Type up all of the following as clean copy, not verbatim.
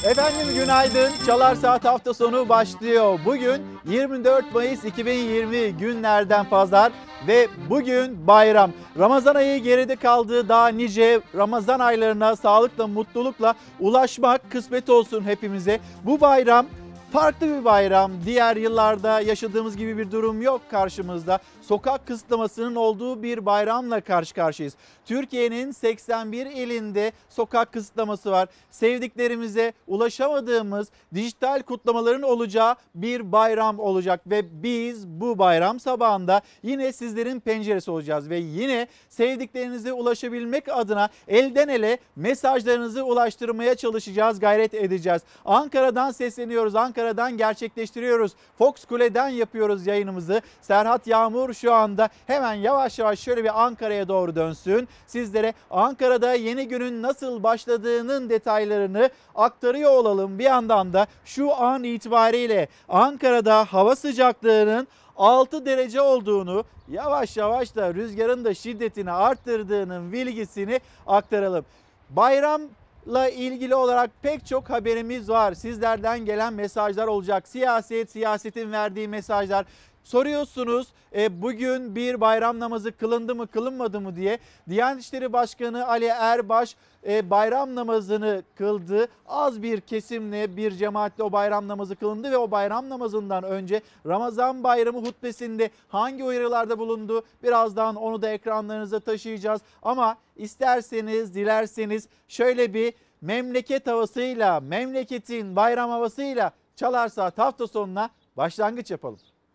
Efendim günaydın. Çalar Saat hafta sonu başlıyor. Bugün 24 Mayıs 2020 günlerden pazar ve bugün bayram. Ramazan ayı geride kaldı. Daha nice Ramazan aylarına sağlıkla, mutlulukla ulaşmak kısmet olsun hepimize. Bu bayram farklı bir bayram. Diğer yıllarda yaşadığımız gibi bir durum yok karşımızda. Sokak kısıtlamasının olduğu bir bayramla karşı karşıyayız. Türkiye'nin 81 ilinde sokak kısıtlaması var. Sevdiklerimize ulaşamadığımız dijital kutlamaların olacağı bir bayram olacak ve biz bu bayram sabahında yine sizlerin penceresi olacağız ve yine sevdiklerinize ulaşabilmek adına elden ele mesajlarınızı ulaştırmaya çalışacağız, gayret edeceğiz. Ankara'dan sesleniyoruz, Ankara'dan gerçekleştiriyoruz. Fox Kule'den yapıyoruz yayınımızı. Serhat Yağmur şu anda hemen yavaş yavaş şöyle bir Ankara'ya doğru dönsün. Sizlere Ankara'da yeni günün nasıl başladığının detaylarını aktarıyor olalım. Bir yandan da şu an itibariyle Ankara'da hava sıcaklığının 6 derece olduğunu, yavaş yavaş da rüzgarın da şiddetini arttırdığının bilgisini aktaralım. Bayramla ilgili olarak pek çok haberimiz var. Sizlerden gelen mesajlar olacak. Siyasetin verdiği mesajlar. Soruyorsunuz bugün bir bayram namazı kılındı mı kılınmadı mı diye. Diyanet İşleri Başkanı Ali Erbaş bayram namazını kıldı. Az bir kesimle, bir cemaatle o bayram namazı kılındı ve o bayram namazından önce Ramazan bayramı hutbesinde hangi uyarılarda bulundu? Birazdan onu da ekranlarınıza taşıyacağız. Ama isterseniz, dilerseniz şöyle bir memleket havasıyla, memleketin bayram havasıyla Çalar Saat hafta sonuna başlangıç yapalım.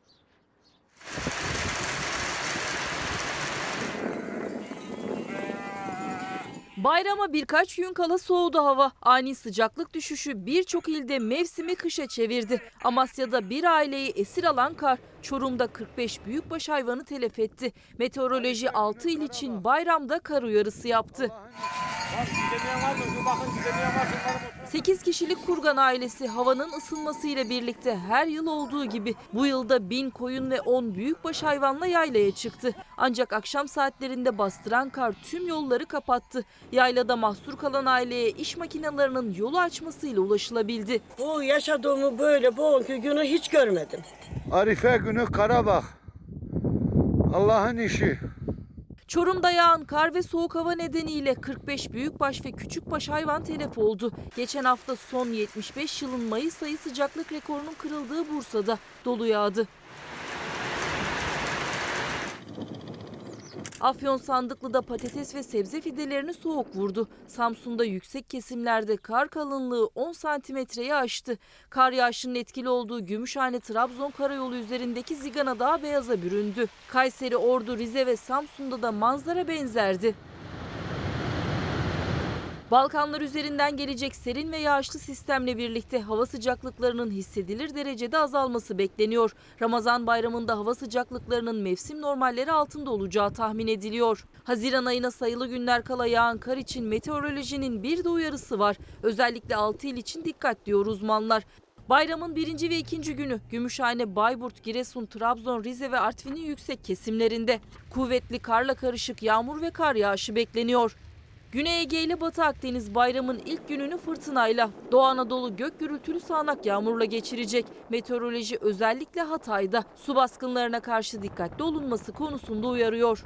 Bayrama birkaç gün kala soğudu hava. Ani sıcaklık düşüşü birçok ilde mevsimi kışa çevirdi. Amasya'da bir aileyi esir alan kar, Çorum'da 45 büyükbaş hayvanı telef etti. Meteoroloji 6 il için bayramda kar uyarısı yaptı. 8 kişilik Kurgan ailesi havanın ısınmasıyla birlikte her yıl olduğu gibi bu yılda 1000 koyun ve 10 büyükbaş hayvanla yaylaya çıktı. Ancak akşam saatlerinde bastıran kar tüm yolları kapattı. Yaylada mahsur kalan aileye iş makinelerinin yolu açmasıyla ulaşılabildi. Bu yaşadığımı böyle bugünkü günü hiç görmedim. Arife günü Karabağ. Allah'ın işi. Çorum'da yağan kar ve soğuk hava nedeniyle 45 büyükbaş ve küçükbaş hayvan telef oldu. Geçen hafta son 75 yılın Mayıs ayı sıcaklık rekorunun kırıldığı Bursa'da dolu yağdı. Afyon Sandıklı'da patates ve sebze fidelerini soğuk vurdu. Samsun'da yüksek kesimlerde kar kalınlığı 10 santimetreyi aştı. Kar yağışının etkili olduğu Gümüşhane-Trabzon karayolu üzerindeki Zigana Dağı beyaza büründü. Kayseri, Ordu, Rize ve Samsun'da da manzara benzerdi. Balkanlar üzerinden gelecek serin ve yağışlı sistemle birlikte hava sıcaklıklarının hissedilir derecede azalması bekleniyor. Ramazan bayramında hava sıcaklıklarının mevsim normalleri altında olacağı tahmin ediliyor. Haziran ayına sayılı günler kala yağan kar için meteorolojinin bir de uyarısı var. Özellikle 6 il için dikkat diyor uzmanlar. Bayramın 1. ve 2. günü Gümüşhane, Bayburt, Giresun, Trabzon, Rize ve Artvin'in yüksek kesimlerinde kuvvetli karla karışık yağmur ve kar yağışı bekleniyor. Güney Ege ile Batı Akdeniz bayramın ilk gününü fırtınayla, Doğu Anadolu gök gürültülü sağanak yağmurla geçirecek. Meteoroloji özellikle Hatay'da su baskınlarına karşı dikkatli olunması konusunda uyarıyor.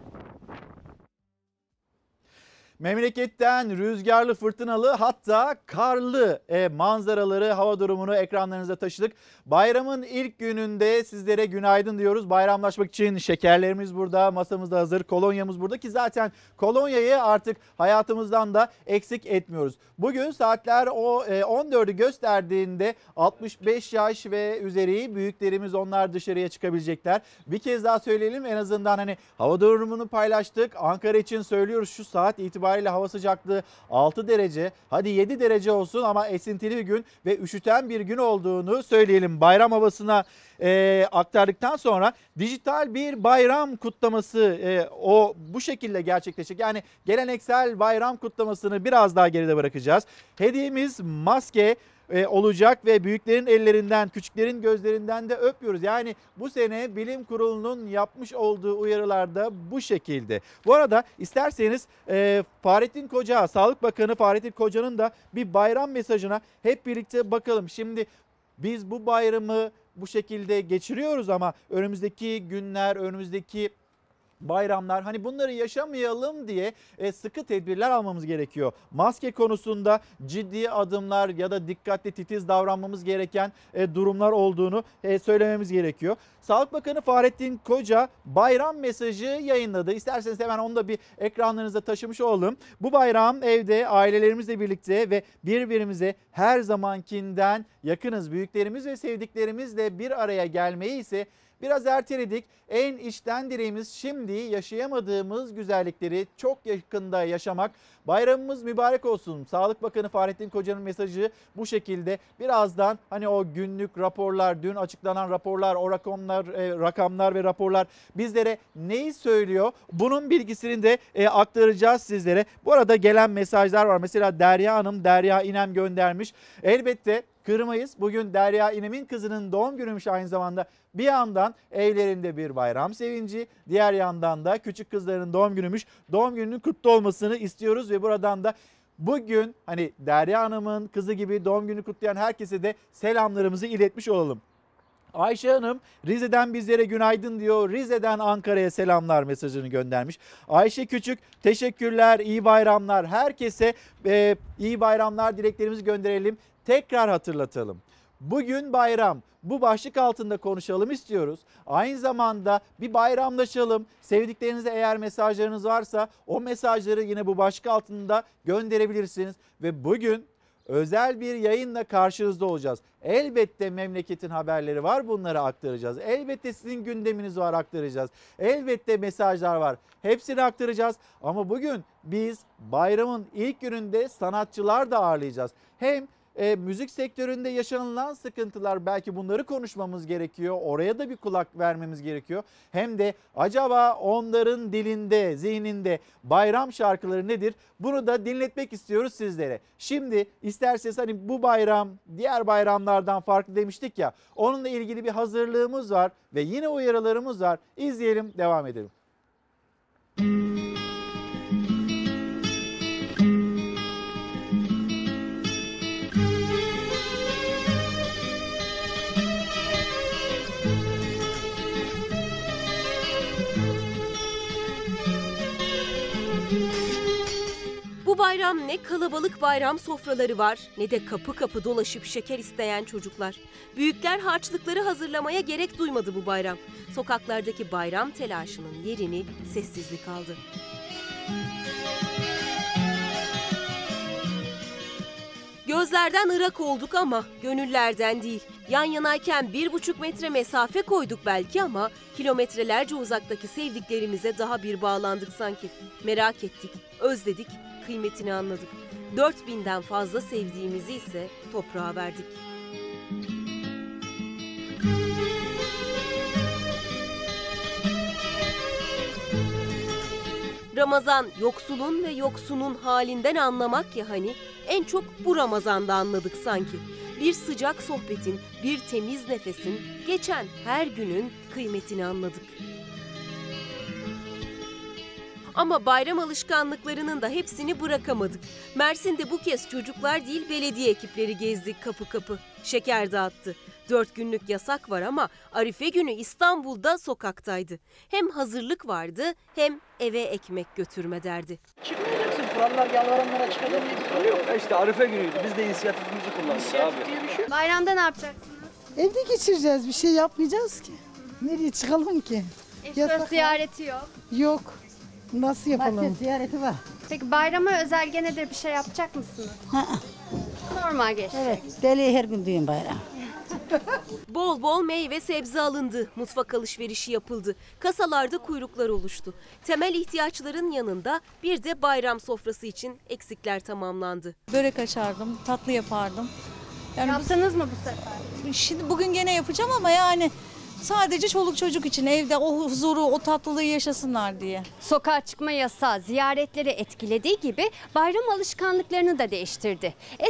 Memleketten rüzgarlı, fırtınalı hatta karlı manzaraları, hava durumunu ekranlarınıza taşıdık. Bayramın ilk gününde sizlere günaydın diyoruz. Bayramlaşmak için şekerlerimiz burada, masamızda hazır, kolonyamız burada ki zaten kolonyayı artık hayatımızdan da eksik etmiyoruz. Bugün saatler 14'ü gösterdiğinde 65 yaş ve üzeri büyüklerimiz, onlar dışarıya çıkabilecekler. Bir kez daha söyleyelim, en azından hani hava durumunu paylaştık. Ankara için söylüyoruz, şu saat itibariyle hava sıcaklığı 6 derece, hadi 7 derece olsun ama esintili bir gün ve üşüten bir gün olduğunu söyleyelim. Bayram havasına aktardıktan sonra dijital bir bayram kutlaması bu şekilde gerçekleşecek. Yani geleneksel bayram kutlamasını biraz daha geride bırakacağız. Hediyemiz maske. olacak ve büyüklerin ellerinden, küçüklerin gözlerinden de öpüyoruz. Yani bu sene bilim kurulunun yapmış olduğu uyarılar da bu şekilde. Bu arada isterseniz Fahrettin Koca, Sağlık Bakanı Fahrettin Koca'nın da bir bayram mesajına hep birlikte bakalım. Şimdi biz bu bayramı bu şekilde geçiriyoruz ama önümüzdeki günler, önümüzdeki bayramlar, hani bunları yaşamayalım diye sıkı tedbirler almamız gerekiyor. Maske konusunda ciddi adımlar ya da dikkatli, titiz davranmamız gereken durumlar olduğunu söylememiz gerekiyor. Sağlık Bakanı Fahrettin Koca bayram mesajı yayınladı. İsterseniz hemen onu da bir ekranlarınıza taşımış olalım. Bu bayram evde ailelerimizle birlikte ve birbirimize her zamankinden yakınız. Büyüklerimiz ve sevdiklerimizle bir araya gelmeyi ise biraz erteledik. En içten dileğimiz şimdi yaşayamadığımız güzellikleri çok yakında yaşamak. Bayramımız mübarek olsun. Sağlık Bakanı Fahrettin Koca'nın mesajı bu şekilde. Birazdan hani o günlük raporlar, dün açıklanan raporlar, o rakamlar ve raporlar bizlere neyi söylüyor? Bunun bilgisini de aktaracağız sizlere. Bu arada gelen mesajlar var. Mesela Derya Hanım, Derya İnem göndermiş. Elbette kırmayız. Bugün Derya İnem'in kızının doğum günüymüş aynı zamanda. Bir yandan evlerinde bir bayram sevinci, diğer yandan da küçük kızların doğum günüymüş. Doğum gününün kutlu olmasını istiyoruz ve buradan da bugün hani Derya Hanım'ın kızı gibi doğum günü kutlayan herkese de selamlarımızı iletmiş olalım. Ayşe Hanım Rize'den bizlere günaydın diyor. Rize'den Ankara'ya selamlar mesajını göndermiş. Ayşe Küçük teşekkürler, iyi bayramlar. Herkese iyi bayramlar dileklerimizi gönderelim. Tekrar hatırlatalım. Bugün bayram. Bu başlık altında konuşalım istiyoruz. Aynı zamanda bir bayramlaşalım. Sevdiklerinize eğer mesajlarınız varsa o mesajları yine bu başlık altında gönderebilirsiniz. Ve bugün özel bir yayınla karşınızda olacağız. Elbette memleketin haberleri var, bunları aktaracağız. Elbette sizin gündeminiz var, aktaracağız. Elbette mesajlar var, hepsini aktaracağız. Ama bugün biz bayramın ilk gününde sanatçılar da ağırlayacağız. Hem müzik sektöründe yaşanılan sıkıntılar, belki bunları konuşmamız gerekiyor. Oraya da bir kulak vermemiz gerekiyor. Hem de acaba onların dilinde, zihninde bayram şarkıları nedir? Bunu da dinletmek istiyoruz sizlere. Şimdi isterseniz hani bu bayram diğer bayramlardan farklı demiştik ya. Onunla ilgili bir hazırlığımız var ve yine uyarılarımız var. İzleyelim, devam edelim. Bu bayram ne kalabalık bayram sofraları var ne de kapı kapı dolaşıp şeker isteyen çocuklar. Büyükler harçlıkları hazırlamaya gerek duymadı bu bayram. Sokaklardaki bayram telaşının yerini sessizlik aldı. Gözlerden ırak olduk ama gönüllerden değil. Yan yanayken 1,5 metre mesafe koyduk belki ama kilometrelerce uzaktaki sevdiklerimize daha bir bağlandık sanki. Merak ettik, özledik, kıymetini anladık. 4000'den fazla sevdiğimizi ise toprağa verdik. Ramazan yoksulun ve yoksunun halinden anlamak ya hani, en çok bu Ramazan'da anladık sanki. Bir sıcak sohbetin, bir temiz nefesin, geçen her günün kıymetini anladık. Ama bayram alışkanlıklarının da hepsini bırakamadık. Mersin'de bu kez çocuklar değil belediye ekipleri gezdik kapı kapı. Şeker dağıttı. 4 günlük yasak var ama Arife günü İstanbul'da sokaktaydı. Hem hazırlık vardı hem eve ekmek götürme derdi. Çıkmayacaksın. Kurallar yalvaranlara çıkacak diye bir kural yok. İşte Arife günüydü. Biz de inisiyatifimizi kullandık İnisiyatif abi. diye bir şey yok. Bayramda ne yapacaksınız? Evde geçireceğiz. Bir şey yapmayacağız ki. Nereye çıkalım ki? Eş Yasak dost ziyareti yok. Yok. Nasıl yapalım? Ziyareti var. Peki bayrama özel genedir bir şey yapacak mısınız? Normal geçecek. Evet, deli her gün düğün bayram. Bol bol meyve sebze alındı. Mutfak alışverişi yapıldı. Kasalarda kuyruklar oluştu. Temel ihtiyaçların yanında bir de bayram sofrası için eksikler tamamlandı. Börek açardım, tatlı yapardım. Yani Yaptınız mı bu sefer? şimdi bugün gene yapacağım ama yani sadece çoluk çocuk için evde o huzuru, o tatlılığı yaşasınlar diye. Sokağa çıkma yasağı ziyaretleri etkilediği gibi bayram alışkanlıklarını da değiştirdi. Eskiden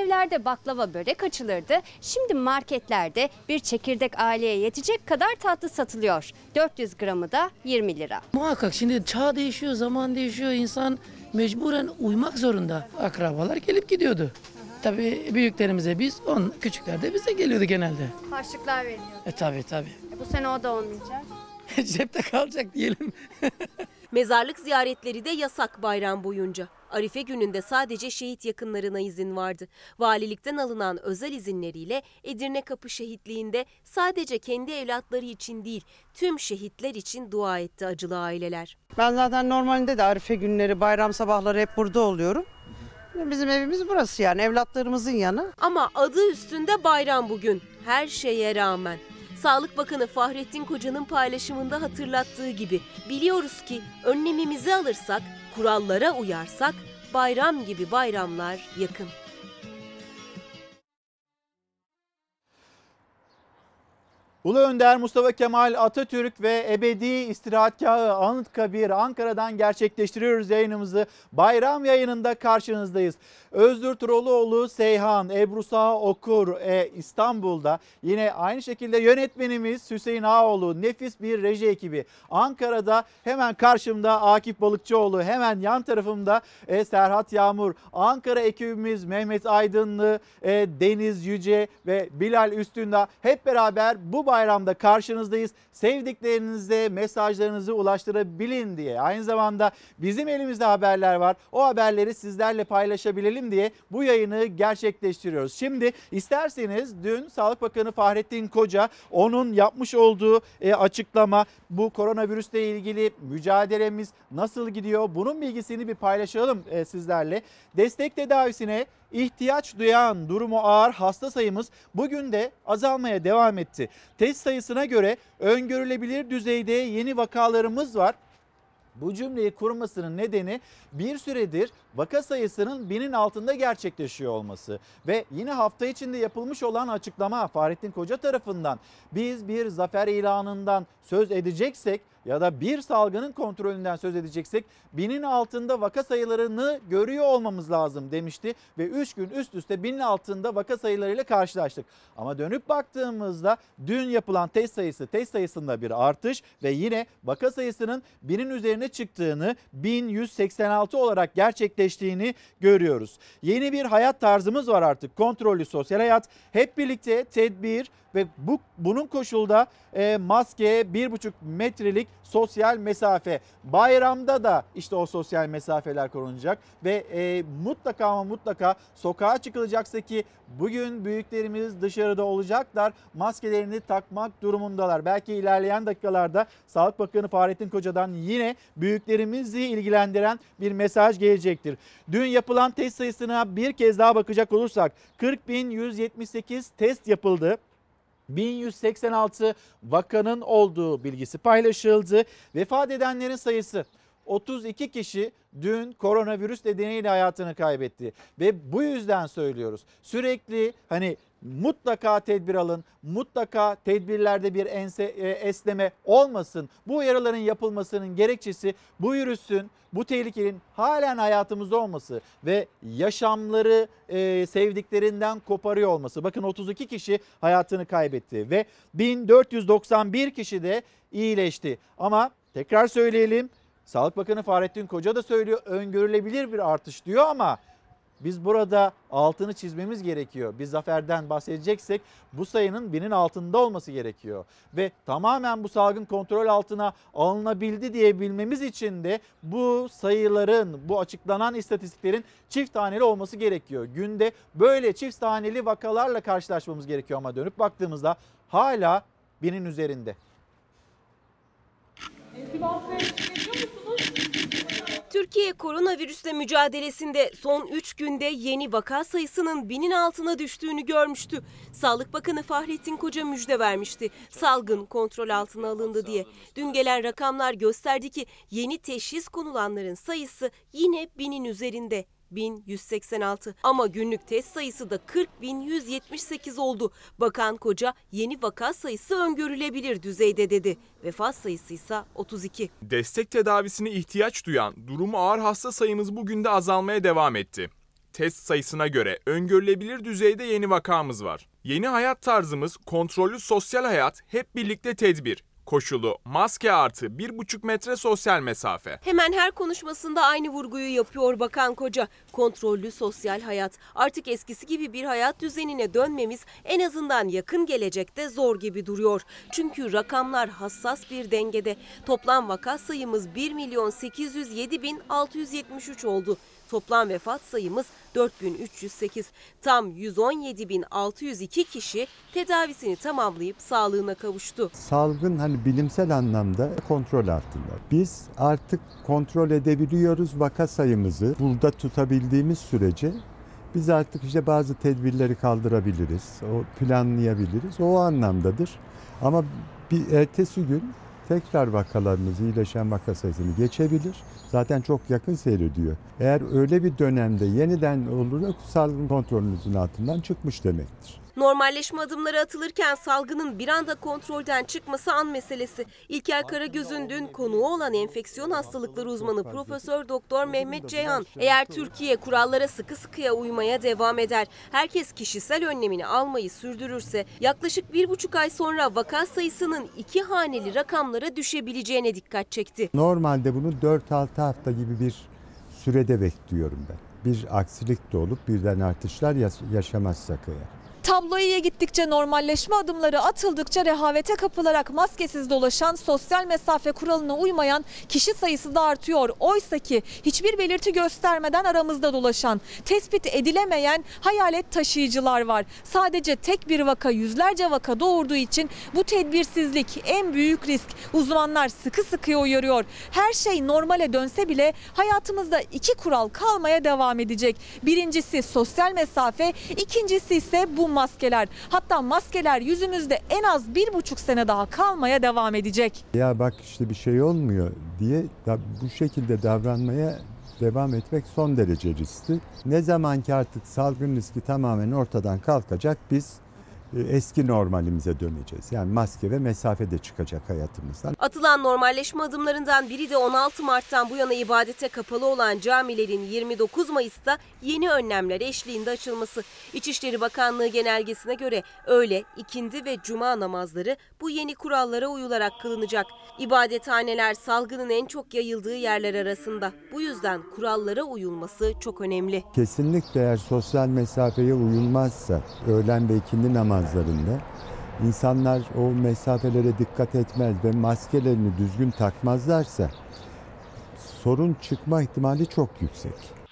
evlerde baklava börek açılırdı. Şimdi marketlerde bir çekirdek aileye yetecek kadar tatlı satılıyor. 400 gramı da 20 lira. Muhakkak şimdi çağ değişiyor, zaman değişiyor. İnsan mecburen uymak zorunda. Akrabalar gelip gidiyordu. Tabii büyüklerimize biz, küçükler de bize geliyordu genelde. Harçlıklar veriliyor. Tabii. Bu sene o da olmayacak. Cepte kalacak diyelim. Mezarlık ziyaretleri de yasak bayram boyunca. Arife gününde sadece şehit yakınlarına izin vardı. Valilikten alınan özel izinleriyle Edirne Kapı Şehitliği'nde sadece kendi evlatları için değil, tüm şehitler için dua etti acılı aileler. Ben zaten normalinde de Arife günleri, bayram sabahları hep burada oluyorum. Bizim evimiz burası yani, evlatlarımızın yanı. Ama adı üstünde bayram bugün, her şeye rağmen. Sağlık Bakanı Fahrettin Koca'nın paylaşımında hatırlattığı gibi biliyoruz ki önlemimizi alırsak, kurallara uyarsak bayram gibi bayramlar yakın. Ulu Önder Mustafa Kemal Atatürk ve ebedi istirahatgahı Anıtkabir Ankara'dan gerçekleştiriyoruz yayınımızı. Bayram yayınında karşınızdayız. Özgür Turoğluoğlu Seyhan, Ebru Sağ Okur İstanbul'da. Yine aynı şekilde yönetmenimiz Hüseyin Ağaoğlu, nefis bir reji ekibi. Ankara'da hemen karşımda Akif Balıkçıoğlu, hemen yan tarafımda Serhat Yağmur. Ankara ekibimiz Mehmet Aydınlı, Deniz Yüce ve Bilal Üstündağ. Hep beraber bu bayramda karşınızdayız. Sevdiklerinize mesajlarınızı ulaştırabilin diye. Aynı zamanda bizim elimizde haberler var. O haberleri sizlerle paylaşabilelim diye bu yayını gerçekleştiriyoruz. Şimdi isterseniz dün Sağlık Bakanı Fahrettin Koca, onun yapmış olduğu açıklama, bu koronavirüsle ilgili mücadelemiz nasıl gidiyor? Bunun bilgisini bir paylaşalım sizlerle. Destek tedavisine ihtiyaç duyan durumu ağır hasta sayımız bugün de azalmaya devam etti. Test sayısına göre öngörülebilir düzeyde yeni vakalarımız var. Bu cümleyi kurmasının nedeni bir süredir vaka sayısının 1000'in altında gerçekleşiyor olması. Ve yine hafta içinde yapılmış olan açıklama Fahrettin Koca tarafından, biz bir zafer ilanından söz edeceksek ya da bir salgının kontrolünden söz edeceksek 1000'in altında vaka sayılarını görüyor olmamız lazım demişti. Ve 3 gün üst üste 1000'in altında vaka sayılarıyla karşılaştık. Ama dönüp baktığımızda dün yapılan test sayısında bir artış ve yine vaka sayısının 1000'in üzerine çıktığını, 1186 olarak gerçekleştiğini görüyoruz. Yeni bir hayat tarzımız var artık. Kontrollü sosyal hayat, hep birlikte tedbir ve bunun koşulda maske, 1,5 metrelik sosyal mesafe. Bayramda da işte o sosyal mesafeler korunacak ve mutlaka ama mutlaka sokağa çıkılacaksa, ki bugün büyüklerimiz dışarıda olacaklar, maskelerini takmak durumundalar. Belki ilerleyen dakikalarda Sağlık Bakanı Fahrettin Koca'dan yine büyüklerimizi ilgilendiren bir mesaj gelecektir. Dün yapılan test sayısına bir kez daha bakacak olursak 40.178 test yapıldı. 1186 vakanın olduğu bilgisi paylaşıldı. Vefat edenlerin sayısı 32 kişi dün koronavirüs nedeniyle hayatını kaybetti. Ve bu yüzden söylüyoruz. Sürekli mutlaka tedbir alın, mutlaka tedbirlerde bir esneme olmasın. Bu uyarıların yapılmasının gerekçesi bu virüsün, bu tehlikenin halen hayatımızda olması ve yaşamları sevdiklerinden koparıyor olması. Bakın 32 kişi hayatını kaybetti ve 1491 kişi de iyileşti. Ama tekrar söyleyelim, Sağlık Bakanı Fahrettin Koca da söylüyor, öngörülebilir bir artış diyor ama biz burada altını çizmemiz gerekiyor. Bir zaferden bahsedeceksek bu sayının 1000'in altında olması gerekiyor. Ve tamamen bu salgın kontrol altına alınabildi diyebilmemiz için de bu sayıların, bu açıklanan istatistiklerin çift taneli olması gerekiyor. Günde böyle çift taneli vakalarla karşılaşmamız gerekiyor ama dönüp baktığımızda hala 1000'in üzerinde. Türkiye koronavirüsle mücadelesinde son 3 günde yeni vaka sayısının 1000'in altına düştüğünü görmüştü. Sağlık Bakanı Fahrettin Koca müjde vermişti. Salgın kontrol altına alındı diye. Dün gelen rakamlar gösterdi ki yeni teşhis konulanların sayısı yine 1000'in üzerinde. 1186 ama günlük test sayısı da 40.178 oldu. Bakan Koca yeni vaka sayısı öngörülebilir düzeyde dedi. Vefat sayısı ise 32. Destek tedavisine ihtiyaç duyan durumu ağır hasta sayımız bugün de azalmaya devam etti. Test sayısına göre öngörülebilir düzeyde yeni vakamız var. Yeni hayat tarzımız kontrollü sosyal hayat, hep birlikte tedbir. Koşulu maske artı 1,5 metre sosyal mesafe. Hemen her konuşmasında aynı vurguyu yapıyor Bakan Koca. Kontrollü sosyal hayat. Artık eskisi gibi bir hayat düzenine dönmemiz en azından yakın gelecekte zor gibi duruyor. Çünkü rakamlar hassas bir dengede. Toplam vaka sayımız 1.807.673 oldu. Toplam vefat sayımız 4.308. Tam 117.602 kişi tedavisini tamamlayıp sağlığına kavuştu. Salgın hani bilimsel anlamda kontrol altında. Biz artık kontrol edebiliyoruz vaka sayımızı. Burada tutabildiğimiz sürece biz artık işte bazı tedbirleri kaldırabiliriz, planlayabiliriz. O anlamdadır. Ama bir ertesi gün tekrar vakalarımız iyileşen vaka sayısını geçebilir. Zaten çok yakın seyrediyor. Eğer öyle bir dönemde yeniden olursa salgın kontrolünüzün altından çıkmış demektir. Normalleşme adımları atılırken salgının bir anda kontrolden çıkması an meselesi. İlker Karagöz'ün dün konuğu olan enfeksiyon hastalıkları uzmanı Profesör Doktor Mehmet Ceyhan, eğer Türkiye kurallara sıkı sıkıya uymaya devam eder, herkes kişisel önlemini almayı sürdürürse yaklaşık 1,5 ay sonra vaka sayısının 2 haneli rakamlara düşebileceğine dikkat çekti. Normalde bunu 4-6 hafta gibi bir sürede bekliyorum ben. Bir aksilik de olup birden artışlar yaşamazsak eğer. Tablo iyiye gittikçe, normalleşme adımları atıldıkça rehavete kapılarak maskesiz dolaşan, sosyal mesafe kuralına uymayan kişi sayısı da artıyor. Oysaki hiçbir belirti göstermeden aramızda dolaşan, tespit edilemeyen hayalet taşıyıcılar var. Sadece tek bir vaka yüzlerce vaka doğurduğu için bu tedbirsizlik en büyük risk. Uzmanlar sıkı sıkıya uyarıyor. Her şey normale dönse bile hayatımızda 2 kural kalmaya devam edecek. Birincisi sosyal mesafe, ikincisi ise bu maskeler. Hatta maskeler yüzümüzde en az 1,5 sene daha kalmaya devam edecek. Ya bak işte bir şey olmuyor diye bu şekilde davranmaya devam etmek son derece riskli. Ne zaman ki artık salgın riski tamamen ortadan kalkacak, biz eski normalimize döneceğiz. Yani maske ve mesafe de çıkacak hayatımızdan. Atılan normalleşme adımlarından biri de 16 Mart'tan bu yana ibadete kapalı olan camilerin 29 Mayıs'ta yeni önlemler eşliğinde açılması. İçişleri Bakanlığı genelgesine göre öğle, ikindi ve cuma namazları bu yeni kurallara uyularak kılınacak. İbadethaneler salgının en çok yayıldığı yerler arasında. Bu yüzden kurallara uyulması çok önemli. Kesinlikle eğer sosyal mesafeye uyulmazsa öğlen ve ikindi namazlarında insanlar o mesafelere dikkat etmez ve maskelerini düzgün takmazlarsa sorun çıkma ihtimali çok yüksek.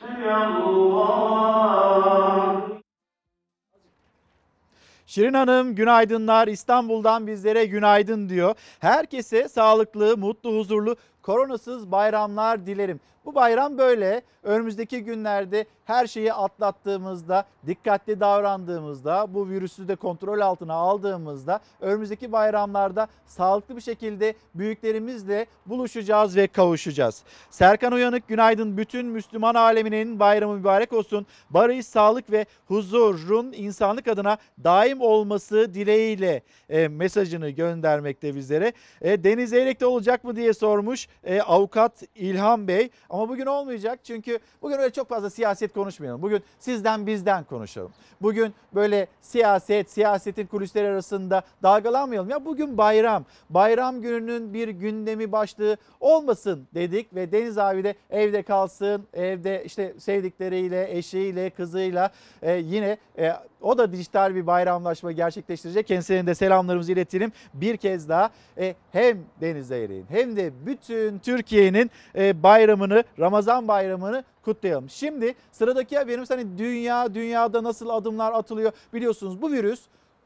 Şirin Hanım günaydınlar, İstanbul'dan bizlere günaydın diyor. Herkese sağlıklı, mutlu, huzurlu, koronasız bayramlar dilerim. Bu bayram böyle. Önümüzdeki günlerde her şeyi atlattığımızda, dikkatli davrandığımızda, bu virüsü de kontrol altına aldığımızda önümüzdeki bayramlarda sağlıklı bir şekilde büyüklerimizle buluşacağız ve kavuşacağız. Serkan Uyanık günaydın, bütün Müslüman aleminin bayramı mübarek olsun. Barış, sağlık ve huzurun insanlık adına daim olması dileğiyle mesajını göndermekte bizlere. Deniz Eyrek'te olacak mı diye sormuş avukat İlhan Bey. Ama bugün olmayacak çünkü bugün öyle çok fazla siyaset konuşmayalım. Bugün sizden bizden konuşalım. Bugün böyle siyasetin kulisleri arasında dalgalanmayalım. Ya bugün bayram. Bayram gününün bir gündemi başlığı olmasın dedik ve Deniz abi de evde kalsın. Evde işte sevdikleriyle, eşiyle, kızıyla yine o da dijital bir bayramlaşma gerçekleştirecek. Kendisine de selamlarımızı iletelim. Bir kez daha hem Deniz Eyrek'in hem de bütün Türkiye'nin bayramını, Ramazan bayramını kutlayalım. Şimdi sıradaki haberimiz hani dünyada nasıl adımlar atılıyor biliyorsunuz bu virüs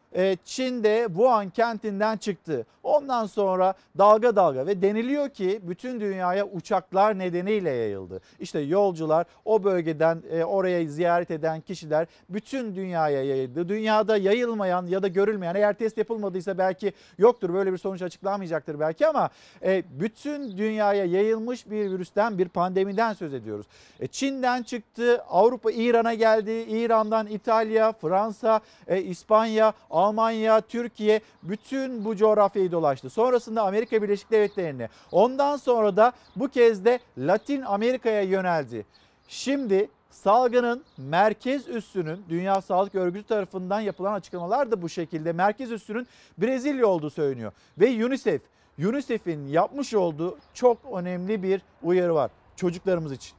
Çin'de Wuhan kentinden çıktı. Ondan sonra dalga dalga ve deniliyor ki bütün dünyaya uçaklar nedeniyle yayıldı. İşte yolcular o bölgeden oraya ziyaret eden kişiler bütün dünyaya yayıldı. Dünyada yayılmayan ya da görülmeyen, eğer test yapılmadıysa belki yoktur, böyle bir sonuç açıklanmayacaktır belki ama bütün dünyaya yayılmış bir virüsten, bir pandemiden söz ediyoruz. Çin'den çıktı, Avrupa, İran'a geldi, İran'dan İtalya, Fransa, İspanya, Almanya, Türkiye, bütün bu coğrafyayı dolaştı. Sonrasında Amerika Birleşik Devletleri'ne, ondan sonra da bu kez de Latin Amerika'ya yöneldi. Şimdi Salgının merkez üssünün, Dünya Sağlık Örgütü tarafından yapılan açıklamalar da bu şekilde. Merkez üssünün Brezilya olduğu söyleniyor. Ve UNICEF'in yapmış olduğu çok önemli bir uyarı var çocuklarımız için.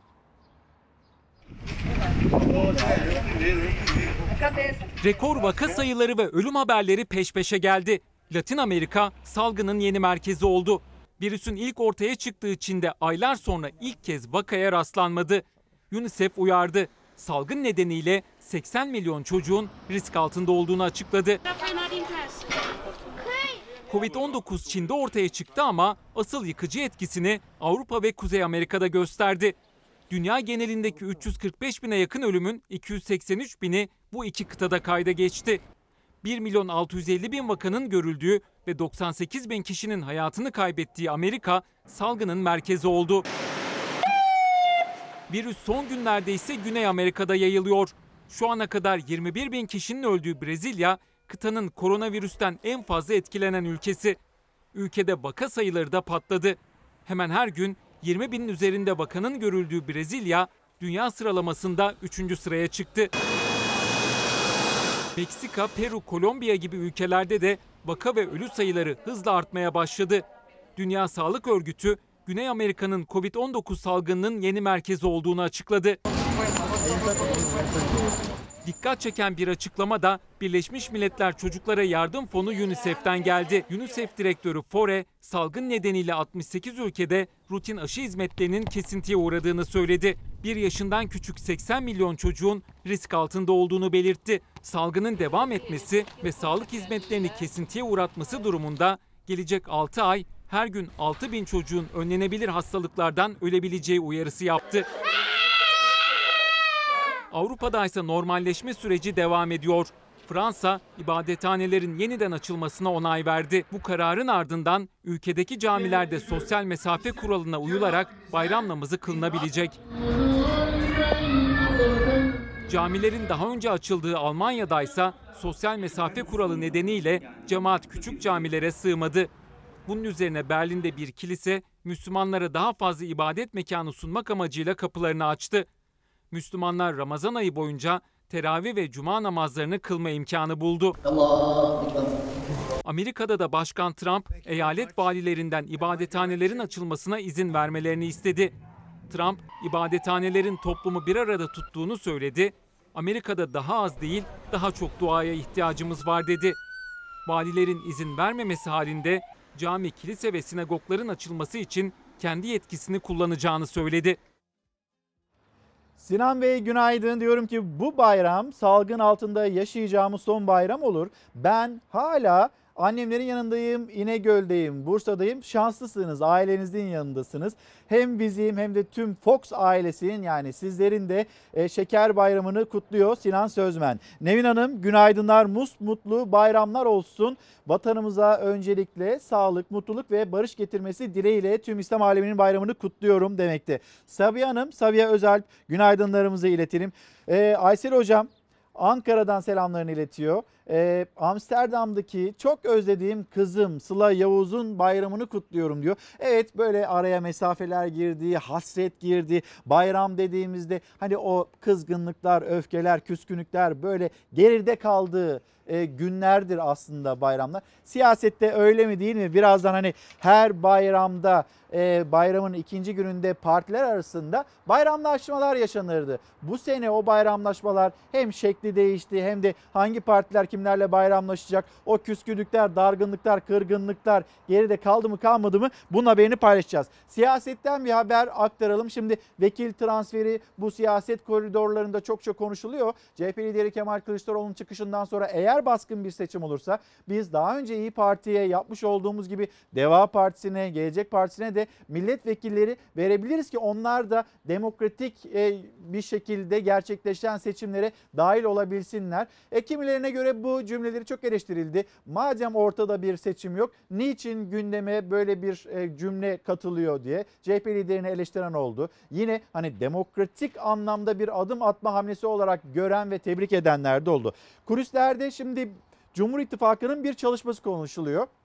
Rekor vaka sayıları ve ölüm haberleri peş peşe geldi. Latin Amerika salgının yeni merkezi oldu. Virüsün ilk ortaya çıktığı Çin'de aylar sonra ilk kez vakaya rastlanmadı. UNICEF uyardı. Salgın nedeniyle 80 milyon çocuğun risk altında olduğunu açıkladı. Covid-19 Çin'de ortaya çıktı ama asıl yıkıcı etkisini Avrupa ve Kuzey Amerika'da gösterdi. Dünya genelindeki 345 bine yakın ölümün 283 bini bu iki kıtada kayda geçti. 1 milyon 650 bin vakanın görüldüğü ve 98 bin kişinin hayatını kaybettiği Amerika salgının merkezi oldu. Virüs son günlerde ise Güney Amerika'da yayılıyor. Şu ana kadar 21 bin kişinin öldüğü Brezilya, kıtanın koronavirüsten en fazla etkilenen ülkesi. Ülkede vaka sayıları da patladı. Hemen her gün 20 binin üzerinde vakanın görüldüğü Brezilya, dünya sıralamasında 3. sıraya çıktı. Meksika, Peru, Kolombiya gibi ülkelerde de vaka ve ölü sayıları hızla artmaya başladı. Dünya Sağlık Örgütü, Güney Amerika'nın Covid-19 salgınının yeni merkezi olduğunu açıkladı. Dikkat çeken bir açıklama da Birleşmiş Milletler Çocuklara Yardım Fonu UNICEF'ten geldi. UNICEF Direktörü Fore, salgın nedeniyle 68 ülkede rutin aşı hizmetlerinin kesintiye uğradığını söyledi. 1 yaşından küçük 80 milyon çocuğun risk altında olduğunu belirtti. Salgının devam etmesi ve sağlık hizmetlerini kesintiye uğratması durumunda gelecek 6 ay her gün 6 bin çocuğun önlenebilir hastalıklardan ölebileceği uyarısı yaptı. Avrupa'da ise normalleşme süreci devam ediyor. Fransa, ibadethanelerin yeniden açılmasına onay verdi. Bu kararın ardından ülkedeki camilerde sosyal mesafe kuralına uyularak bayram namazı kılınabilecek. Camilerin daha önce açıldığı Almanya'da ise sosyal mesafe kuralı nedeniyle cemaat küçük camilere sığmadı. Bunun üzerine Berlin'de bir kilise Müslümanlara daha fazla ibadet mekanı sunmak amacıyla kapılarını açtı. Müslümanlar Ramazan ayı boyunca teravih ve cuma namazlarını kılma imkanı buldu. Amerika'da da Başkan Trump, eyalet valilerinden ibadethanelerin açılmasına izin vermelerini istedi. Trump, ibadethanelerin toplumu bir arada tuttuğunu söyledi. Amerika'da daha az değil, daha çok duaya ihtiyacımız var dedi. Valilerin izin vermemesi halinde cami, kilise ve sinagogların açılması için kendi yetkisini kullanacağını söyledi. Sinan Bey günaydın. Diyorum ki bu bayram salgın altında yaşayacağımız son bayram olur. Ben hala annemlerin yanındayım, İnegöl'deyim, Bursa'dayım. Şanslısınız, ailenizin yanındasınız. Hem bizim hem de tüm Fox ailesinin, yani sizlerin de şeker bayramını kutluyor Sinan Sözmen. Nevin Hanım günaydınlar, mutlu bayramlar olsun. Vatanımıza öncelikle sağlık, mutluluk ve barış getirmesi dileğiyle tüm İslam aleminin bayramını kutluyorum demekte. Sabiha Hanım, Sabiha Özalp günaydınlarımızı iletelim. Aysel Hocam Ankara'dan selamlarını iletiyor. Amsterdam'daki çok özlediğim kızım Sıla Yavuz'un bayramını kutluyorum diyor. Evet, böyle araya mesafeler girdi, hasret girdi. Bayram dediğimizde hani o kızgınlıklar, öfkeler, küskünlükler böyle geride kaldığı günlerdir aslında bayramlar. Siyasette öyle mi değil mi? Birazdan hani her bayramda bayramın ikinci gününde partiler arasında bayramlaşmalar yaşanırdı. Bu sene o bayramlaşmalar hem şekli değişti hem de hangi partiler kimlerle bayramlaşacak, o küskünlükler, dargınlıklar, kırgınlıklar geride kaldı mı kalmadı mı bunun haberini paylaşacağız. Siyasetten bir haber aktaralım. Şimdi vekil transferi bu siyaset koridorlarında çok konuşuluyor. CHP lideri Kemal Kılıçdaroğlu'nun çıkışından sonra eğer baskın bir seçim olursa biz daha önce İYİ Parti'ye yapmış olduğumuz gibi Deva Partisi'ne, Gelecek Partisi'ne de milletvekilleri verebiliriz ki onlar da demokratik bir şekilde gerçekleşen seçimlere dahil olabilsinler. Kimilerine göre bu cümleleri çok eleştirildi. Madem ortada bir seçim yok, niçin gündeme böyle bir cümle katılıyor diye CHP liderini eleştiren oldu. Yine hani demokratik anlamda bir adım atma hamlesi olarak gören ve tebrik edenler de oldu. Kulislerde şimdi Cumhur İttifakı'nın bir çalışması konuşuluyor.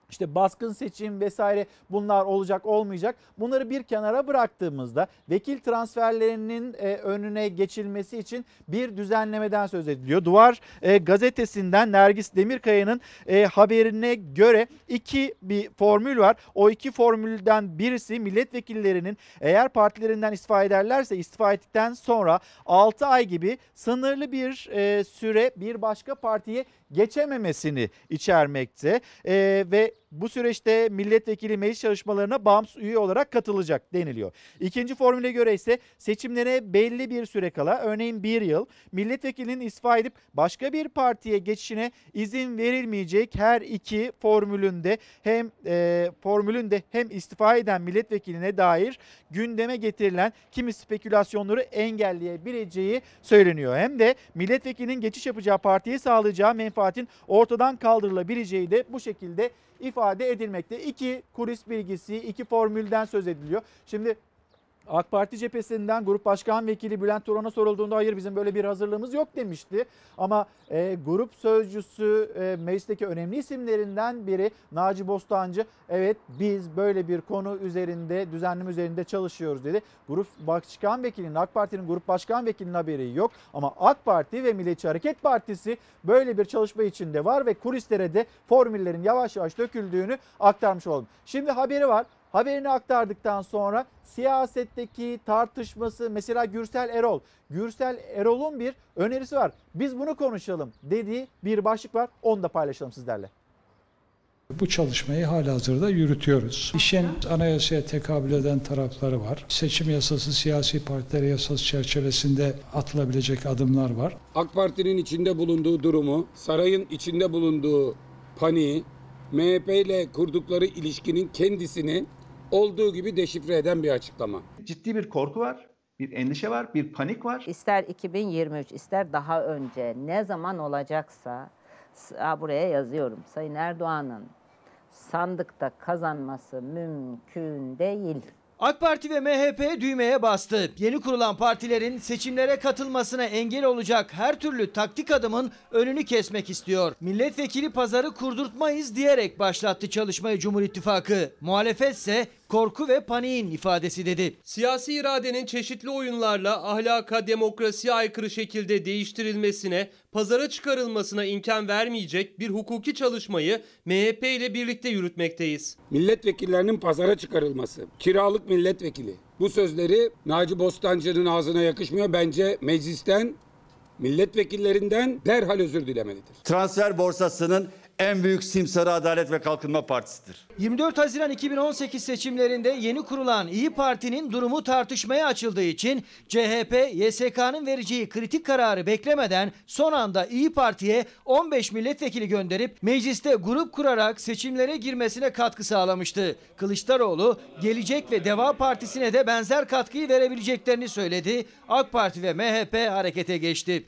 İşte baskın seçim vesaire bunlar olacak olmayacak. Bunları bir kenara bıraktığımızda vekil transferlerinin önüne geçilmesi için bir düzenlemeden söz ediliyor. Duvar gazetesinden Nergis Demirkaya'nın haberine göre bir formül var. O iki formülden birisi milletvekillerinin eğer partilerinden istifa ederlerse istifa ettikten sonra 6 ay gibi sınırlı bir süre bir başka partiye geçememesini içermekte ve bu süreçte milletvekili meclis çalışmalarına bağımsız üye olarak katılacak deniliyor. İkinci formüle göre ise seçimlere belli bir süre kala, örneğin 1 yıl, milletvekilinin istifa edip başka bir partiye geçişine izin verilmeyecek. Her iki formülünde hem istifa eden milletvekiline dair gündeme getirilen kimi spekülasyonları engelleyebileceği söyleniyor. Hem de milletvekilinin geçiş yapacağı partiye sağlayacağı menfaatin ortadan kaldırılabileceği de bu şekilde ifade edilmekte. İki kulis bilgisi, iki formülden söz ediliyor. Şimdi AK Parti cephesinden Grup Başkan Vekili Bülent Turan'a sorulduğunda hayır bizim böyle bir hazırlığımız yok demişti. Ama grup sözcüsü meclisteki önemli isimlerinden biri Naci Bostancı evet biz böyle bir konu üzerinde düzenleme üzerinde çalışıyoruz dedi. Grup Başkan Vekilinin AK Parti'nin Grup Başkan Vekilinin haberi yok ama AK Parti ve Milliyetçi Hareket Partisi böyle bir çalışma içinde var ve kulislere de formüllerin yavaş yavaş döküldüğünü aktarmış oldum. Şimdi haberi var. Haberini aktardıktan sonra siyasetteki tartışması mesela Gürsel Erol'un bir önerisi var. Biz bunu konuşalım dediği bir başlık var. Onu da paylaşalım sizlerle. Bu çalışmayı halihazırda yürütüyoruz. İşin anayasaya tekabül eden tarafları var. Seçim yasası, siyasi partiler yasası çerçevesinde atılabilecek adımlar var. AK Parti'nin içinde bulunduğu durumu, sarayın içinde bulunduğu paniği, MHP ile kurdukları ilişkinin kendisini olduğu gibi deşifre eden bir açıklama. Ciddi bir korku var, bir endişe var, bir panik var. İster 2023, ister daha önce ne zaman olacaksa buraya yazıyorum. Sayın Erdoğan'ın sandıkta kazanması mümkün değil. AK Parti ve MHP düğmeye bastı. Yeni kurulan partilerin seçimlere katılmasına engel olacak her türlü taktik adımın önünü kesmek istiyor. Milletvekili pazarı kurdurtmayız diyerek başlattı çalışmayı Cumhur İttifakı. Muhalefetse korku ve paniğin ifadesi dedi. Siyasi iradenin çeşitli oyunlarla ahlaka, demokrasiye aykırı şekilde değiştirilmesine, pazara çıkarılmasına imkan vermeyecek bir hukuki çalışmayı MHP ile birlikte yürütmekteyiz. Milletvekillerinin pazara çıkarılması, kiralık milletvekili. Bu sözleri Naci Bostancı'nın ağzına yakışmıyor. Bence meclisten, milletvekillerinden derhal özür dilemelidir. Transfer borsasının en büyük simsarı Adalet ve Kalkınma Partisi'dir. 24 Haziran 2018 seçimlerinde yeni kurulan İyi Parti'nin durumu tartışmaya açıldığı için CHP, YSK'nın vereceği kritik kararı beklemeden son anda İyi Parti'ye 15 milletvekili gönderip mecliste grup kurarak seçimlere girmesine katkı sağlamıştı. Kılıçdaroğlu, Gelecek ve Deva Partisi'ne de benzer katkıyı verebileceklerini söyledi. AK Parti ve MHP harekete geçti.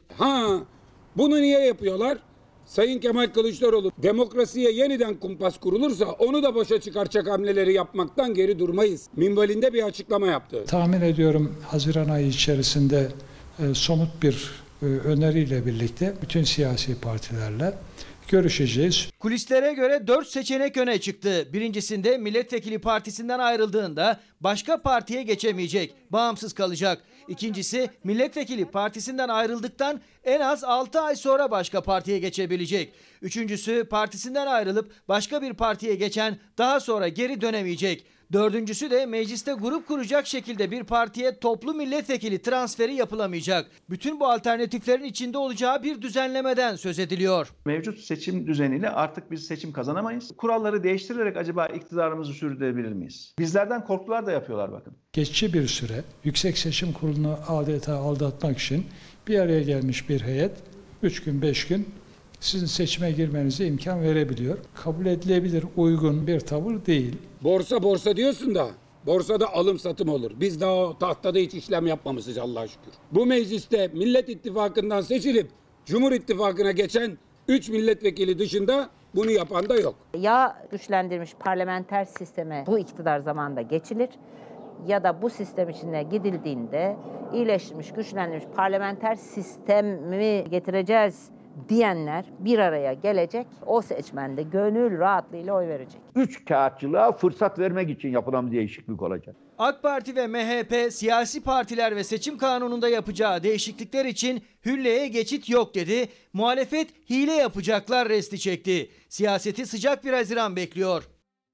Bunu niye yapıyorlar? Sayın Kemal Kılıçdaroğlu demokrasiye yeniden kumpas kurulursa onu da boşa çıkaracak hamleleri yapmaktan geri durmayız. Minvalinde bir açıklama yaptı. Tahmin ediyorum Haziran ayı içerisinde somut bir öneriyle birlikte bütün siyasi partilerle görüşeceğiz. Kulislere göre 4 seçenek öne çıktı. Birincisinde milletvekili partisinden ayrıldığında başka partiye geçemeyecek, bağımsız kalacak. İkincisi milletvekili partisinden ayrıldıktan en az 6 ay sonra başka partiye geçebilecek. Üçüncüsü partisinden ayrılıp başka bir partiye geçen daha sonra geri dönemeyecek. Dördüncüsü de mecliste grup kuracak şekilde bir partiye toplu milletvekili transferi yapılamayacak. Bütün bu alternatiflerin içinde olacağı bir düzenlemeden söz ediliyor. Mevcut seçim düzeniyle artık biz seçim kazanamayız. Kuralları değiştirerek acaba iktidarımızı sürdürebilir miyiz? Bizlerden korktular da yapıyorlar bakın. Geçici bir süre Yüksek Seçim Kurulu'nu adeta aldatmak için bir araya gelmiş bir heyet 3 gün 5 gün sizin seçime girmenize imkan verebiliyor. Kabul edilebilir, uygun bir tavır değil. Borsa diyorsun da borsada alım satım olur. Biz daha o tahtada hiç işlem yapmamışız Allah'a şükür. Bu mecliste Millet İttifakı'ndan seçilip Cumhur İttifakı'na geçen 3 milletvekili dışında bunu yapan da yok. Ya güçlendirilmiş parlamenter sisteme bu iktidar zamanında geçilir ya da bu sistem içine gidildiğinde iyileştirilmiş, güçlendirilmiş parlamenter sistemi getireceğiz diyenler bir araya gelecek. O seçmen de gönül rahatlığıyla oy verecek. Üç kağıtçılığa fırsat vermek için yapılan bir değişiklik olacak. AK Parti ve MHP siyasi partiler ve seçim kanununda yapacağı değişiklikler için hülleye geçit yok dedi. Muhalefet hile yapacaklar resti çekti. Siyaseti sıcak bir Haziran bekliyor.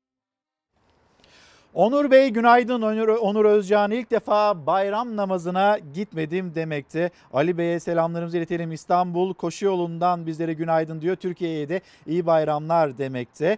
Onur Bey günaydın. Onur Özcan ilk defa bayram namazına gitmedim demekte. Ali Bey'e selamlarımızı iletelim. İstanbul Koşu Yolu'ndan bizlere günaydın diyor. Türkiye'ye de iyi bayramlar demekte.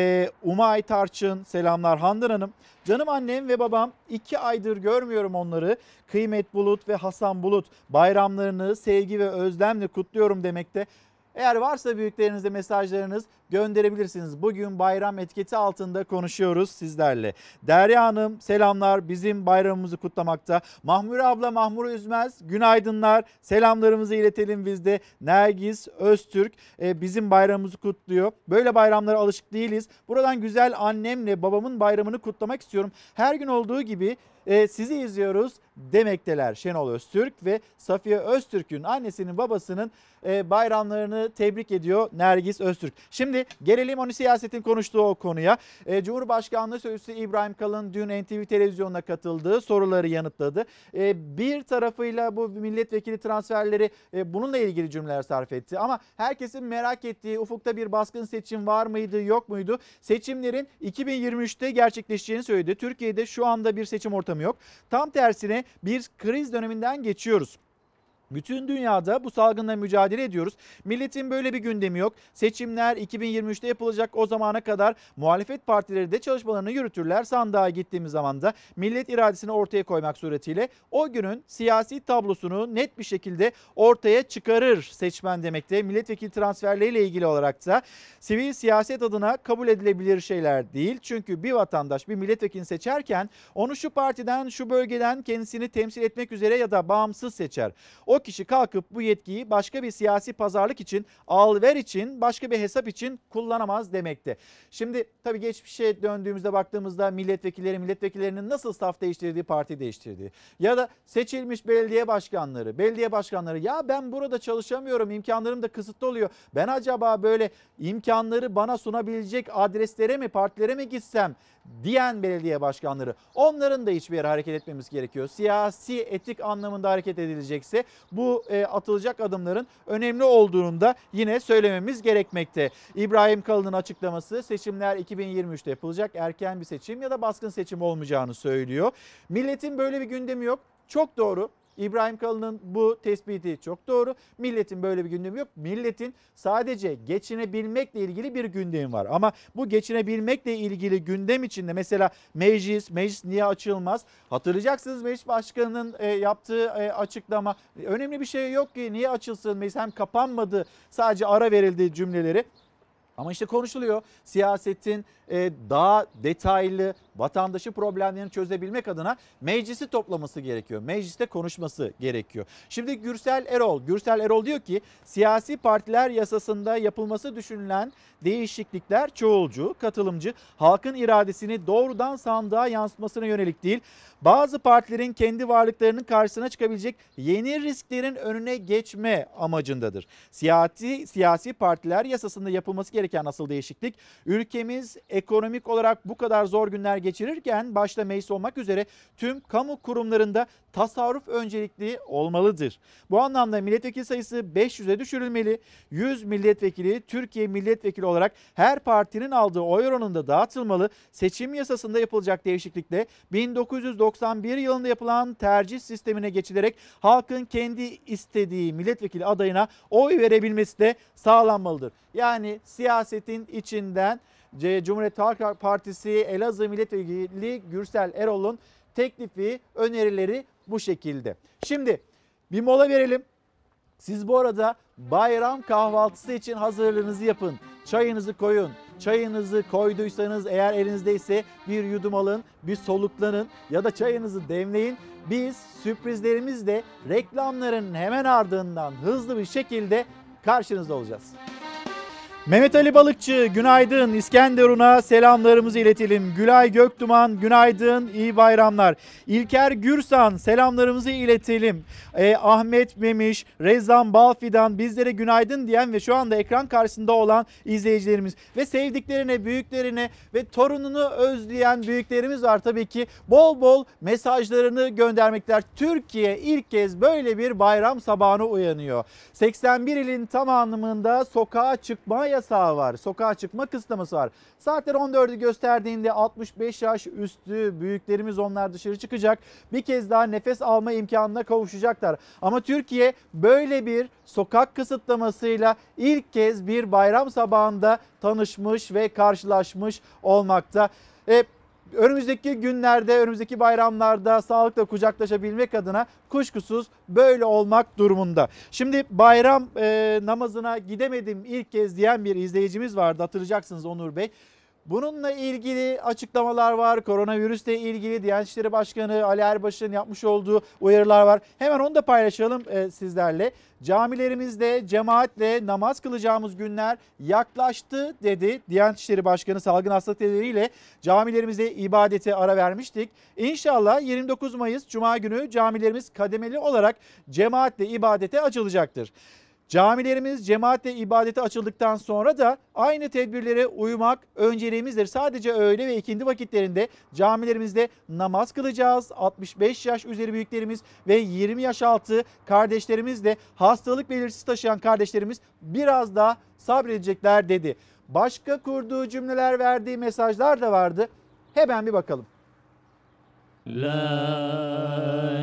Umay Tarçın selamlar. Handan Hanım, canım annem ve babam 2 aydır görmüyorum onları. Kıymet Bulut ve Hasan Bulut bayramlarını sevgi ve özlemle kutluyorum demekte. Eğer varsa büyüklerinizde mesajlarınız gönderebilirsiniz. Bugün bayram etiketi altında konuşuyoruz sizlerle. Derya Hanım selamlar, bizim bayramımızı kutlamakta. Mahmure abla, Mahmure Üzmez günaydınlar, selamlarımızı iletelim biz de. Nergis Öztürk bizim bayramımızı kutluyor. Böyle bayramlara alışık değiliz. Buradan güzel annemle babamın bayramını kutlamak istiyorum. Her gün olduğu gibi sizi izliyoruz demekteler. Şenol Öztürk ve Safiye Öztürk'ün annesinin babasının bayramlarını tebrik ediyor Nergis Öztürk. Şimdi gelelim onu siyasetin konuştuğu o konuya. Cumhurbaşkanlığı Sözcüsü İbrahim Kalın dün NTV televizyonuna katıldı, soruları yanıtladı. Bir tarafıyla bu milletvekili transferleri bununla ilgili cümleler sarf etti. Ama herkesin merak ettiği ufukta bir baskın seçim var mıydı yok muydu? Seçimlerin 2023'te gerçekleşeceğini söyledi. Türkiye'de şu anda bir seçim ortamı yok. Tam tersine bir kriz döneminden geçiyoruz. Bütün dünyada bu salgınla mücadele ediyoruz. Milletin böyle bir gündemi yok. Seçimler 2023'te yapılacak, o zamana kadar muhalefet partileri de çalışmalarını yürütürler. Sandığa gittiğimiz zaman da millet iradesini ortaya koymak suretiyle o günün siyasi tablosunu net bir şekilde ortaya çıkarır seçmen demekte. Milletvekili transferleriyle ilgili olarak da sivil siyaset adına kabul edilebilir şeyler değil. Çünkü bir vatandaş bir milletvekilini seçerken onu şu partiden, şu bölgeden kendisini temsil etmek üzere ya da bağımsız seçer. O kişi kalkıp bu yetkiyi başka bir siyasi pazarlık için, al-ver için, başka bir hesap için kullanamaz demekte. Şimdi tabii geçmişe döndüğümüzde baktığımızda milletvekillerinin nasıl saf değiştirdiği, parti değiştirdiği ya da seçilmiş belediye başkanları ya ben burada çalışamıyorum, imkanlarım da kısıtlı oluyor. Ben acaba böyle imkanları bana sunabilecek adreslere mi, partilere mi gitsem diyen belediye başkanları, onların da hiçbir yere hareket etmemiz gerekiyor. Siyasi etik anlamında hareket edilecekse bu atılacak adımların önemli olduğunu da yine söylememiz gerekmekte. İbrahim Kalın'ın açıklaması seçimler 2023'te yapılacak, erken bir seçim ya da baskın seçim olmayacağını söylüyor. Milletin böyle bir gündemi yok. Çok doğru. İbrahim Kalın'ın bu tespiti çok doğru. Milletin böyle bir gündemi yok. Milletin sadece geçinebilmekle ilgili bir gündemi var. Ama bu geçinebilmekle ilgili gündem içinde mesela meclis niye açılmaz? Hatırlayacaksınız meclis başkanının yaptığı açıklama. Önemli bir şey yok ki niye açılsın meclis, hem kapanmadı sadece ara verildi cümleleri. Ama işte konuşuluyor. Siyasetin daha detaylı vatandaşı problemlerini çözebilmek adına meclisi toplaması gerekiyor. Mecliste konuşması gerekiyor. Şimdi Gürsel Erol diyor ki siyasi partiler yasasında yapılması düşünülen değişiklikler çoğulcu, katılımcı, halkın iradesini doğrudan sandığa yansıtmasına yönelik değil, bazı partilerin kendi varlıklarının karşısına çıkabilecek yeni risklerin önüne geçme amacındadır. Siyasi partiler yasasında yapılması gereken asıl değişiklik, ülkemiz ekonomik olarak bu kadar zor günler geçirirken başta meclis olmak üzere tüm kamu kurumlarında tasarruf öncelikli olmalıdır. Bu anlamda milletvekili sayısı 500'e düşürülmeli. 100 milletvekili Türkiye milletvekili olarak her partinin aldığı oy oranında dağıtılmalı. Seçim yasasında yapılacak değişiklikle 1991 yılında yapılan tercih sistemine geçilerek halkın kendi istediği milletvekili adayına oy verebilmesi de sağlanmalıdır. Yani siyasetin içinden Cumhuriyet Halk Partisi Elazığ Milletvekili Gürsel Erol'un teklifi, önerileri bu şekilde. Şimdi bir mola verelim. Siz bu arada bayram kahvaltısı için hazırlığınızı yapın. Çayınızı koyun. Çayınızı koyduysanız eğer elinizdeyse bir yudum alın, bir soluklanın ya da çayınızı demleyin. Biz sürprizlerimizle reklamların hemen ardından hızlı bir şekilde karşınızda olacağız. Mehmet Ali Balıkçı günaydın, İskenderun'a selamlarımızı iletelim. Gülay Göktuman günaydın, iyi bayramlar. İlker Gürsan selamlarımızı iletelim. Ahmet Memiş, Rezan Balfidan bizlere günaydın diyen ve şu anda ekran karşısında olan izleyicilerimiz ve sevdiklerine, büyüklerine ve torununu özleyen büyüklerimiz var tabii ki. Bol bol mesajlarını göndermekler. Türkiye ilk kez böyle bir bayram sabahına uyanıyor. 81 ilin tamamında sokağa çıkma yasağı var. Sokağa çıkma kısıtlaması var. Saatler 14'ü gösterdiğinde 65 yaş üstü büyüklerimiz onlar dışarı çıkacak. Bir kez daha nefes alma imkanına kavuşacaklar. Ama Türkiye böyle bir sokak kısıtlamasıyla ilk kez bir bayram sabahında tanışmış ve karşılaşmış olmakta. Önümüzdeki günlerde, önümüzdeki bayramlarda sağlıkla kucaklaşabilmek adına kuşkusuz böyle olmak durumunda. Şimdi bayram namazına gidemedim ilk kez diyen bir izleyicimiz vardı, hatırlayacaksınız Onur Bey. Bununla ilgili açıklamalar var. Koronavirüsle ilgili Diyanet İşleri Başkanı Ali Erbaş'ın yapmış olduğu uyarılar var. Hemen onu da paylaşalım sizlerle. Camilerimizde cemaatle namaz kılacağımız günler yaklaştı dedi Diyanet İşleri Başkanı. Salgın hastalık nedeniyle camilerimizde ibadete ara vermiştik. İnşallah 29 Mayıs Cuma günü camilerimiz kademeli olarak cemaatle ibadete açılacaktır. Camilerimiz cemaatle ibadete açıldıktan sonra da aynı tedbirlere uymak önceliğimizdir. Sadece öğle ve ikindi vakitlerinde camilerimizde namaz kılacağız. 65 yaş üzeri büyüklerimiz ve 20 yaş altı kardeşlerimizle hastalık belirtisi taşıyan kardeşlerimiz biraz daha sabredecekler dedi. Başka kurduğu cümleler, verdiği mesajlar da vardı. Hemen bir bakalım. La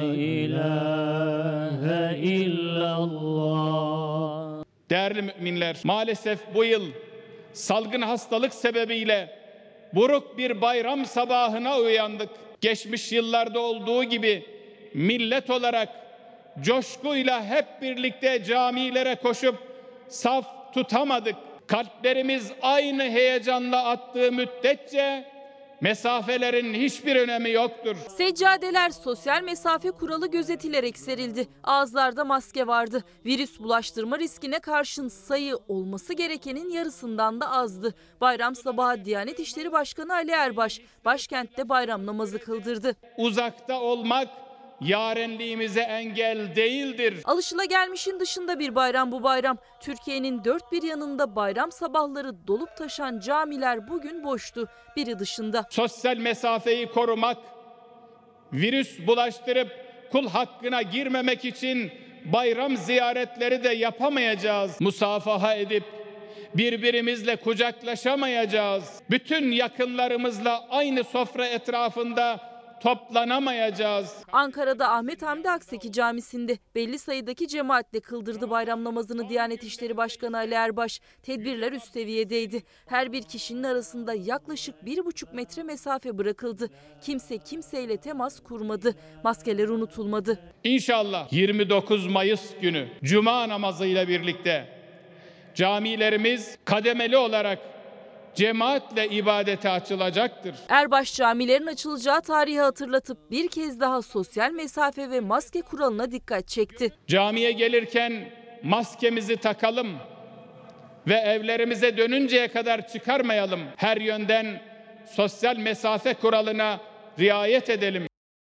ilahe illallah. Değerli müminler, maalesef bu yıl salgın hastalık sebebiyle buruk bir bayram sabahına uyandık. Geçmiş yıllarda olduğu gibi millet olarak coşkuyla hep birlikte camilere koşup saf tutamadık. Kalplerimiz aynı heyecanla attığı müddetçe mesafelerin hiçbir önemi yoktur. Seccadeler sosyal mesafe kuralı gözetilerek serildi. Ağızlarda maske vardı. Virüs bulaştırma riskine karşın sayı olması gerekenin yarısından da azdı. Bayram sabahı Diyanet İşleri Başkanı Ali Erbaş başkentte bayram namazı kıldırdı. Uzakta olmak yarenliğimize engel değildir. Alışılagelmişin dışında bir bayram bu bayram. Türkiye'nin dört bir yanında bayram sabahları dolup taşan camiler bugün boştu. Biri dışında. Sosyal mesafeyi korumak, virüs bulaştırıp kul hakkına girmemek için bayram ziyaretleri de yapamayacağız. Musafaha edip birbirimizle kucaklaşamayacağız. Bütün yakınlarımızla aynı sofra etrafında toplanamayacağız. Ankara'da Ahmet Hamdi Akseki Camisi'nde belli sayıdaki cemaatle kıldırdı bayram namazını Diyanet İşleri Başkanı Ali Erbaş. Tedbirler üst seviyedeydi. Her bir kişinin arasında yaklaşık 1,5 metre mesafe bırakıldı. Kimse kimseyle temas kurmadı. Maskeler unutulmadı. İnşallah 29 Mayıs günü Cuma namazıyla birlikte camilerimiz kademeli olarak cemaatle ibadete açılacaktır. Erbaş camilerin açılacağı tarihi hatırlatıp bir kez daha sosyal mesafe ve maske kuralına dikkat çekti. Camiye gelirken maskemizi takalım ve evlerimize dönünceye kadar çıkarmayalım. Her yönden sosyal mesafe kuralına riayet edelim.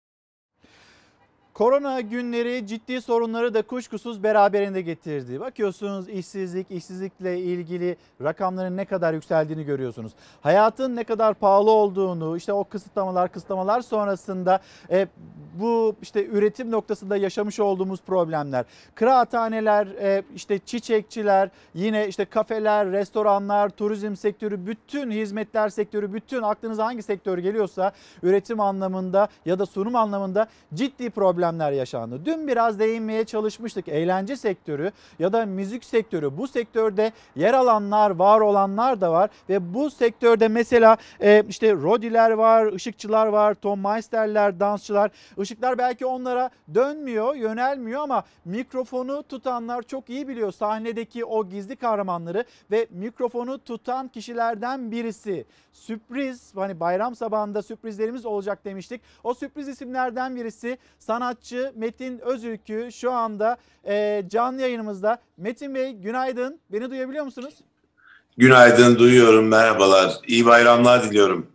Korona günleri ciddi sorunları da kuşkusuz beraberinde getirdi. Bakıyorsunuz işsizlikle ilgili rakamların ne kadar yükseldiğini görüyorsunuz. Hayatın ne kadar pahalı olduğunu, işte o kısıtlamalar sonrasında bu işte üretim noktasında yaşamış olduğumuz problemler. Kıraathaneler, işte çiçekçiler, yine işte kafeler, restoranlar, turizm sektörü, bütün hizmetler sektörü, bütün aklınıza hangi sektör geliyorsa üretim anlamında ya da sunum anlamında ciddi problemler yaşandı. Dün biraz değinmeye çalışmıştık. Eğlence sektörü ya da müzik sektörü, bu sektörde yer alanlar, var olanlar da var ve bu sektörde mesela işte rodiler var, ışıkçılar var, Tom Meister'ler, dansçılar. Işıklar belki onlara dönmüyor, yönelmiyor ama mikrofonu tutanlar çok iyi biliyor sahnedeki o gizli kahramanları ve mikrofonu tutan kişilerden birisi. Sürpriz, hani bayram sabahında sürprizlerimiz olacak demiştik. O sürpriz isimlerden birisi sanatçı Metin Özülkü şu anda canlı yayınımızda. Metin Bey günaydın. Beni duyabiliyor musunuz? Günaydın, duyuyorum, merhabalar. İyi bayramlar diliyorum.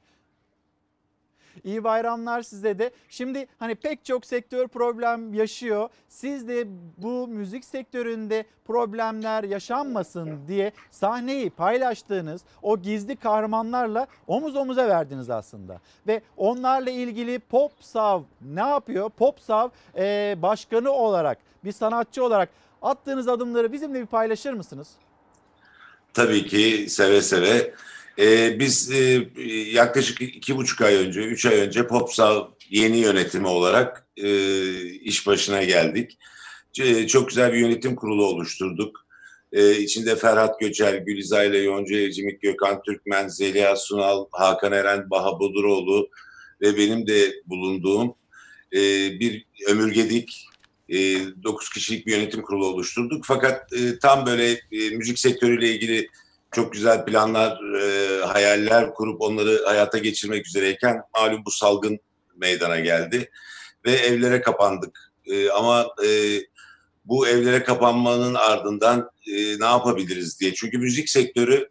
İyi bayramlar size de. Şimdi hani pek çok sektör problem yaşıyor. Siz de bu müzik sektöründe problemler yaşanmasın diye sahneyi paylaştığınız o gizli kahramanlarla omuz omuza verdiniz aslında. Ve onlarla ilgili Popsav ne yapıyor? Popsav başkanı olarak, bir sanatçı olarak attığınız adımları bizimle bir paylaşır mısınız? Tabii ki seve seve. Biz yaklaşık 2,5 ay önce, 3 ay önce Popsav yeni yönetimi olarak iş başına geldik. Çok güzel bir yönetim kurulu oluşturduk. İçinde Ferhat Göçer, Gülizar ile Yonca Evcimik, Gökhan Türkmen, Zeliha Sunal, Hakan Eren, Baha Boduroğlu ve benim de bulunduğum bir ömürgedik 9 kişilik bir yönetim kurulu oluşturduk. Fakat tam böyle müzik sektörüyle ilgili çok güzel planlar, hayaller kurup onları hayata geçirmek üzereyken malum bu salgın meydana geldi ve evlere kapandık. Ama bu evlere kapanmanın ardından ne yapabiliriz diye. Çünkü müzik sektörü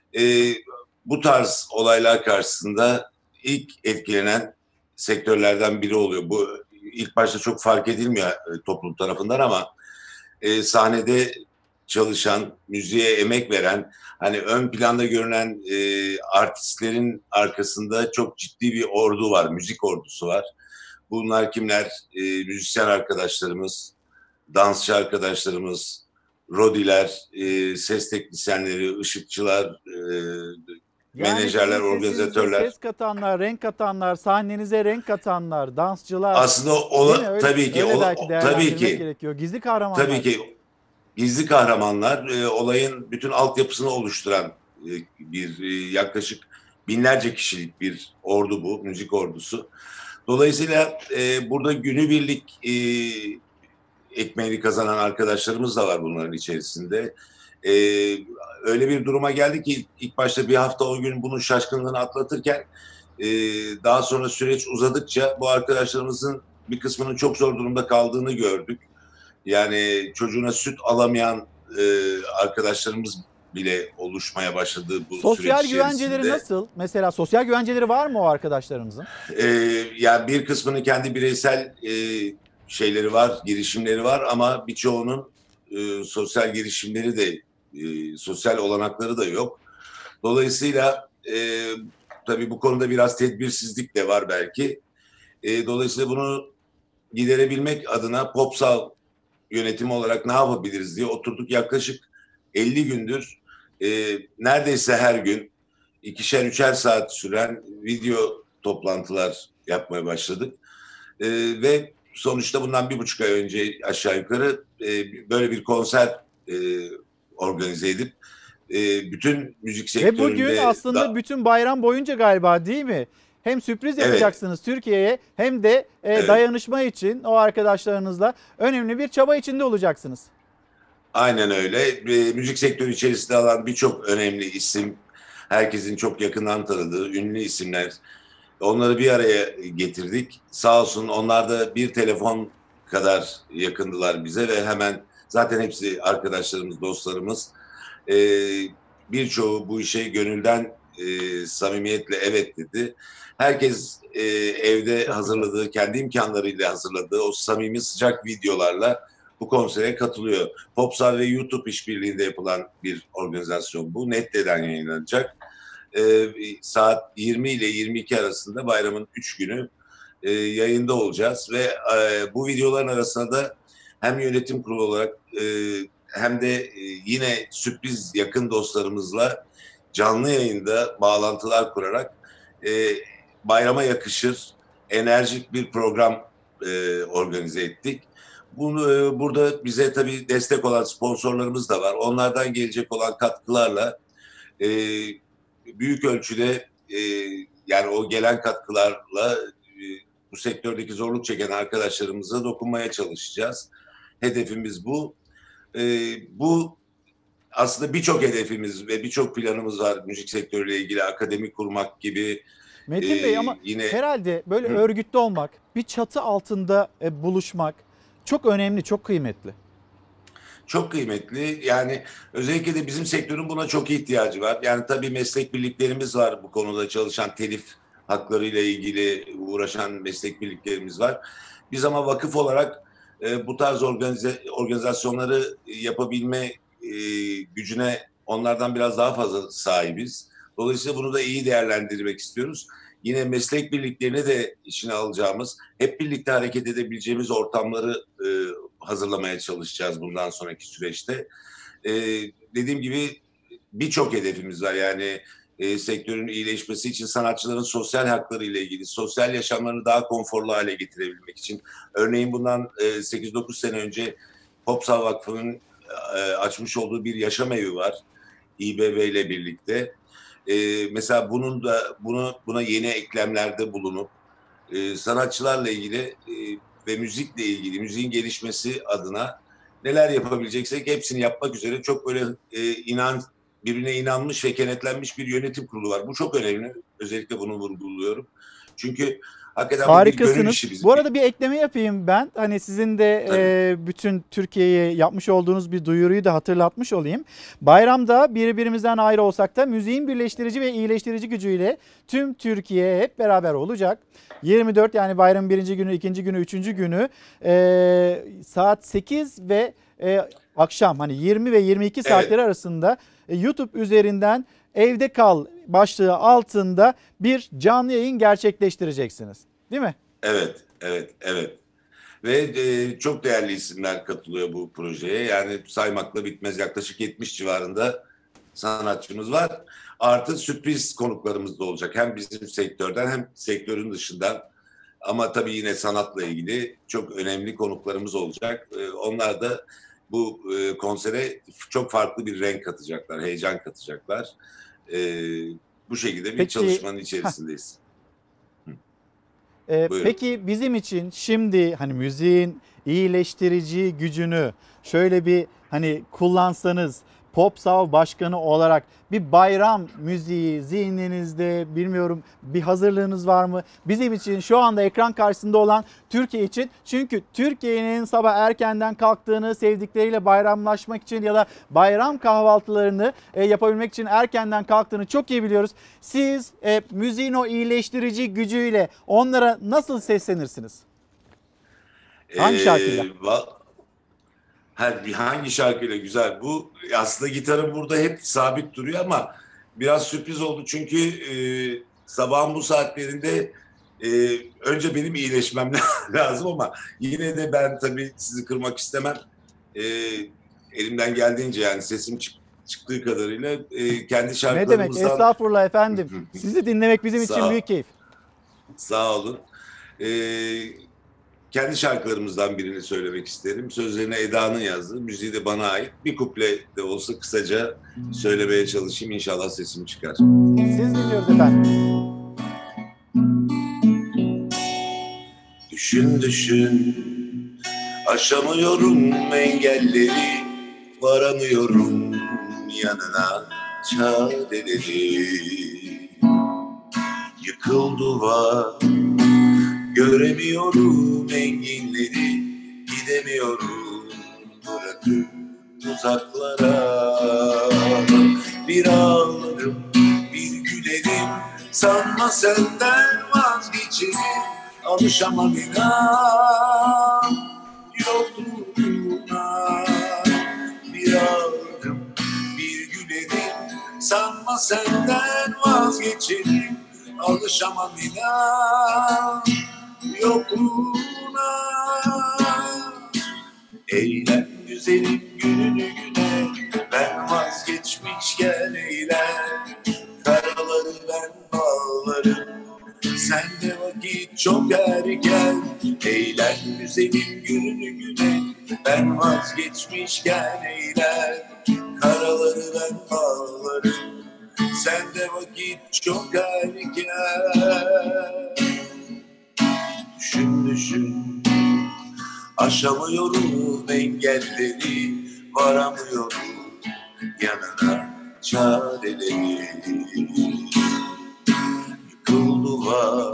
bu tarz olaylar karşısında ilk etkilenen sektörlerden biri oluyor. Bu ilk başta çok fark edilmiyor toplum tarafından ama sahnede çalışan, müziğe emek veren, hani ön planda görünen artistlerin arkasında çok ciddi bir ordu var, müzik ordusu var. Bunlar kimler? Müzisyen arkadaşlarımız, dansçı arkadaşlarımız, rodiler, ses teknisyenleri, ışıkçılar, menajerler, organizatörler. Ses katanlar, renk katanlar, sahnenize renk katanlar, dansçılar. Aslında tabii ki tabii ki gerekiyor. Gizli kahramanlar. Tabii ki gizli kahramanlar olayın bütün altyapısını oluşturan bir yaklaşık binlerce kişilik bir ordu bu, müzik ordusu. Dolayısıyla burada günübirlik ekmeğini kazanan arkadaşlarımız da var bunların içerisinde. Öyle bir duruma geldi ki ilk başta bir hafta 10 gün bunun şaşkınlığını atlatırken daha sonra süreç uzadıkça bu arkadaşlarımızın bir kısmının çok zor durumda kaldığını gördük. Yani çocuğuna süt alamayan arkadaşlarımız bile oluşmaya başladı bu süreç içerisinde. Sosyal güvenceleri nasıl? Mesela sosyal güvenceleri var mı o arkadaşlarımızın? Yani bir kısmının kendi bireysel şeyleri var, girişimleri var ama birçoğunun sosyal girişimleri de, sosyal olanakları da yok. Dolayısıyla tabii bu konuda biraz tedbirsizlik de var belki. Dolayısıyla bunu giderebilmek adına Popsav yönetimi olarak ne yapabiliriz diye oturduk. Yaklaşık 50 gündür neredeyse her gün 2'şer 3'er saat süren video toplantılar yapmaya başladık. Ve sonuçta bundan 1,5 ay önce aşağı yukarı böyle bir konser organize edip bütün müzik sektöründe... Ve bugün aslında bütün bayram boyunca galiba değil mi? Hem sürpriz yapacaksınız Türkiye'ye hem de dayanışma için o arkadaşlarınızla önemli bir çaba içinde olacaksınız. Aynen öyle. Müzik sektörü içerisinde alan birçok önemli isim, herkesin çok yakından tanıdığı ünlü isimler. Onları bir araya getirdik. Sağ olsun onlar da bir telefon kadar yakındılar bize ve hemen zaten hepsi arkadaşlarımız, dostlarımız. Birçoğu bu işe gönülden samimiyetle evet dedi. Herkes evde hazırladığı, kendi imkanlarıyla hazırladığı o samimi sıcak videolarla bu konsere katılıyor. Popsav ve YouTube işbirliğinde yapılan bir organizasyon bu. Nette'den yayınlanacak. Saat 20 ile 22 arasında bayramın 3 günü yayında olacağız ve bu videoların arasında da hem yönetim kurulu olarak hem de yine sürpriz yakın dostlarımızla canlı yayında bağlantılar kurarak bayrama yakışır enerjik bir program organize ettik. Bunu burada bize tabii destek olan sponsorlarımız da var. Onlardan gelecek olan katkılarla büyük ölçüde yani o gelen katkılarla bu sektördeki zorluk çeken arkadaşlarımıza dokunmaya çalışacağız. Hedefimiz bu. Bu aslında birçok hedefimiz ve birçok planımız var müzik sektörüyle ilgili, akademi kurmak gibi. Metin Bey ama yine herhalde böyle örgütlü olmak, bir çatı altında buluşmak çok önemli, çok kıymetli. Çok kıymetli. Yani özellikle de bizim sektörün buna çok ihtiyacı var. Yani tabii meslek birliklerimiz var bu konuda çalışan, telif haklarıyla ilgili uğraşan meslek birliklerimiz var. Biz ama vakıf olarak bu tarz organizasyonları yapabilme gücüne onlardan biraz daha fazla sahibiz. Dolayısıyla bunu da iyi değerlendirmek istiyoruz. Yine meslek birliklerini de içine alacağımız, hep birlikte hareket edebileceğimiz ortamları hazırlamaya çalışacağız bundan sonraki süreçte. Dediğim gibi birçok hedefimiz var. Yani sektörün iyileşmesi için sanatçıların sosyal hakları ile ilgili, sosyal yaşamlarını daha konforlu hale getirebilmek için. Örneğin bundan 8-9 sene önce Popsal Vakfı'nın açmış olduğu bir yaşam evi var. İBB ile birlikte. Mesela buna yeni eklemlerde bulunup sanatçılarla ilgili ve müzikle ilgili, müziğin gelişmesi adına neler yapabileceksek hepsini yapmak üzere çok böyle birbirine inanmış ve kenetlenmiş bir yönetim kurulu var. Bu çok önemli. Özellikle bunu vurguluyorum. Çünkü hakikaten Harikasınız. bu bir gönül işi bizim. Bu arada bir ekleme yapayım ben. Hani sizin de bütün Türkiye'ye yapmış olduğunuz bir duyuruyu da hatırlatmış olayım. Bayramda birbirimizden ayrı olsak da müziğin birleştirici ve iyileştirici gücüyle tüm Türkiye hep beraber olacak. 24 yani bayramın 1. günü, 2. günü, 3. günü saat 8 ve akşam hani 20 ve 22 saatleri arasında YouTube üzerinden Evde Kal başlığı altında bir canlı yayın gerçekleştireceksiniz. Değil mi? Evet. Ve çok değerli isimler katılıyor bu projeye. Yani saymakla bitmez, yaklaşık 70 civarında sanatçımız var. Artı sürpriz konuklarımız da olacak. Hem bizim sektörden hem sektörün dışından. Ama tabii yine sanatla ilgili çok önemli konuklarımız olacak. Onlar da bu konsere çok farklı bir renk katacaklar, heyecan katacaklar. Bu şekilde bir çalışmanın içerisindeyiz. Peki bizim için şimdi hani müziğin iyileştirici gücünü şöyle bir hani kullansanız Popsav Başkanı olarak bir bayram müziği zihninizde bilmiyorum bir hazırlığınız var mı? Bizim için şu anda ekran karşısında olan Türkiye için çünkü Türkiye'nin sabah erkenden kalktığını sevdikleriyle bayramlaşmak için ya da bayram kahvaltılarını yapabilmek için erkenden kalktığını çok iyi biliyoruz. Siz müziğin o iyileştirici gücüyle onlara nasıl seslenirsiniz? Hangi şarkıyla? Hangi şarkıyla güzel? Bu aslında gitarım burada hep sabit duruyor ama biraz sürpriz oldu çünkü sabahın bu saatlerinde önce benim iyileşmem lazım ama yine de ben tabii sizi kırmak istemem. Elimden geldiğince yani sesim çıktığı kadarıyla kendi şarkılarımızdan... Ne demek? Estağfurullah efendim. Sizi dinlemek bizim için büyük keyif. Sağ olun. Kendi şarkılarımızdan birini söylemek isterim. Sözlerini Eda'nın yazdığı, müziği de bana ait. Bir kuple de olsa kısaca söylemeye çalışayım. İnşallah sesim çıkar. Siz dinliyoruz efendim. Düşün, aşamıyorum engelleri, varamıyorum yanına çareleri. Yıkıl duvar, göremiyorum enginleri, gidemiyorum bırakıp uzaklara. Bir ağlarım, bir gülerim, sanma senden vazgeçerim. Alışamam inan yokluğuna. Bir ağlarım, bir gülerim, sanma senden vazgeçerim. Alışamam inan yokluğuna. Eğlen güzelim gününü güne, ben vazgeçmişken eğlen. Karaları ben bağlarım, sende vakit çok erken. Eğlen güzelim gününü güne, ben vazgeçmişken eğlen. Karaları ben bağlarım, sende vakit çok erken. Düşün, aşamıyorum engelleri, varamıyorum yanına çareleri. Yıkıl duvar,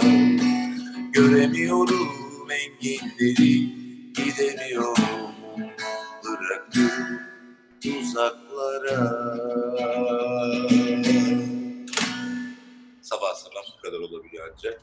göremiyorum engelleri, gidemiyorum bırakıp uzaklara. Sabah sabah bu kadar olabiliyor ancak.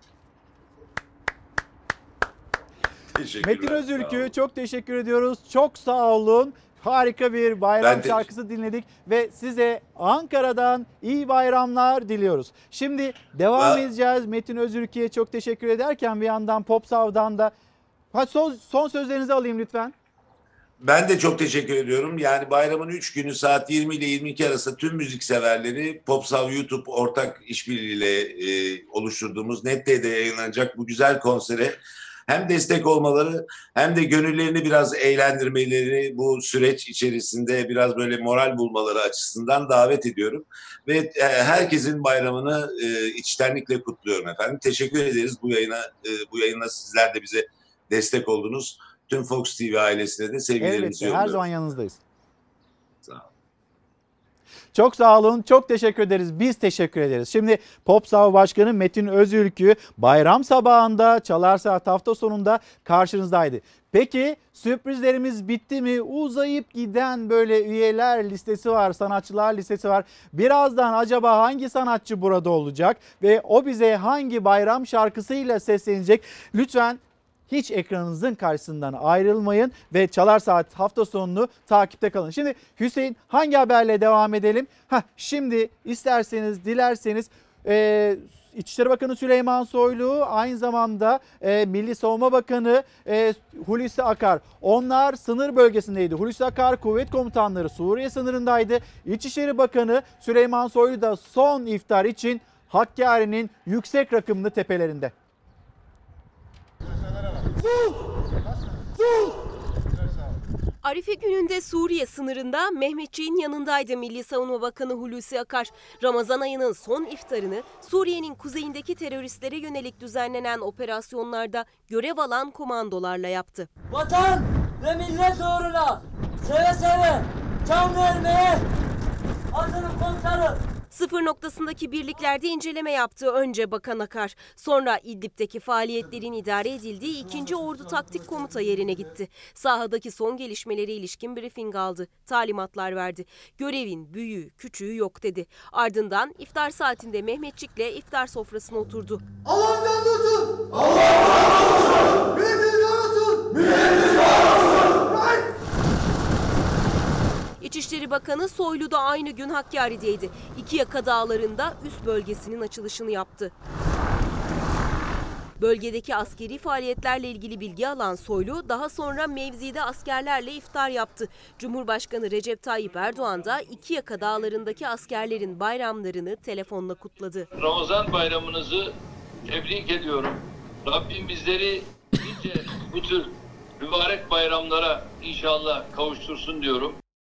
Metin Özülkü çok teşekkür ediyoruz. Çok sağ olun. Harika bir bayram şarkısı dinledik ve size Ankara'dan iyi bayramlar diliyoruz. Şimdi devam edeceğiz. Metin Özülkü'ye çok teşekkür ederken bir yandan Popsav'dan da son sözlerinizi alayım lütfen. Ben de çok teşekkür ediyorum. Yani bayramın 3 günü saat 20 ile 22 arasında tüm müzikseverleri Popsav YouTube ortak işbirliğiyle oluşturduğumuz NET.TR'de yayınlanacak bu güzel konsere hem destek olmaları hem de gönüllerini biraz eğlendirmeleri, bu süreç içerisinde biraz böyle moral bulmaları açısından davet ediyorum. Ve herkesin bayramını içtenlikle kutluyorum efendim. Teşekkür ederiz bu yayına sizler de bize destek oldunuz. Tüm Fox TV ailesine de sevgilerimizi yolluyorum. Her zaman yanınızdayız. Sağ olun. Çok sağ olun, çok teşekkür ederiz. Biz teşekkür ederiz. Şimdi Popsav Başkanı Metin Özülkü bayram sabahında Çalar Saat hafta sonunda karşınızdaydı. Peki sürprizlerimiz bitti mi? Uzayıp giden böyle üyeler listesi var, sanatçılar listesi var. Birazdan acaba hangi sanatçı burada olacak ve o bize hangi bayram şarkısıyla seslenecek? Lütfen hiç ekranınızın karşısından ayrılmayın ve Çalar Saat hafta sonunu takipte kalın. Şimdi Hüseyin hangi haberle devam edelim? Şimdi isterseniz dilerseniz İçişleri Bakanı Süleyman Soylu aynı zamanda Milli Savunma Bakanı Hulusi Akar. Onlar sınır bölgesindeydi. Hulusi Akar kuvvet komutanları Suriye sınırındaydı. İçişleri Bakanı Süleyman Soylu da son iftar için Hakkari'nin yüksek rakımlı tepelerinde. Arife gününde Suriye sınırında Mehmetçiğin yanındaydı Milli Savunma Bakanı Hulusi Akar. Ramazan ayının son iftarını Suriye'nin kuzeyindeki teröristlere yönelik düzenlenen operasyonlarda görev alan komandolarla yaptı. Vatan ve millet uğruna seve seve can vermeye hazırım komutanım. Sıfır noktasındaki birliklerde inceleme yaptı önce Bakan Akar. Sonra İdlib'deki faaliyetlerin idare edildiği 2. Ordu Taktik Komuta yerine gitti. Sahadaki son gelişmelere ilişkin briefing aldı. Talimatlar verdi. Görevin büyüğü küçüğü yok dedi. Ardından iftar saatinde Mehmetçik'le iftar sofrasına oturdu. Allah'tan tutun! Allah'tan tutun! Milletimizden tutun! Milletimizden tutun! İçişleri Bakanı Soylu da aynı gün Hakkari'deydi. İkiyaka Dağları'nda üst bölgesinin açılışını yaptı. Bölgedeki askeri faaliyetlerle ilgili bilgi alan Soylu daha sonra mevzide askerlerle iftar yaptı. Cumhurbaşkanı Recep Tayyip Erdoğan da İkiyaka Dağları'ndaki askerlerin bayramlarını telefonla kutladı. Ramazan bayramınızı tebrik ediyorum. Rabbim bizleri nice bu tür mübarek bayramlara inşallah kavuştursun diyorum.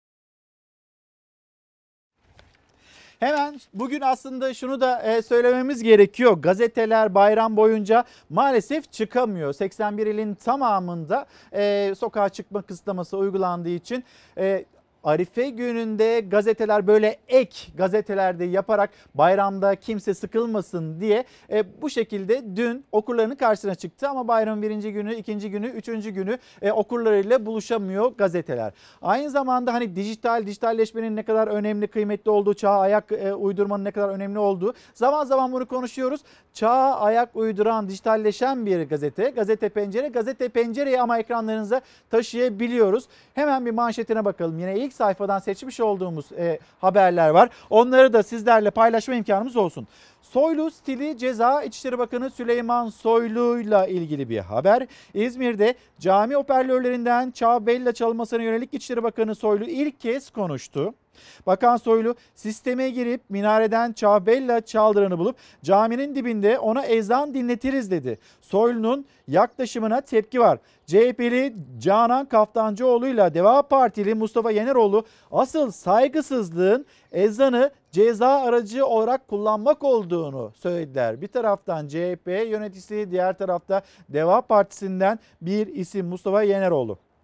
Hemen bugün aslında şunu da söylememiz gerekiyor. Gazeteler bayram boyunca maalesef çıkamıyor. 81 ilin tamamında sokağa çıkma kısıtlaması uygulandığı için Arife gününde gazeteler böyle ek gazetelerde yaparak bayramda kimse sıkılmasın diye bu şekilde dün okurlarının karşısına çıktı. Ama bayramın 1. günü, 2. günü, 3. günü okurlarıyla buluşamıyor gazeteler. Aynı zamanda hani dijitalleşmenin ne kadar önemli, kıymetli olduğu, çağa ayak uydurmanın ne kadar önemli olduğu zaman zaman bunu konuşuyoruz. Çağa ayak uyduran, dijitalleşen bir gazete. Gazete Pencere'yi ama ekranlarınıza taşıyabiliyoruz. Hemen bir manşetine bakalım. Yine ilk sayfadan seçmiş olduğumuz haberler var. Onları da sizlerle paylaşma imkanımız olsun. Soylu stili ceza. İçişleri Bakanı Süleyman Soylu'yla ilgili bir haber. İzmir'de cami hoparlörlerinden Çağ Bella çalmasına yönelik İçişleri Bakanı Soylu ilk kez konuştu. Bakan Soylu sisteme girip minareden Çağ Bella çaldıranı bulup caminin dibinde ona ezan dinletiriz dedi. Soylu'nun yaklaşımına tepki var. CHP'li Canan Kaftancıoğlu'yla Deva Partili Mustafa Yeneroğlu asıl saygısızlığın ezanı ceza aracı olarak kullanmak olduğunu söylediler. Bir taraftan CHP yöneticisi, diğer tarafta Deva Partisi'nden bir isim Mustafa Yeneroğlu.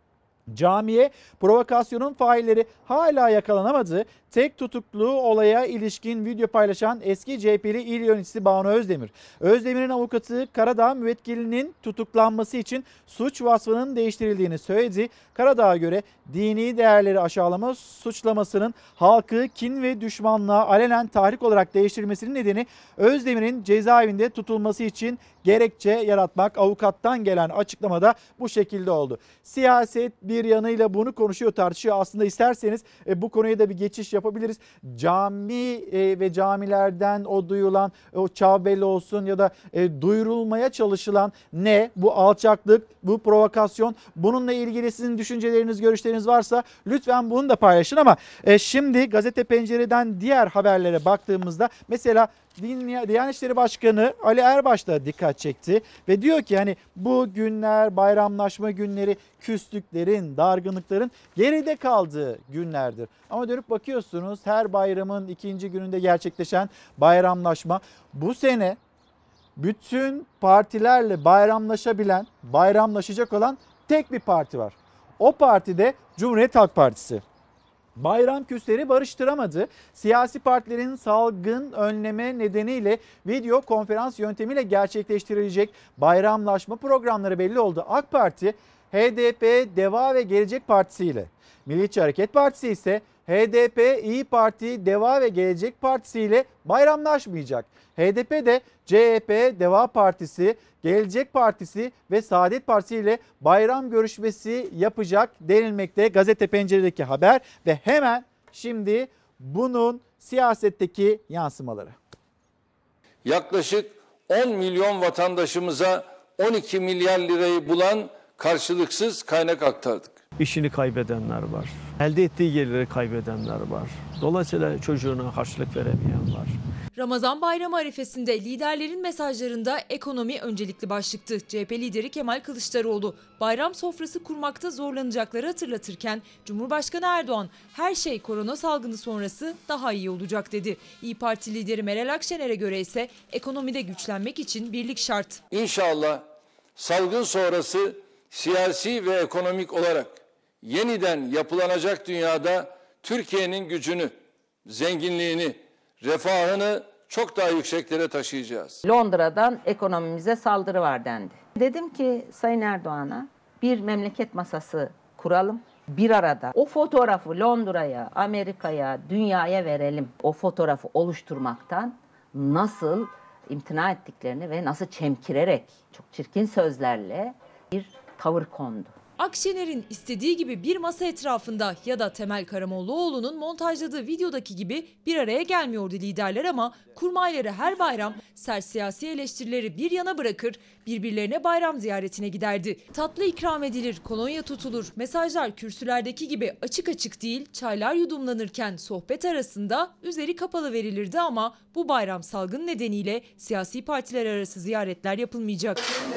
Camiye provokasyonun failleri hala yakalanamadı. Tek tutuklu olaya ilişkin video paylaşan eski CHP'li İl Yöneticisi Banu Özdemir. Özdemir'in avukatı Karadağ müvekkilinin tutuklanması için suç vasfının değiştirildiğini söyledi. Karadağ'a göre dini değerleri aşağılama suçlamasının halkı kin ve düşmanlığa alenen tahrik olarak değiştirilmesinin nedeni Özdemir'in cezaevinde tutulması için gerekçe yaratmak. Avukattan gelen açıklamada bu şekilde oldu. Siyaset bir yanıyla bunu konuşuyor, tartışıyor. Aslında isterseniz bu konuya da bir geçiş yapabiliriz. Cami ve camilerden o duyulan o çavbelli olsun ya da duyurulmaya çalışılan ne? Bu alçaklık, bu provokasyon. Bununla ilgili sizin düşünceleriniz, görüşleriniz varsa lütfen bunu da paylaşın ama şimdi Gazete Pencere'den diğer haberlere baktığımızda mesela Diyanet İşleri Başkanı Ali Erbaş da dikkat çekti ve diyor ki hani bu günler, bayramlaşma günleri küslüklerin, dargınlıkların geride kaldığı günlerdir. Ama dönüp bakıyorsunuz her bayramın ikinci gününde gerçekleşen bayramlaşma bu sene bütün partilerle bayramlaşabilen, bayramlaşacak olan tek bir parti var. O parti de Cumhuriyet Halk Partisi. Bayram küsleri barıştıramadı. Siyasi partilerin salgın önleme nedeniyle video konferans yöntemiyle gerçekleştirilecek bayramlaşma programları belli oldu. AK Parti, HDP, DEVA ve Gelecek Partisi ile, Milliyetçi Hareket Partisi ise HDP, İYİ Parti, DEVA ve Gelecek Partisi ile bayramlaşmayacak. HDP de CHP, DEVA Partisi, Gelecek Partisi ve Saadet Partisi ile bayram görüşmesi yapacak denilmekte Gazete Pencere'deki haber ve hemen şimdi bunun siyasetteki yansımaları. Yaklaşık 10 milyon vatandaşımıza 12 milyar lirayı bulan karşılıksız kaynak aktardık. İşini kaybedenler var. Elde ettiği geliri kaybedenler var. Dolayısıyla çocuğuna harçlık veremeyen var. Ramazan bayramı arifesinde liderlerin mesajlarında ekonomi öncelikli başlıktı. CHP lideri Kemal Kılıçdaroğlu bayram sofrası kurmakta zorlanacakları hatırlatırken Cumhurbaşkanı Erdoğan her şey korona salgını sonrası daha iyi olacak dedi. İYİ Parti lideri Meral Akşener'e göre ise ekonomide güçlenmek için birlik şart. İnşallah salgın sonrası siyasi ve ekonomik olarak yeniden yapılanacak dünyada Türkiye'nin gücünü, zenginliğini, refahını çok daha yükseklere taşıyacağız. Londra'dan ekonomimize saldırı var dendi. Dedim ki Sayın Erdoğan'a bir memleket masası kuralım. Bir arada o fotoğrafı Londra'ya, Amerika'ya, dünyaya verelim. O fotoğrafı oluşturmaktan nasıl imtina ettiklerini ve nasıl çemkirerek çok çirkin sözlerle bir tavır kondu. Akşener'in istediği gibi bir masa etrafında ya da Temel Karamollaoğlu'nun montajladığı videodaki gibi bir araya gelmiyordu liderler ama kurmayları her bayram sert siyasi eleştirileri bir yana bırakır, birbirlerine bayram ziyaretine giderdi. Tatlı ikram edilir, kolonya tutulur, mesajlar kürsülerdeki gibi açık açık değil, çaylar yudumlanırken sohbet arasında üzeri kapalı verilirdi ama bu bayram salgın nedeniyle siyasi partiler arası ziyaretler yapılmayacak.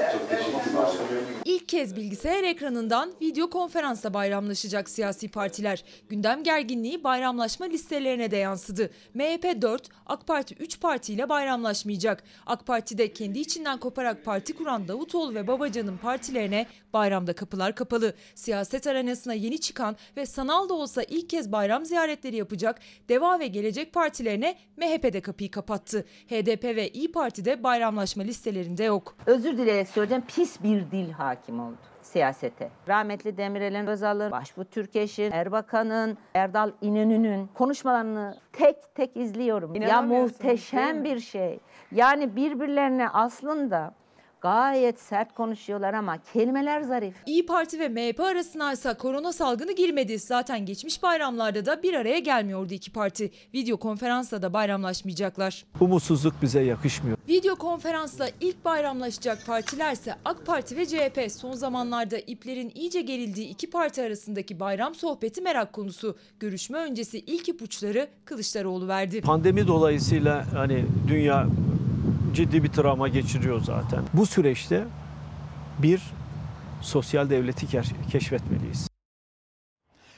İlk kez bilgisayar ekranından video konferansla bayramlaşacak siyasi partiler. Gündem gerginliği bayramlaşma listelerine de yansıdı. MHP 4, AK Parti 3 partiyle bayramlaşmayacak. AK Parti de kendi içinden koparak parti kuran Davutoğlu ve Babacan'ın partilerine bayramda kapılar kapalı. Siyaset arenasına yeni çıkan ve sanal da olsa ilk kez bayram ziyaretleri yapacak DEVA ve Gelecek partilerine MHP de kapıyı kapattı. HDP ve İYİ Parti de bayramlaşma listelerinde yok. Özür dileyerek söyleyeceğim, pis bir dil hakim oldu siyasete. Rahmetli Demirel'in, Özal'ın, Başbuğ Türkeş'in, Erbakan'ın, Erdal İnönü'nün konuşmalarını tek tek izliyorum. Ya muhteşem bir şey. Yani birbirlerine aslında gayet sert konuşuyorlar ama kelimeler zarif. İYİ Parti ve MHP arasına ise korona salgını girmedi. Zaten geçmiş bayramlarda da bir araya gelmiyordu iki parti. Video konferansla da bayramlaşmayacaklar. Umutsuzluk bize yakışmıyor. Video konferansla ilk bayramlaşacak partilerse AK Parti ve CHP. Son zamanlarda iplerin iyice gerildiği iki parti arasındaki bayram sohbeti merak konusu. Görüşme öncesi ilk ipuçları Kılıçdaroğlu verdi. Pandemi dolayısıyla hani dünya ciddi bir travma geçiriyor zaten. Bu süreçte bir sosyal devleti keşfetmeliyiz.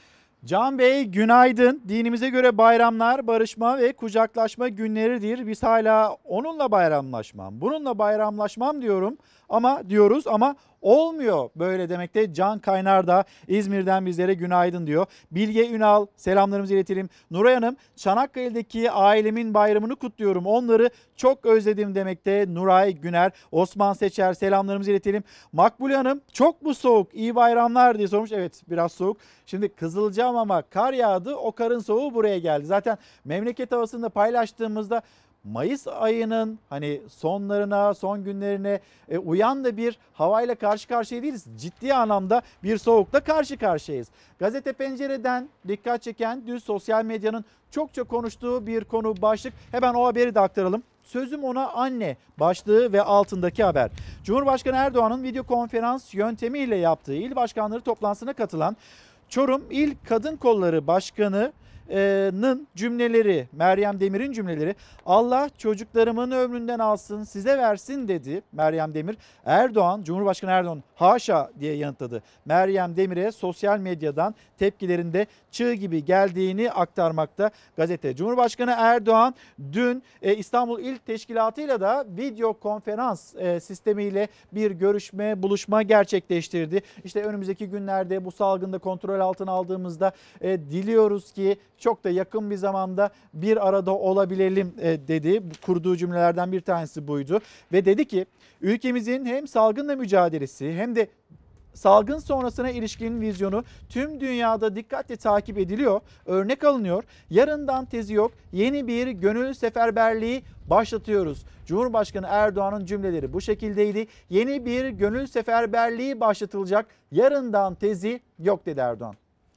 Can Bey günaydın. Dinimize göre bayramlar barışma ve kucaklaşma günleridir. Biz hala onunla bayramlaşmam, bununla bayramlaşmam diyoruz ama olmuyor böyle demekte. Can Kaynar da İzmir'den bizlere günaydın diyor. Bilge Ünal selamlarımızı iletelim. Nuray Hanım Çanakkale'deki ailemin bayramını kutluyorum. Onları çok özledim demekte. Nuray Güner, Osman Seçer selamlarımızı iletelim. Makbule Hanım çok mu soğuk? İyi bayramlar diye sormuş. Evet biraz soğuk. Şimdi Kızılcahamam'a kar yağdı. O karın soğuğu buraya geldi. Zaten memleket havasında paylaştığımızda Mayıs ayının hani sonlarına, son günlerine uyan da bir havayla karşı karşıya değiliz. Ciddi anlamda bir soğukla karşı karşıyayız. Gazete Pencere'den dikkat çeken düz sosyal medyanın çokça konuştuğu bir konu başlık. Hemen o haberi de aktaralım. Sözüm ona anne başlığı ve altındaki haber. Cumhurbaşkanı Erdoğan'ın video konferans yöntemiyle yaptığı il başkanları toplantısına katılan Çorum İl Kadın Kolları Başkanı'nın cümleleri, Meryem Demir'in cümleleri, Allah çocuklarımın ömründen alsın size versin dedi Meryem Demir. Cumhurbaşkanı Erdoğan haşa diye yanıtladı. Meryem Demir'e sosyal medyadan tepkilerinde çığ gibi geldiğini aktarmakta gazete. Cumhurbaşkanı Erdoğan dün İstanbul İl Teşkilatı'yla da video konferans sistemiyle bir buluşma gerçekleştirdi. İşte önümüzdeki günlerde bu salgında kontrol altına aldığımızda diliyoruz ki çok da yakın bir zamanda bir arada olabilelim dedi. Kurduğu cümlelerden bir tanesi buydu. Ve dedi ki ülkemizin hem salgınla mücadelesi hem de salgın sonrasına ilişkin vizyonu tüm dünyada dikkatle takip ediliyor, örnek alınıyor. Yarından tezi yok, yeni bir gönül seferberliği başlatıyoruz. Cumhurbaşkanı Erdoğan'ın cümleleri bu şekildeydi. Yeni bir gönül seferberliği başlatılacak, yarından tezi yok dedi Erdoğan.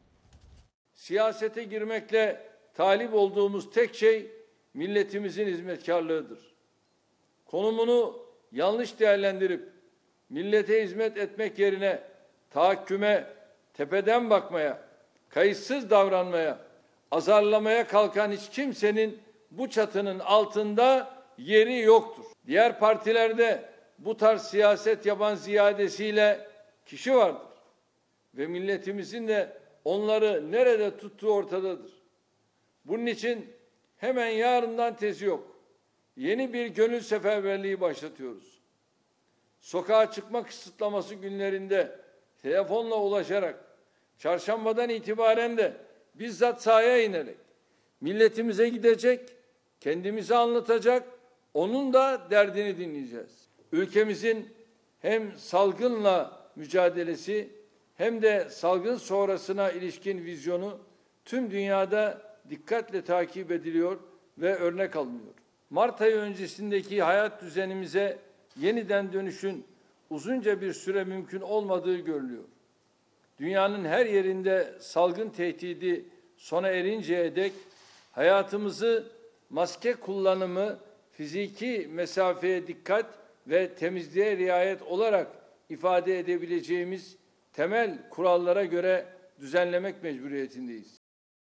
Siyasete girmekle talip olduğumuz tek şey milletimizin hizmetkarlığıdır. Konumunu yanlış değerlendirip millete hizmet etmek yerine tahakküme, tepeden bakmaya, kayıtsız davranmaya, azarlamaya kalkan hiç kimsenin bu çatının altında yeri yoktur. Diğer partilerde bu tarz siyaset yapan ziyadesiyle kişi vardır ve milletimizin de onları nerede tuttuğu ortadadır. Bunun için hemen yarından tezi yok. Yeni bir gönül seferberliği başlatıyoruz. Sokağa çıkma kısıtlaması günlerinde telefonla ulaşarak, çarşambadan itibaren de bizzat sahaya inerek milletimize gidecek, kendimizi anlatacak, onun da derdini dinleyeceğiz. Ülkemizin hem salgınla mücadelesi hem de salgın sonrasına ilişkin vizyonu tüm dünyada dikkatle takip ediliyor ve örnek alınıyor. Mart ayı öncesindeki hayat düzenimize yeniden dönüşün uzunca bir süre mümkün olmadığı görülüyor. Dünyanın her yerinde salgın tehdidi sona erinceye dek hayatımızı maske kullanımı, fiziki mesafeye dikkat ve temizliğe riayet olarak ifade edebileceğimiz temel kurallara göre düzenlemek mecburiyetindeyiz.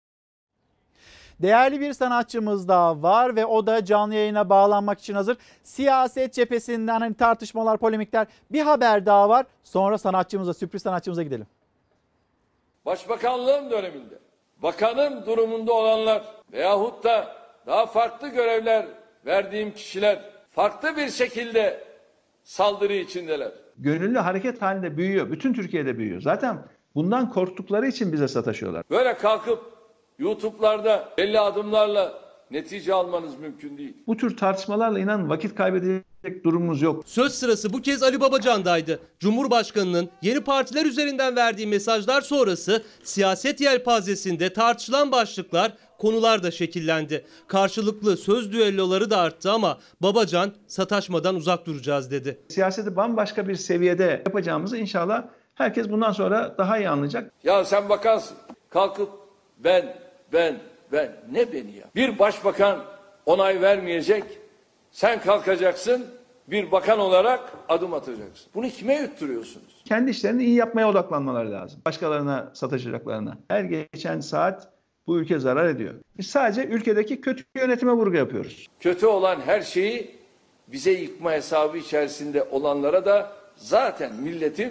Değerli bir sanatçımız daha var ve o da canlı yayına bağlanmak için hazır. Siyaset cephesinden hani tartışmalar, polemikler, bir haber daha var. Sonra sürpriz sanatçımıza gidelim. Başbakanlığım döneminde bakanım durumunda olanlar veyahut da daha farklı görevler verdiğim kişiler farklı bir şekilde saldırı içindeler. Gönüllü hareket halinde büyüyor. Bütün Türkiye'de büyüyor. Zaten bundan korktukları için bize sataşıyorlar. Böyle kalkıp YouTube'larda belli adımlarla netice almanız mümkün değil. Bu tür tartışmalarla inan vakit kaybedecek durumumuz yok. Söz sırası bu kez Ali Babacan'daydı. Cumhurbaşkanının yeni partiler üzerinden verdiği mesajlar sonrası siyaset yelpazesinde tartışılan başlıklar, konular da şekillendi. Karşılıklı söz düelloları da arttı ama Babacan sataşmadan uzak duracağız dedi. Siyaseti bambaşka bir seviyede yapacağımızı inşallah herkes bundan sonra daha iyi anlayacak. Ya sen bakansın, kalkıp ben ne beni ya? Bir başbakan onay vermeyecek, sen kalkacaksın bir bakan olarak adım atacaksın. Bunu kime yutturuyorsunuz? Kendi işlerini iyi yapmaya odaklanmaları lazım. Başkalarına sataşacaklarına. Her geçen saat bu ülke zarar ediyor. Biz sadece ülkedeki kötü yönetime vurgu yapıyoruz. Kötü olan her şeyi bize yıkma hesabı içerisinde olanlara da zaten milletim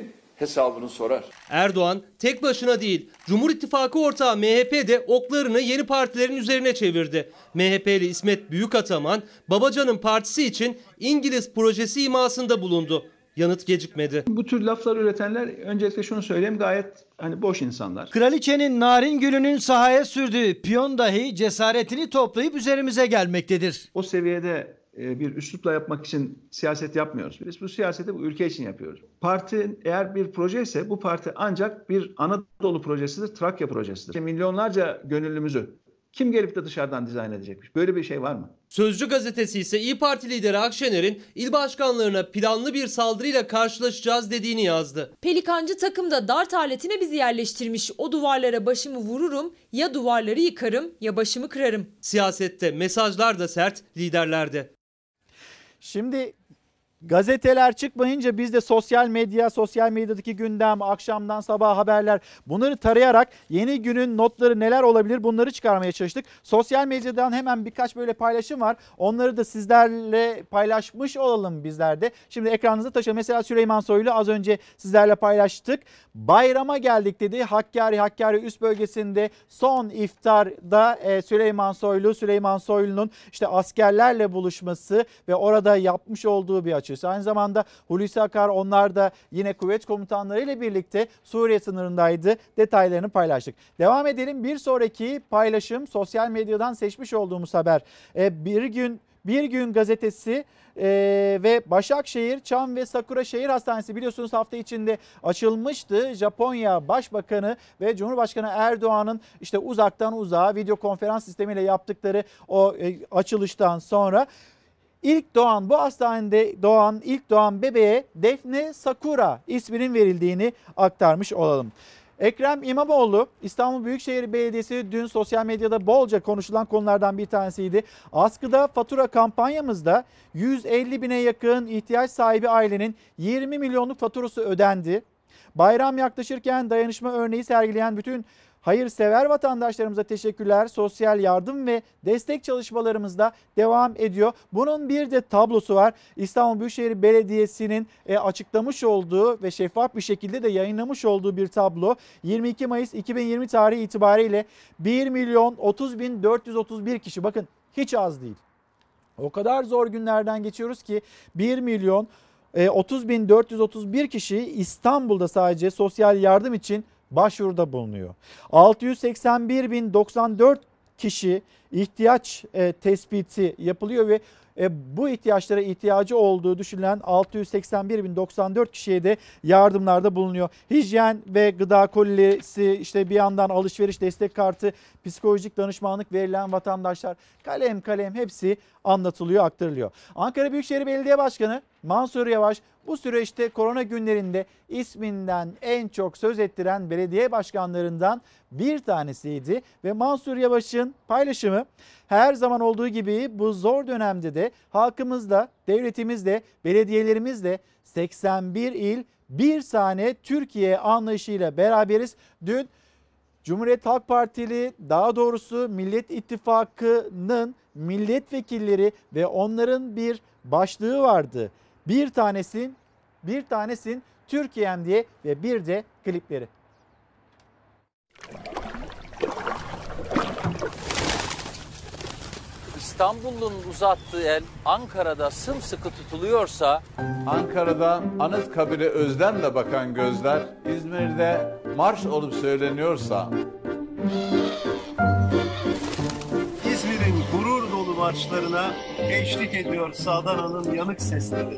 hesabını sorar. Erdoğan tek başına değil, Cumhur İttifakı ortağı MHP de oklarını yeni partilerin üzerine çevirdi. MHP'li İsmet Büyükataman, Babacan'ın partisi için İngiliz projesi imasında bulundu. Yanıt gecikmedi. Bu tür laflar üretenler, öncelikle şunu söyleyeyim, gayet boş insanlar. Kraliçenin narin gülünün sahaya sürdüğü piyon dahi cesaretini toplayıp üzerimize gelmektedir. O seviyede bir üslupla yapmak için siyaset yapmıyoruz. Biz bu siyaseti bu ülke için yapıyoruz. Parti eğer bir proje ise bu parti ancak bir Anadolu projesidir, Trakya projesidir. Milyonlarca gönüllümüzü kim gelip de dışarıdan dizayn edecekmiş? Böyle bir şey var mı? Sözcü gazetesi ise İYİ Parti lideri Akşener'in il başkanlarına planlı bir saldırıyla karşılaşacağız dediğini yazdı. Pelikancı takımda dart aletine bizi yerleştirmiş. O duvarlara başımı vururum, ya duvarları yıkarım ya başımı kırarım. Siyasette mesajlar da sert, liderler de. Şimdi gazeteler çıkmayınca biz de sosyal medyadaki gündem, akşamdan sabaha haberler, bunları tarayarak yeni günün notları neler olabilir bunları çıkarmaya çalıştık. Sosyal medyadan hemen birkaç böyle paylaşım var. Onları da sizlerle paylaşmış olalım bizler de. Şimdi ekranınıza taşıyalım. Mesela Süleyman Soylu az önce sizlerle paylaştık. Bayrama geldik dedi. Hakkari üst bölgesinde son iftarda Süleyman Soylu'nun işte askerlerle buluşması ve orada yapmış olduğu bir açıklama. Aynı zamanda Hulusi Akar, onlar da yine kuvvet komutanları ile birlikte Suriye sınırındaydı. Detaylarını paylaştık. Devam edelim. Bir sonraki paylaşım sosyal medyadan seçmiş olduğumuz haber. Bir gün gazetesi ve Başakşehir, Çam ve Sakura Şehir Hastanesi biliyorsunuz hafta içinde açılmıştı. Japonya Başbakanı ve Cumhurbaşkanı Erdoğan'ın işte uzaktan uzağa video konferans sistemiyle yaptıkları o açılıştan sonra bu hastanede doğan ilk doğan bebeğe Defne Sakura isminin verildiğini aktarmış olalım. Ekrem İmamoğlu, İstanbul Büyükşehir Belediyesi dün sosyal medyada bolca konuşulan konulardan bir tanesiydi. Askıda fatura kampanyamızda 150 bine yakın ihtiyaç sahibi ailenin 20 milyonluk faturası ödendi. Bayram yaklaşırken dayanışma örneği sergileyen bütün hayırsever vatandaşlarımıza teşekkürler. Sosyal yardım ve destek çalışmalarımız da devam ediyor. Bunun bir de tablosu var. İstanbul Büyükşehir Belediyesi'nin açıklamış olduğu ve şeffaf bir şekilde de yayınlamış olduğu bir tablo. 22 Mayıs 2020 tarihi itibariyle 1.030.431 kişi. Bakın hiç az değil. O kadar zor günlerden geçiyoruz ki 1.030.431 kişi İstanbul'da sadece sosyal yardım için başvuruda bulunuyor. 681.094 kişi ihtiyaç tespiti yapılıyor ve bu ihtiyaçlara ihtiyacı olduğu düşünülen 681.094 kişiye de yardımlarda bulunuyor. Hijyen ve gıda kolisi, işte bir yandan alışveriş destek kartı, psikolojik danışmanlık verilen vatandaşlar, kalem kalem hepsi anlatılıyor, aktarılıyor. Ankara Büyükşehir Belediye Başkanı Mansur Yavaş bu süreçte korona günlerinde isminden en çok söz ettiren belediye başkanlarından bir tanesiydi ve Mansur Yavaş'ın paylaşımı her zaman olduğu gibi bu zor dönemde de halkımızla, devletimizle, belediyelerimizle 81 il bir tane Türkiye anlayışıyla beraberiz. Dün Cumhuriyet Halk Partili, daha doğrusu Millet İttifakı'nın milletvekilleri ve onların bir başlığı vardı. Bir tanesin Türkiye'm diye ve bir de klipleri. İstanbul'un uzattığı el Ankara'da sımsıkı tutuluyorsa, Ankara'dan Anıtkabir'e özlemle bakan gözler İzmir'de marş olup söyleniyorsa, İzmir'in gurur dolu marşlarına eşlik ediyor Sadana'nın yanık sesleri.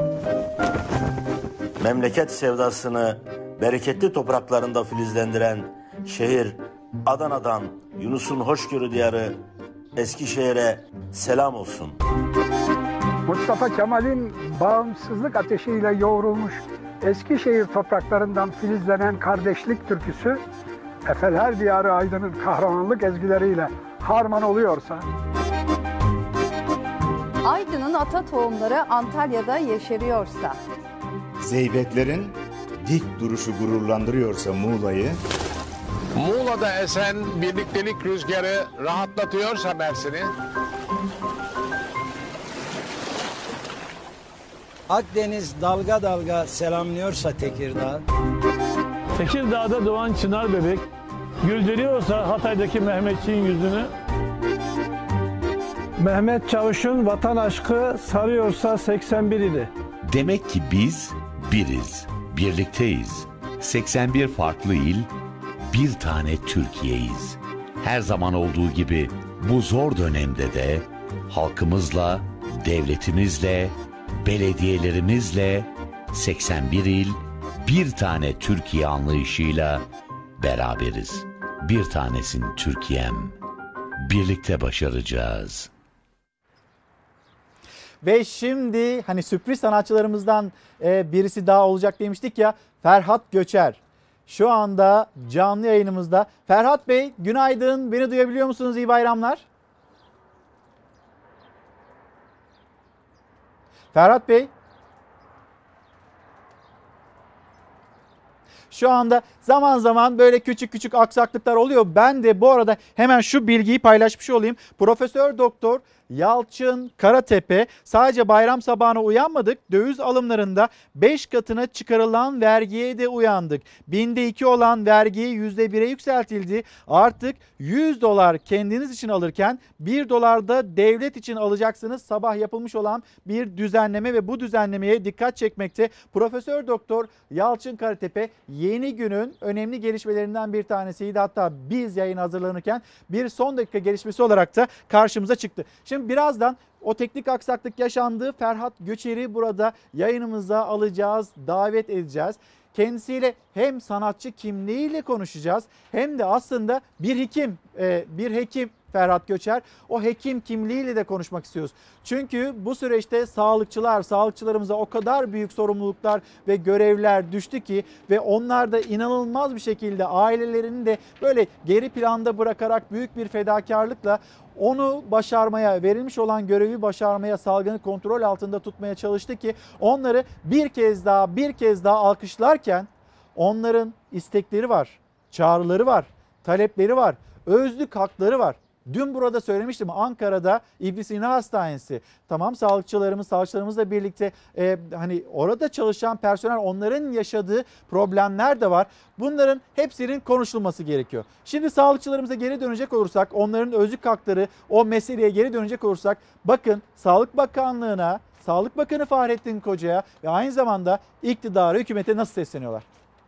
Memleket sevdasını bereketli topraklarında filizlendiren şehir Adana'dan Yunus'un hoşgörü diyarı Eskişehir'e selam olsun. Mustafa Kemal'in bağımsızlık ateşiyle yoğrulmuş Eskişehir topraklarından filizlenen kardeşlik türküsü Efeler Diyarı Aydın'ın kahramanlık ezgileriyle harman oluyorsa, Aydın'ın ata tohumları Antalya'da yeşeriyorsa, Zeybeklerin dik duruşu gururlandırıyorsa Muğla'yı, Muğla'da esen birliktelik rüzgarı rahatlatıyorsa Mersin'i, Akdeniz dalga dalga selamlıyorsa Tekirdağ. Tekirdağ'da doğan çınar bebek güldürüyorsa Hatay'daki Mehmetçiğin yüzünü. Mehmet Çavuş'un vatan aşkı sarıyorsa 81 ili. Demek ki biz biriz, birlikteyiz. 81 farklı il, bir tane Türkiye'yiz. Her zaman olduğu gibi bu zor dönemde de halkımızla, devletimizle, belediyelerimizle 81 il, bir tane Türkiye anlayışıyla beraberiz. Bir tanesin Türkiye'm. Birlikte başaracağız. Ve şimdi hani sürpriz sanatçılarımızdan birisi daha olacak demiştik ya, Ferhat Göçer. Şu anda canlı yayınımızda. Ferhat Bey günaydın, beni duyabiliyor musunuz? İyi bayramlar. Ferhat Bey. Şu anda zaman zaman böyle küçük küçük aksaklıklar oluyor. Ben de bu arada hemen şu bilgiyi paylaşmış olayım. Profesör Doktor Yalçın Karatepe, sadece bayram sabahına uyanmadık, döviz alımlarında 5 katına çıkarılan vergiye de uyandık. Binde 2 olan vergiyi %1'e yükseltildi. Artık 100 dolar kendiniz için alırken 1 dolar da devlet için alacaksınız. Sabah yapılmış olan bir düzenleme ve bu düzenlemeye dikkat çekmekte. Profesör Doktor Yalçın Karatepe yeni günün önemli gelişmelerinden bir tanesiydi. Hatta biz yayın hazırlanırken bir son dakika gelişmesi olarak da karşımıza çıktı. Şimdi birazdan o teknik aksaklık yaşandığı Ferhat Göçer'i burada yayınımıza alacağız, davet edeceğiz. Kendisiyle hem sanatçı kimliğiyle konuşacağız hem de aslında bir hekim Ferhat Göçer. O hekim kimliğiyle de konuşmak istiyoruz. Çünkü bu süreçte sağlıkçılarımıza o kadar büyük sorumluluklar ve görevler düştü ki ve onlar da inanılmaz bir şekilde ailelerini de böyle geri planda bırakarak büyük bir fedakarlıkla onu başarmaya, verilmiş olan görevi başarmaya, salgını kontrol altında tutmaya çalıştı ki onları bir kez daha alkışlarken onların istekleri var, çağrıları var, talepleri var, özlük hakları var. Dün burada söylemiştim, Ankara'da İblis İğne Hastanesi. Tamam, sağlıkçılarımızla birlikte hani orada çalışan personel, onların yaşadığı problemler de var. Bunların hepsinin konuşulması gerekiyor. Şimdi sağlıkçılarımıza geri dönecek olursak, onların özlük hakları, o meseleye geri dönecek olursak, bakın Sağlık Bakanlığı'na, Sağlık Bakanı Fahrettin Koca'ya ve aynı zamanda iktidara, hükümete nasıl sesleniyorlar?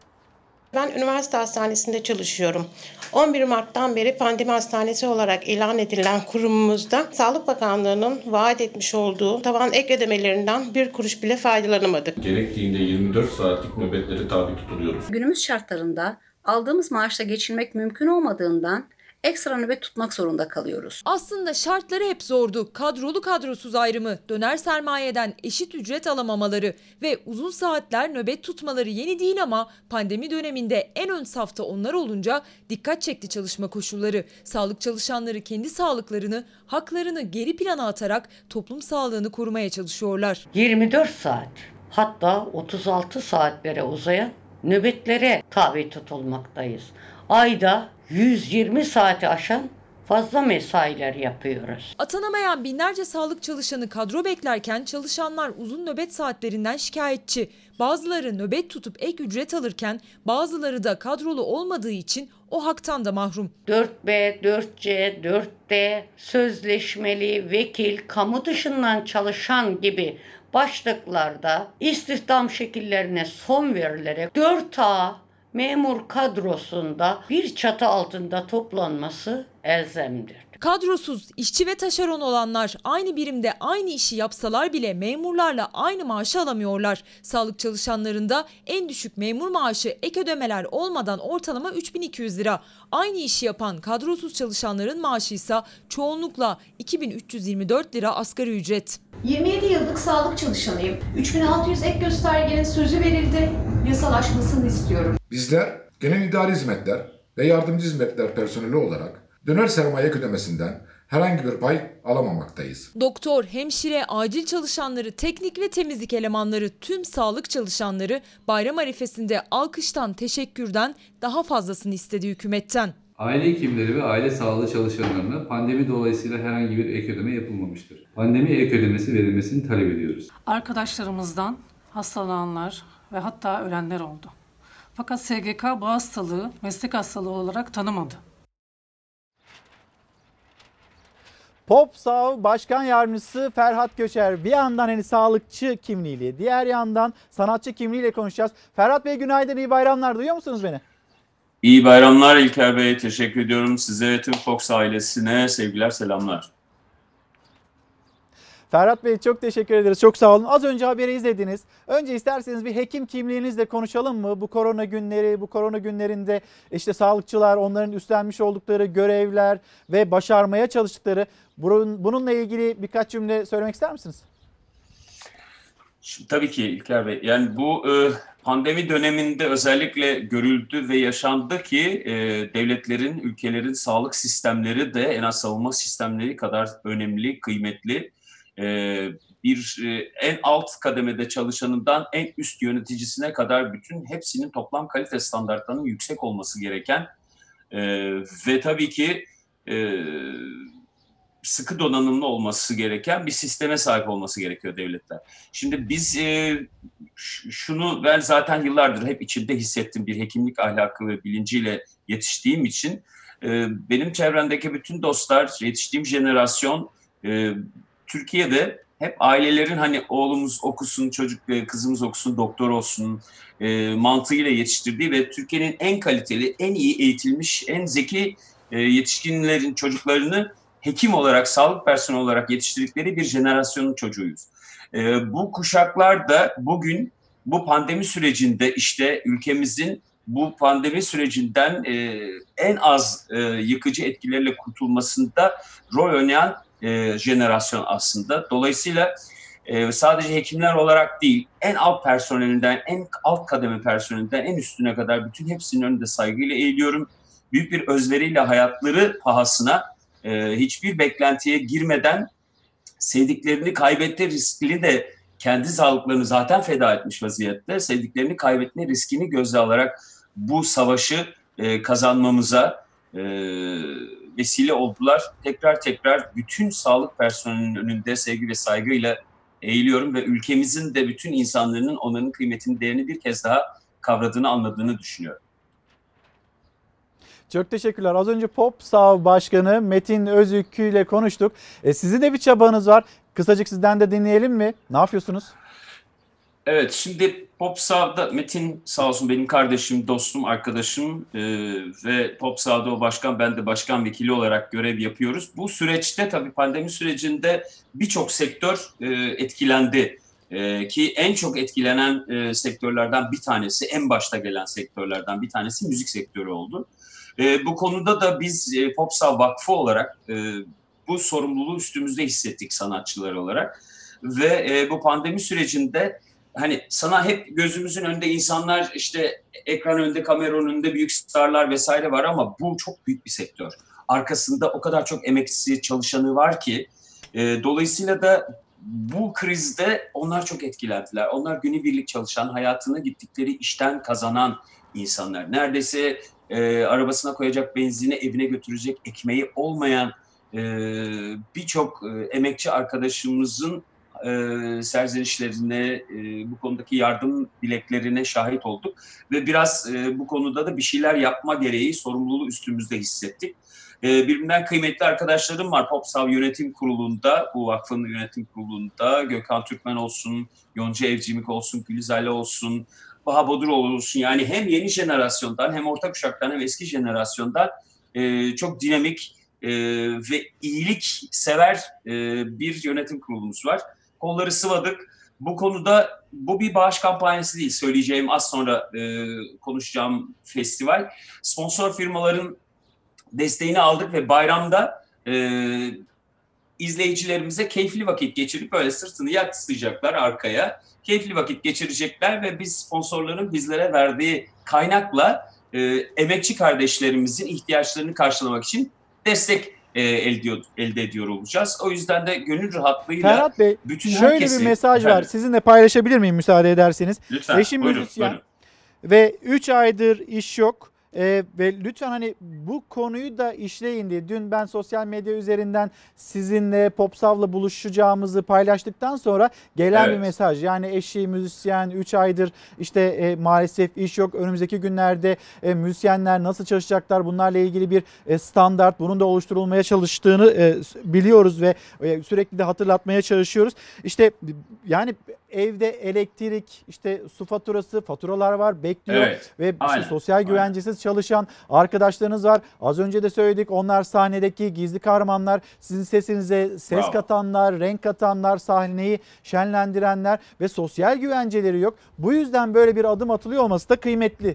Ben üniversite hastanesinde çalışıyorum. 11 Mart'tan beri pandemi hastanesi olarak ilan edilen kurumumuzda Sağlık Bakanlığı'nın vaat etmiş olduğu tavan ek ödemelerinden bir kuruş bile faydalanamadık. Gerektiğinde 24 saatlik nöbetlere tabi tutuluyoruz. Günümüz şartlarında aldığımız maaşla geçinmek mümkün olmadığından ekstra nöbet tutmak zorunda kalıyoruz. Aslında şartları hep zordu. Kadrolu kadrosuz ayrımı, döner sermayeden eşit ücret alamamaları ve uzun saatler nöbet tutmaları yeni değil ama pandemi döneminde en ön safta onlar olunca dikkat çekti çalışma koşulları. Sağlık çalışanları kendi sağlıklarını, haklarını geri plana atarak toplum sağlığını korumaya çalışıyorlar. 24 saat, hatta 36 saatlere uzayan nöbetlere tabi tutulmaktayız. Ayda 120 saati aşan fazla mesailer yapıyoruz. Atanamayan binlerce sağlık çalışanı kadro beklerken çalışanlar uzun nöbet saatlerinden şikayetçi. Bazıları nöbet tutup ek ücret alırken bazıları da kadrolu olmadığı için o haktan da mahrum. 4B, 4C, 4D, sözleşmeli, vekil, kamu dışından çalışan gibi başlıklarda istihdam şekillerine son verilerek 4A memur kadrosunda bir çatı altında toplanması elzemdir. Kadrosuz, işçi ve taşeron olanlar aynı birimde aynı işi yapsalar bile memurlarla aynı maaşı alamıyorlar. Sağlık çalışanlarında en düşük memur maaşı ek ödemeler olmadan ortalama 3.200 lira. Aynı işi yapan kadrosuz çalışanların maaşı ise çoğunlukla 2.324 lira asgari ücret. 27 yıllık sağlık çalışanıyım. 3600 ek göstergenin sözü verildi. Yasalaşmasını istiyorum. Bizler genel idari hizmetler ve yardımcı hizmetler personeli olarak döner sermaye ödemesinden herhangi bir pay alamamaktayız. Doktor, hemşire, acil çalışanları, teknik ve temizlik elemanları, tüm sağlık çalışanları bayram arifesinde alkıştan, teşekkürden daha fazlasını istedi hükümetten. Aile hekimleri ve aile sağlığı çalışanlarına pandemi dolayısıyla herhangi bir ek ödeme yapılmamıştır. Pandemi ek ödemesi verilmesini talep ediyoruz. Arkadaşlarımızdan hastalananlar ve hatta ölenler oldu. Fakat SGK bu hastalığı meslek hastalığı olarak tanımadı. POPSAV Başkan Yardımcısı Ferhat Göçer bir yandan hani sağlıkçı kimliğiyle, diğer yandan sanatçı kimliğiyle konuşacağız. Ferhat Bey günaydın, iyi bayramlar. Duyuyor musunuz beni? İyi bayramlar İlker Bey. Teşekkür ediyorum size ve tüm Fox ailesine sevgiler, selamlar. Ferhat Bey çok teşekkür ederiz. Çok sağ olun. Az önce haberi izlediniz. Önce isterseniz bir hekim kimliğinizle konuşalım mı? Bu korona günleri, bu korona günlerinde işte sağlıkçılar, onların üstlenmiş oldukları görevler ve başarmaya çalıştıkları, bununla ilgili birkaç cümle söylemek ister misiniz? Tabii ki İlker Bey. Yani bu pandemi döneminde özellikle görüldü ve yaşandı ki devletlerin, ülkelerin sağlık sistemleri de en az savunma sistemleri kadar önemli, kıymetli. En alt kademede çalışanından en üst yöneticisine kadar bütün hepsinin toplam kalite standartlarının yüksek olması gereken ve tabii ki sıkı donanımlı olması gereken bir sisteme sahip olması gerekiyor devletler. Şimdi biz şunu ben zaten yıllardır hep içimde hissettim, bir hekimlik ahlakı ve bilinciyle yetiştiğim için benim çevremdeki bütün dostlar, yetiştiğim jenerasyon Türkiye'de hep ailelerin hani oğlumuz okusun, kızımız okusun, doktor olsun mantığıyla yetiştirdiği ve Türkiye'nin en kaliteli, en iyi eğitilmiş, en zeki yetişkinlerin çocuklarını hekim olarak, sağlık personeli olarak yetiştirdikleri bir jenerasyonun çocuğuyuz. Bu kuşaklar da bugün bu pandemi sürecinde işte ülkemizin bu pandemi sürecinden en az yıkıcı etkilerle kurtulmasında rol oynayan jenerasyon aslında. Dolayısıyla sadece hekimler olarak değil, en alt personelinden, en alt kademe personelinden en üstüne kadar bütün hepsinin önünde saygıyla eğiliyorum. Büyük bir özveriyle hayatları pahasına hiçbir beklentiye girmeden sevdiklerini kaybetme riskini de kendi sağlıklarını zaten feda etmiş vaziyette. Sevdiklerini kaybetme riskini göze alarak bu savaşı kazanmamıza vesile oldular. Tekrar bütün sağlık personelinin önünde sevgi ve saygıyla eğiliyorum ve ülkemizin de bütün insanların onların kıymetini, değerini bir kez daha kavradığını, anladığını düşünüyorum. Çok teşekkürler. Az önce POPSAV Başkanı Metin Özükü ile konuştuk. Sizin de bir çabanız var. Kısacık sizden de dinleyelim mi? Ne yapıyorsunuz? Evet, şimdi POPSAV'da Metin sağ olsun benim kardeşim, dostum, arkadaşım ve POPSAV'da o başkan, ben de başkan vekili olarak görev yapıyoruz. Bu süreçte tabii pandemi sürecinde birçok sektör etkilendi. Ki en çok etkilenen sektörlerden bir tanesi, en başta gelen sektörlerden bir tanesi müzik sektörü oldu. Bu konuda da biz POPSAV Vakfı olarak bu sorumluluğu üstümüzde hissettik sanatçılar olarak. Ve bu pandemi sürecinde hani sana hep gözümüzün önünde insanlar işte ekran önünde, kamera önünde büyük starlar vesaire var ama bu çok büyük bir sektör. Arkasında o kadar çok emekçisi, çalışanı var ki dolayısıyla da bu krizde onlar çok etkilendiler. Onlar günübirlik çalışan, hayatını gittikleri işten kazanan insanlar. Neredeyse arabasına koyacak benzini, evine götürecek ekmeği olmayan birçok emekçi arkadaşımızın serzenişlerine, bu konudaki yardım dileklerine şahit olduk. Ve biraz bu konuda da bir şeyler yapma gereği, sorumluluğu üstümüzde hissettik. Birbirinden kıymetli arkadaşlarım var. POPSAV Yönetim Kurulu'nda, bu vakfın yönetim kurulunda Gökhan Türkmen olsun, Yonca Evcimik olsun, Gülizale olsun, Baha Boduroğlu olsun. Yani hem yeni jenerasyondan hem orta kuşaktan hem eski jenerasyondan çok dinamik ve iyilik sever bir yönetim kurulumuz var. Kolları sıvadık. Bu konuda bu bir bağış kampanyası değil. Söyleyeceğim az sonra konuşacağım festival. Sponsor firmaların desteğini aldık ve bayramda izleyicilerimize keyifli vakit geçirip böyle sırtını yaslayacaklar arkaya. Keyifli vakit geçirecekler ve biz sponsorların bizlere verdiği kaynakla emekçi kardeşlerimizin ihtiyaçlarını karşılamak için destek elde ediyor olacağız. O yüzden de gönül rahatlığıyla Ferhat Bey, bütün şöyle herkesi, bir mesaj var. Sizinle paylaşabilir miyim müsaade ederseniz? Lütfen, Eşim buyurun, müzisyen buyurun. ve 3 aydır iş yok. Ve lütfen hani bu konuyu da işleyin diye. Dün ben sosyal medya üzerinden sizinle Popsav'la buluşacağımızı paylaştıktan sonra gelen bir mesaj. Yani eşi müzisyen, 3 aydır işte maalesef iş yok. Önümüzdeki günlerde müzisyenler nasıl çalışacaklar, bunlarla ilgili bir standart, bunun da oluşturulmaya çalıştığını biliyoruz ve sürekli de hatırlatmaya çalışıyoruz. İşte yani evde elektrik, işte su faturası, faturalar var, bekliyor ve işte sosyal güvencesiz çalışan arkadaşlarınız var. Az önce de söyledik, onlar sahnedeki gizli kahramanlar, sizin sesinize ses katanlar, renk katanlar, sahneyi şenlendirenler ve sosyal güvenceleri yok. Bu yüzden böyle bir adım atılıyor olması da kıymetli.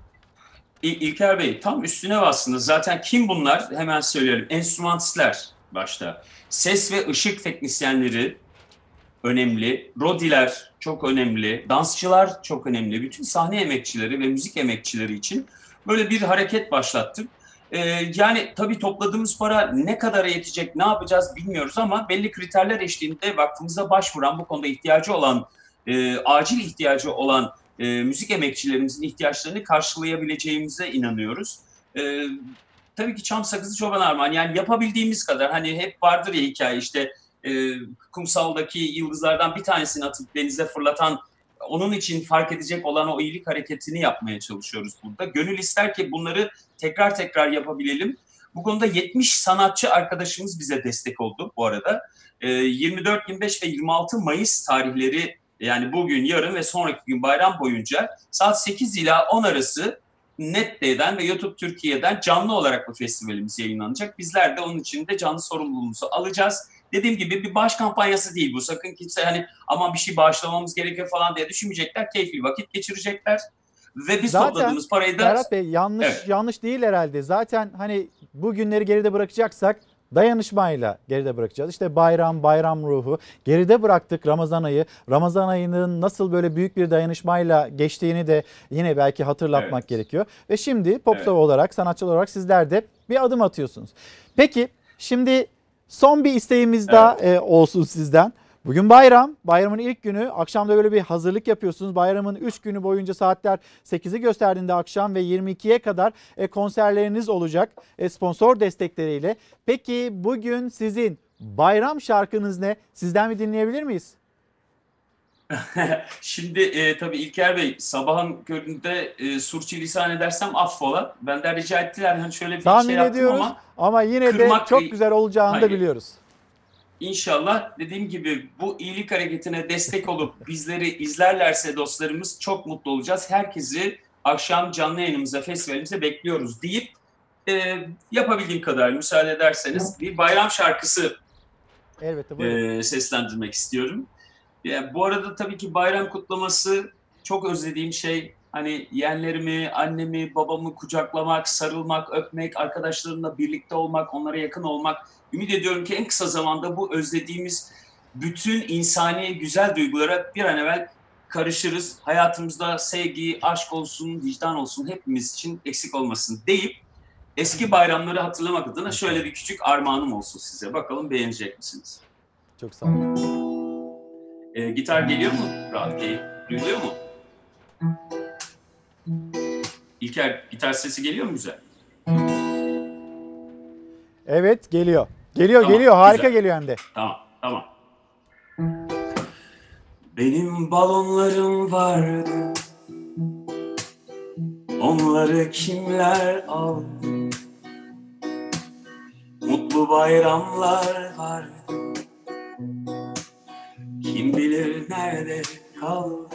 İlker Bey tam üstüne bastınız. Zaten kim bunlar? Hemen söyleyelim. Enstrümanistler başta. Ses ve ışık teknisyenleri önemli. Rodiler çok önemli. Dansçılar çok önemli. Bütün sahne emekçileri ve müzik emekçileri için böyle bir hareket başlattık. Yani tabii topladığımız para ne kadara yetecek, ne yapacağız bilmiyoruz ama belli kriterler eşliğinde vakfımıza başvuran, bu konuda ihtiyacı olan, acil ihtiyacı olan müzik emekçilerimizin ihtiyaçlarını karşılayabileceğimize inanıyoruz. Tabii ki çam sakızı çoban armağan. Yani yapabildiğimiz kadar, hani hep vardır ya hikaye, işte kumsaldaki yıldızlardan bir tanesini atıp denize fırlatan, onun için fark edecek olan o iyilik hareketini yapmaya çalışıyoruz burada. Gönül ister ki bunları tekrar tekrar yapabilelim. Bu konuda 70 sanatçı arkadaşımız bize destek oldu bu arada. 24, 25 ve 26 Mayıs tarihleri, yani bugün, yarın ve sonraki gün bayram boyunca saat 8 ila 10 arası NetD'den ve YouTube Türkiye'den canlı olarak bu festivalimiz yayınlanacak. Bizler de onun için de canlı sorumluluğumuzu alacağız. Dediğim gibi bir bağış kampanyası değil bu. Sakın kimse hani aman bir şey bağışlamamız gerekiyor falan diye düşünmeyecekler. Keyifli vakit geçirecekler. Ve biz topladığımız parayı da... Ferhat Bey yanlış değil herhalde. Zaten hani bu günleri geride bırakacaksak dayanışmayla geride bırakacağız. İşte bayram ruhu geride bıraktık, Ramazan ayı. Ramazan ayının nasıl böyle büyük bir dayanışmayla geçtiğini de yine belki hatırlatmak gerekiyor. Ve şimdi Popsav olarak, sanatçılar olarak sizler de bir adım atıyorsunuz. Peki şimdi son bir isteğimiz daha olsun sizden. Bugün bayram. Bayramın ilk günü. Akşamda böyle bir hazırlık yapıyorsunuz. Bayramın 3 günü boyunca saatler 8'i gösterdiğinde akşam ve 22'ye kadar konserleriniz olacak sponsor destekleriyle. Peki bugün sizin bayram şarkınız ne? Sizden bir dinleyebilir miyiz? Şimdi tabii İlker Bey, sabahın köründe sürçülisan edersem affola. Benden rica ettiler, hani şöyle bir tahmin şey yaptım ediyoruz ama yine de çok güzel olacağını da biliyoruz. İnşallah, dediğim gibi bu iyilik hareketine destek olup bizleri izlerlerse dostlarımız çok mutlu olacağız. Herkesi akşam canlı yayınımıza, festivalimize bekliyoruz deyip yapabildiğim kadar müsaade ederseniz bir bayram şarkısı seslendirmek istiyorum. Yani bu arada tabii ki bayram kutlaması çok özlediğim şey, hani yeğenlerimi, annemi, babamı kucaklamak, sarılmak, öpmek, arkadaşlarımla birlikte olmak, onlara yakın olmak. Ümit ediyorum ki en kısa zamanda bu özlediğimiz bütün insani güzel duygulara bir an evvel karışırız. Hayatımızda sevgi, aşk olsun, vicdan olsun, hepimiz için eksik olmasın deyip eski bayramları hatırlamak adına şöyle bir küçük armağanım olsun size. Bakalım beğenecek misiniz? Çok sağ olun. Gitar geliyor mu? Rahat Bey, duyuluyor mu? İlker, gitar sesi geliyor mu güzel? Evet, geliyor. Geliyor. Harika güzel. Geliyor hem de. Tamam. Benim balonlarım vardı. Onları kimler aldı? Mutlu bayramlar vardı. Kim bilir nerede kaldı?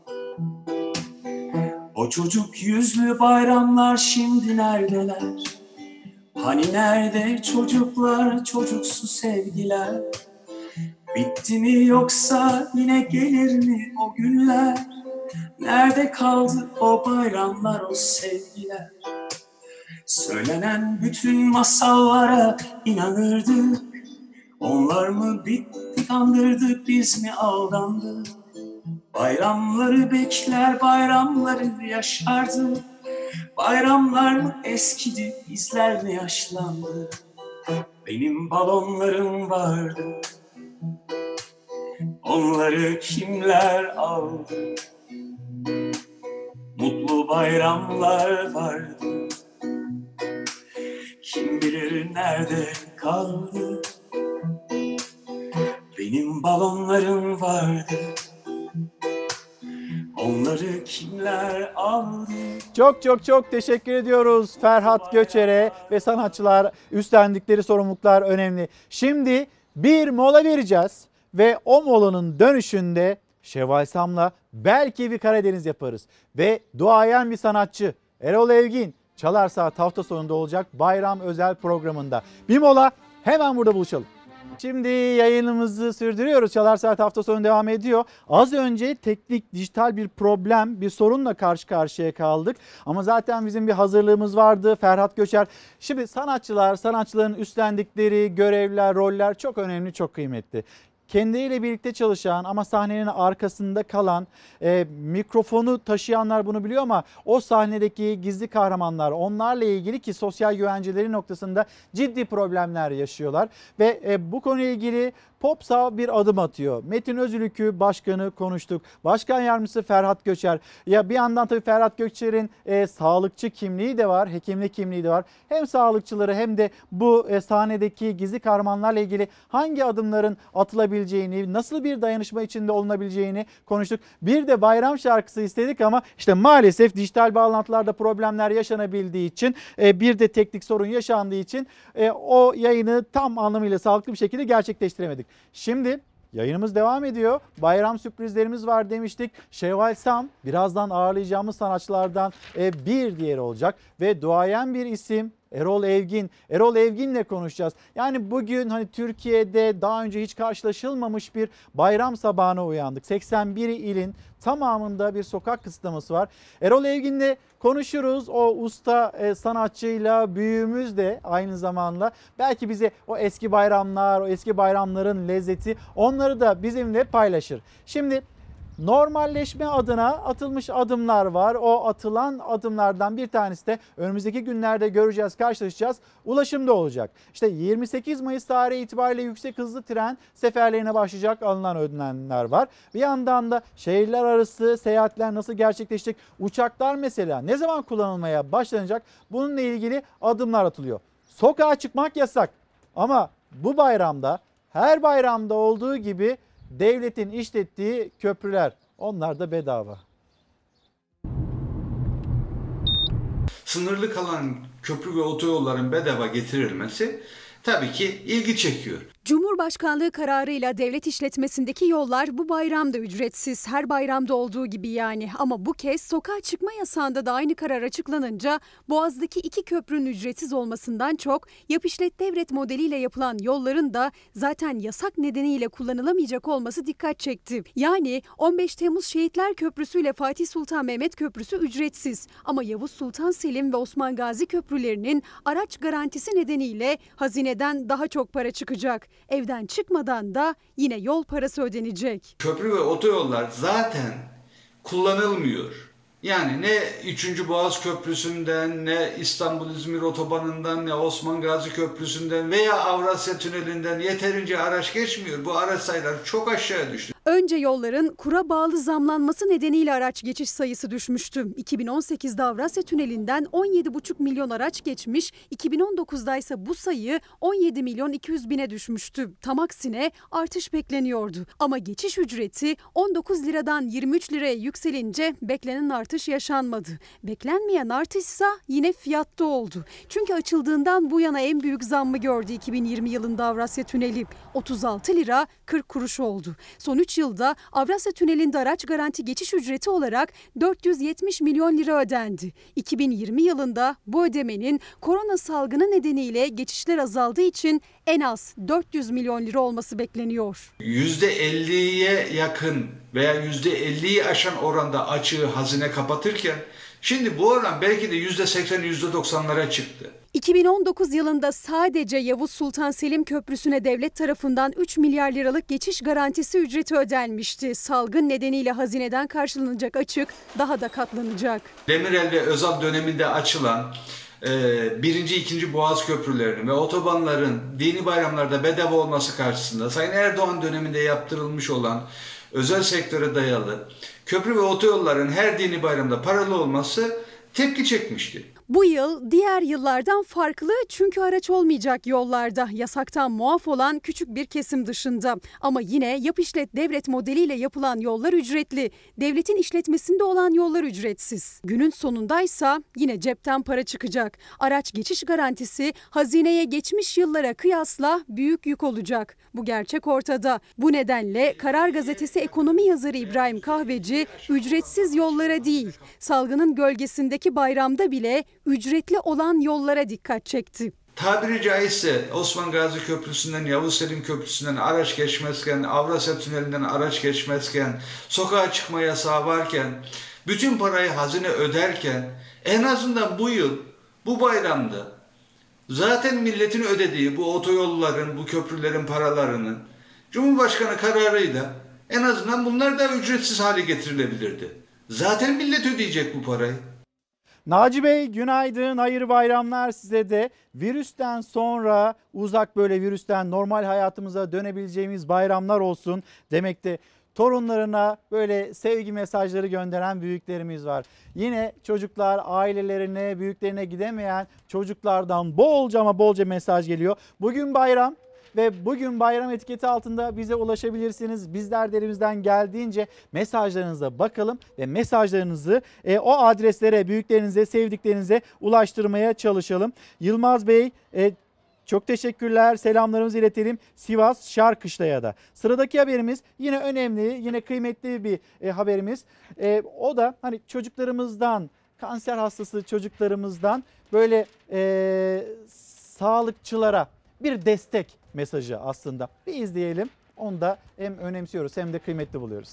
O çocuk yüzlü bayramlar şimdi neredeler? Hani nerede çocuklar, çocuksu sevgiler? Bitti mi yoksa yine gelir mi o günler? Nerede kaldı o bayramlar, o sevgiler? Söylenen bütün masallara inanırdık. Onlar mı bitti, kandırdık, biz mi aldandık? Bayramları bekler, bayramları yaşardı. Bayramlar mı eskidi, bizler mi yaşlandı? Benim balonlarım vardı. Onları kimler aldı? Mutlu bayramlar vardı. Kim bilir nerede kaldı? Benim balonlarım vardı. Onları kimler aldı? Çok teşekkür ediyoruz Ferhat Göçer'e ve sanatçılar, üstlendikleri sorumluluklar önemli. Şimdi bir mola vereceğiz ve o molanın dönüşünde Şevval Sam'la belki bir Karadeniz yaparız. Ve duayen bir sanatçı Erol Evgin Çalar Saat hafta sonunda olacak bayram özel programında. Bir mola, hemen burada buluşalım. Şimdi yayınımızı sürdürüyoruz. Çalar Saat hafta sonu devam ediyor. Az önce teknik, dijital bir problem, bir sorunla karşı karşıya kaldık. Ama zaten bizim bir hazırlığımız vardı. Ferhat Göçer. Şimdi sanatçıların üstlendikleri görevler, roller çok önemli, çok kıymetli. Kendileriyle birlikte çalışan ama sahnenin arkasında kalan, mikrofonu taşıyanlar bunu biliyor ama o sahnedeki gizli kahramanlar, onlarla ilgili ki sosyal güvenceleri noktasında ciddi problemler yaşıyorlar. Ve bu konuyla ilgili Popsa bir adım atıyor. Metin Özülükü Başkanı konuştuk. Başkan Yardımcısı Ferhat Göçer. Ya bir yandan tabii Ferhat Göçer'in sağlıkçı kimliği de var, hekimlik kimliği de var. Hem sağlıkçıları hem de bu sahnedeki gizli kahramanlarla ilgili hangi adımların atılabileceğini, nasıl bir dayanışma içinde olunabileceğini konuştuk. Bir de bayram şarkısı istedik ama işte maalesef dijital bağlantılarda problemler yaşanabildiği için, bir de teknik sorun yaşandığı için o yayını tam anlamıyla sağlıklı bir şekilde gerçekleştiremedik. Şimdi yayınımız devam ediyor. Bayram sürprizlerimiz var demiştik. Şevval Sam birazdan ağırlayacağımız sanatçılardan bir diğeri olacak ve duayen bir isim Erol Evgin. Erol Evgin'le konuşacağız. Yani bugün hani Türkiye'de daha önce hiç karşılaşılmamış bir bayram sabahına uyandık. 81 ilin tamamında bir sokak kısıtlaması var. Erol Evgin'le konuşuruz. O usta sanatçıyla, büyüğümüz de aynı zamanda. Belki bize o eski bayramlar, o eski bayramların lezzeti, onları da bizimle paylaşır. Şimdi normalleşme adına atılmış adımlar var. O atılan adımlardan bir tanesi de önümüzdeki günlerde göreceğiz, karşılaşacağız. Ulaşımda olacak. İşte 28 Mayıs tarihi itibariyle yüksek hızlı tren seferlerine başlayacak, alınan önlemler var. Bir yandan da şehirler arası seyahatler nasıl gerçekleşecek? Uçaklar mesela ne zaman kullanılmaya başlanacak? Bununla ilgili adımlar atılıyor. Sokağa çıkmak yasak. Ama bu bayramda, her bayramda olduğu gibi devletin işlettiği köprüler, onlar da bedava. Sınırlı kalan köprü ve otoyolların bedava getirilmesi tabii ki ilgi çekiyor. Cumhurbaşkanlığı kararıyla devlet işletmesindeki yollar bu bayramda ücretsiz. Her bayramda olduğu gibi yani. Ama bu kez sokağa çıkma yasağında da aynı karar açıklanınca Boğaz'daki 2 köprünün ücretsiz olmasından çok yap işlet devret modeliyle yapılan yolların da zaten yasak nedeniyle kullanılamayacak olması dikkat çekti. Yani 15 Temmuz Şehitler Köprüsü ile Fatih Sultan Mehmet Köprüsü ücretsiz. Ama Yavuz Sultan Selim ve Osman Gazi köprülerinin araç garantisi nedeniyle hazineden daha çok para çıkacak. Evden çıkmadan da yine yol parası ödenecek. Köprü ve otoyollar zaten kullanılmıyor. Yani ne 3. Boğaz Köprüsü'nden, ne İstanbul-İzmir Otobanı'ndan, ne Osman Gazi Köprüsü'nden veya Avrasya Tüneli'nden yeterince araç geçmiyor. Bu araç sayıları çok aşağı düştü. Önce yolların kura bağlı zamlanması nedeniyle araç geçiş sayısı düşmüştü. 2018'de Avrasya Tüneli'nden 17,5 milyon araç geçmiş, 2019'da ise bu sayı 17 milyon 200 bine düşmüştü. Tam aksine artış bekleniyordu. Ama geçiş ücreti 19 liradan 23 liraya yükselince beklenen artış yaşanmadı. Beklenmeyen artışsa yine fiyatta oldu. Çünkü açıldığından bu yana en büyük zammı gördü 2020 yılında Avrasya Tüneli. 36 lira 40 kuruş oldu. Son 3 yılda Avrasya Tüneli'nde araç garanti geçiş ücreti olarak 470 milyon lira ödendi. 2020 yılında bu ödemenin korona salgını nedeniyle geçişler azaldığı için en az 400 milyon lira olması bekleniyor. %50'ye yakın veya %50'yi aşan oranda açığı hazine kapatırken şimdi bu oran belki de %80, %90'lara çıktı. 2019 yılında sadece Yavuz Sultan Selim Köprüsü'ne devlet tarafından 3 milyar liralık geçiş garantisi ücreti ödenmişti. Salgın nedeniyle hazineden karşılanacak açık daha da katlanacak. Demirel ve Özal döneminde açılan 1. 2. Boğaz köprülerinin ve otobanların dini bayramlarda bedava olması karşısında Sayın Erdoğan döneminde yaptırılmış olan özel sektöre dayalı köprü ve otoyolların her dini bayramda paralı olması tepki çekmişti. Bu yıl diğer yıllardan farklı çünkü araç olmayacak yollarda, yasaktan muaf olan küçük bir kesim dışında. Ama yine yap işlet devret modeliyle yapılan yollar ücretli. Devletin işletmesinde olan yollar ücretsiz. Günün sonundaysa yine cepten para çıkacak. Araç geçiş garantisi hazineye geçmiş yıllara kıyasla büyük yük olacak. Bu gerçek ortada. Bu nedenle Karar Gazetesi ekonomi yazarı İbrahim Kahveci ücretsiz yollara değil, salgının gölgesindeki bayramda bile ücretli olan yollara dikkat çekti. Tabiri caizse Osman Gazi Köprüsü'nden, Yavuz Selim Köprüsü'nden araç geçmezken, Avrasya Tüneli'nden araç geçmezken, sokağa çıkma yasağı varken, bütün parayı hazine öderken en azından bu yıl, bu bayramda zaten milletin ödediği bu otoyolların, bu köprülerin paralarının Cumhurbaşkanı kararıyla en azından bunlar da ücretsiz hale getirilebilirdi. Zaten millet ödeyecek bu parayı. Naci Bey günaydın, hayırlı bayramlar size de. Virüsten sonra uzak böyle virüsten normal hayatımıza dönebileceğimiz bayramlar olsun demekte. Torunlarına böyle sevgi mesajları gönderen büyüklerimiz var. Yine çocuklar ailelerine, büyüklerine gidemeyen çocuklardan bolca ama bolca mesaj geliyor. Bugün bayram. Ve bugün bayram etiketi altında bize ulaşabilirsiniz. Bizler de elimizden geldiğince mesajlarınıza bakalım ve mesajlarınızı o adreslere, büyüklerinize, sevdiklerinize ulaştırmaya çalışalım. Yılmaz Bey çok teşekkürler, selamlarımızı iletelim Sivas Şarkışla'ya da. Sıradaki haberimiz yine önemli, yine kıymetli bir haberimiz. O da hani çocuklarımızdan, kanser hastası çocuklarımızdan böyle sağlıkçılara bir destek mesajı aslında. Bir izleyelim. Onu da hem önemsiyoruz hem de kıymetli buluyoruz.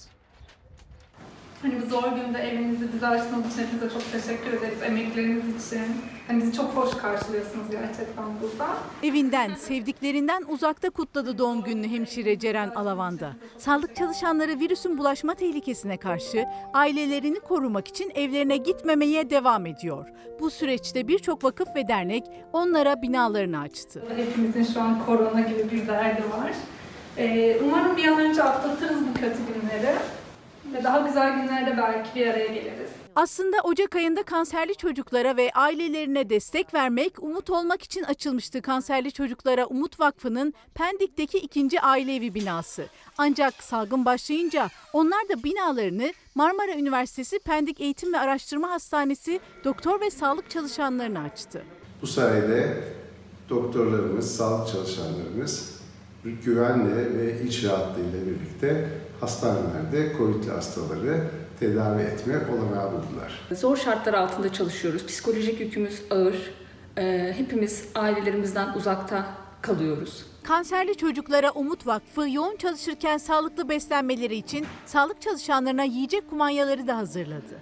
Hani bu zor günde evinizi bize açtığınız için hepinize çok teşekkür ederiz. Emekleriniz için. Hani bizi çok hoş karşılıyorsunuz gerçekten burada. Evinden, sevdiklerinden uzakta kutladı doğum gününü hemşire Ceren Alavan'da. Sağlık çalışanları virüsün bulaşma tehlikesine karşı ailelerini korumak için evlerine gitmemeye devam ediyor. Bu süreçte birçok vakıf ve dernek onlara binalarını açtı. Hepimizin şu an korona gibi bir derdi var. Umarım bir an önce atlatırız bu kötü günleri. Ve daha güzel günlerde belki bir araya geliriz. Aslında Ocak ayında kanserli çocuklara ve ailelerine destek vermek, umut olmak için açılmıştı Kanserli Çocuklara Umut Vakfı'nın Pendik'teki 2. aile evi binası. Ancak salgın başlayınca onlar da binalarını Marmara Üniversitesi Pendik Eğitim ve Araştırma Hastanesi doktor ve sağlık çalışanlarına açtı. Bu sayede doktorlarımız, sağlık çalışanlarımız güvenle ve iç rahatlığıyla birlikte hastanelerde COVID'li hastaları tedavi etme olanağı buldular. Zor şartlar altında çalışıyoruz. Psikolojik yükümüz ağır. Hepimiz ailelerimizden uzakta kalıyoruz. Kanserli Çocuklara Umut Vakfı yoğun çalışırken sağlıklı beslenmeleri için sağlık çalışanlarına yiyecek kumanyaları da hazırladı.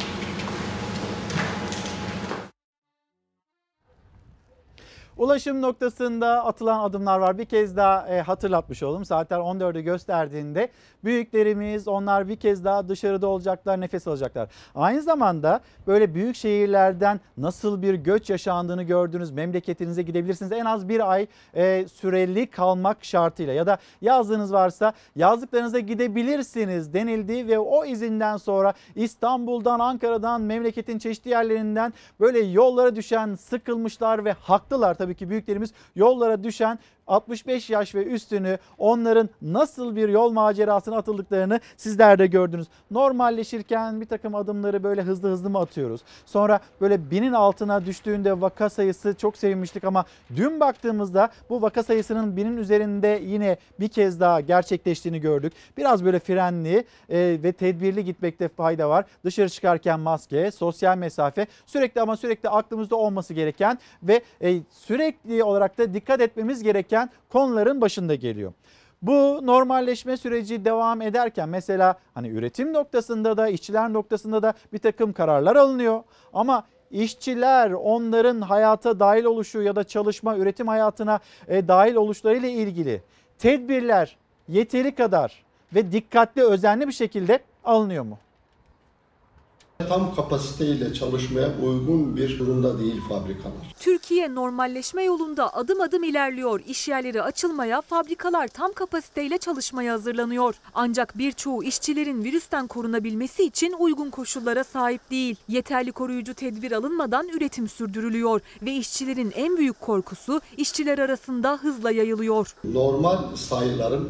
Ulaşım noktasında atılan adımlar var. Bir kez daha hatırlatmış olalım. Saatler 14'ü gösterdiğinde büyüklerimiz onlar bir kez daha dışarıda olacaklar, nefes alacaklar. Aynı zamanda böyle büyük şehirlerden nasıl bir göç yaşandığını gördüğünüz memleketinize gidebilirsiniz. En az bir ay süreli kalmak şartıyla ya da yazlığınız varsa yazlıklarınıza gidebilirsiniz denildi ve o izinden sonra İstanbul'dan, Ankara'dan, memleketin çeşitli yerlerinden böyle yollara düşen sıkılmışlar ve haklılar. Tabii ki büyüklerimiz yollara düşen 65 yaş ve üstünü onların nasıl bir yol macerasına atıldıklarını sizler de gördünüz. Normalleşirken bir takım adımları böyle hızlı mı atıyoruz? Sonra böyle 1000'in altına düştüğünde vaka sayısı çok sevinmiştik ama dün baktığımızda bu vaka sayısının 1000'in üzerinde yine bir kez daha gerçekleştiğini gördük. Biraz böyle frenli ve tedbirli gitmekte fayda var. Dışarı çıkarken maske, sosyal mesafe sürekli aklımızda olması gereken ve sürekli olarak da dikkat etmemiz gereken konuların başında geliyor. Bu normalleşme süreci devam ederken mesela hani üretim noktasında da işçiler noktasında da bir takım kararlar alınıyor. Ama işçiler onların hayata dahil oluşu ya da çalışma üretim hayatına dahil oluşlarıyla ilgili tedbirler yeteri kadar ve dikkatli özenli bir şekilde alınıyor mu? Tam kapasiteyle çalışmaya uygun bir durumda değil fabrikalar. Türkiye normalleşme yolunda adım adım ilerliyor. İş yerleri açılmaya, fabrikalar tam kapasiteyle çalışmaya hazırlanıyor. Ancak birçoğu işçilerin virüsten korunabilmesi için uygun koşullara sahip değil. Yeterli koruyucu tedbir alınmadan üretim sürdürülüyor ve işçilerin en büyük korkusu işçiler arasında hızla yayılıyor. Normal sayıların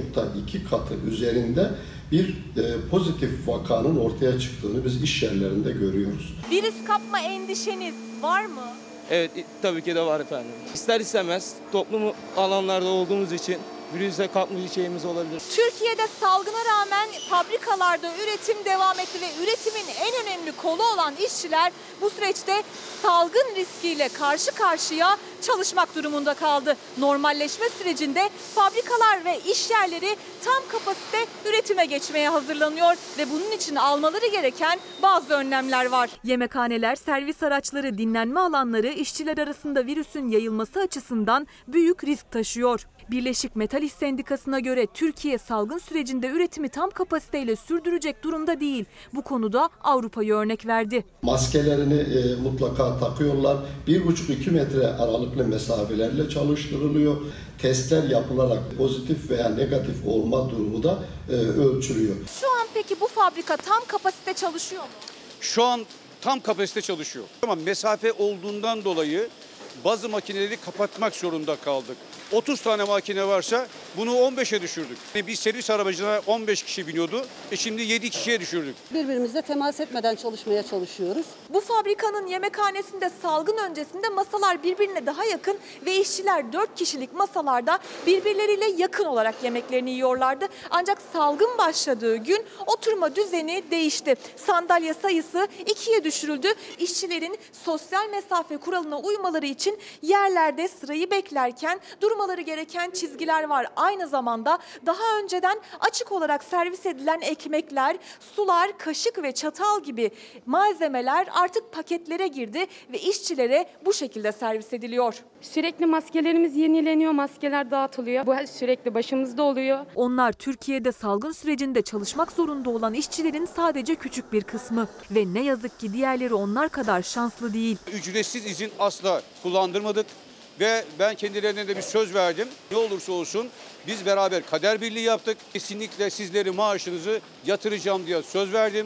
3.2 katı üzerinde bir pozitif vakanın ortaya çıktığını biz iş yerlerinde görüyoruz. Virüs kapma endişeniz var mı? Evet, tabii ki de var efendim. İster istemez toplum alanlarda olduğumuz için virüse kapma şeyimiz olabilir. Türkiye'de salgına rağmen fabrikalarda üretim devam etti ve üretimin en önemli kolu olan işçiler bu süreçte salgın riskiyle karşı karşıya çalışmak durumunda kaldı. Normalleşme sürecinde fabrikalar ve iş yerleri tam kapasite üretime geçmeye hazırlanıyor ve bunun için almaları gereken bazı önlemler var. Yemekhaneler, servis araçları, dinlenme alanları işçiler arasında virüsün yayılması açısından büyük risk taşıyor. Birleşik Metal İş Sendikası'na göre Türkiye salgın sürecinde üretimi tam kapasiteyle sürdürecek durumda değil. Bu konuda Avrupa'yı örnek verdi. Maskelerini mutlaka takıyorlar. 1,5-2 metre aralıklı mesafelerle çalıştırılıyor. Testler yapılarak pozitif veya negatif olma durumu da ölçülüyor. Şu an peki bu fabrika tam kapasite çalışıyor mu? Şu an tam kapasite çalışıyor. Ama mesafe olduğundan dolayı bazı makineleri kapatmak zorunda kaldık. 30 tane makine varsa bunu 15'e düşürdük. Bir servis arabacına 15 kişi biniyordu. Şimdi 7 kişiye düşürdük. Birbirimizle temas etmeden çalışmaya çalışıyoruz. Bu fabrikanın yemekhanesinde salgın öncesinde masalar birbirine daha yakın ve işçiler 4 kişilik masalarda birbirleriyle yakın olarak yemeklerini yiyorlardı. Ancak salgın başladığı gün oturma düzeni değişti. Sandalye sayısı 2'ye düşürüldü. İşçilerin sosyal mesafe kuralına uymaları için yerlerde sırayı beklerken durmaları gereken çizgiler var. Aynı zamanda daha önceden açık olarak servis edilen ekmekler, sular, kaşık ve çatal gibi malzemeler artık paketlere girdi ve işçilere bu şekilde servis ediliyor. Sürekli maskelerimiz yenileniyor, maskeler dağıtılıyor. Bu sürekli başımızda oluyor. Onlar Türkiye'de salgın sürecinde çalışmak zorunda olan işçilerin sadece küçük bir kısmı ve ne yazık ki diğerleri onlar kadar şanslı değil. Ücretsiz izin asla kullandırmadık. Ve ben kendilerine de bir söz verdim. Ne olursa olsun biz beraber kader birliği yaptık. Kesinlikle sizleri maaşınızı yatıracağım diye söz verdim.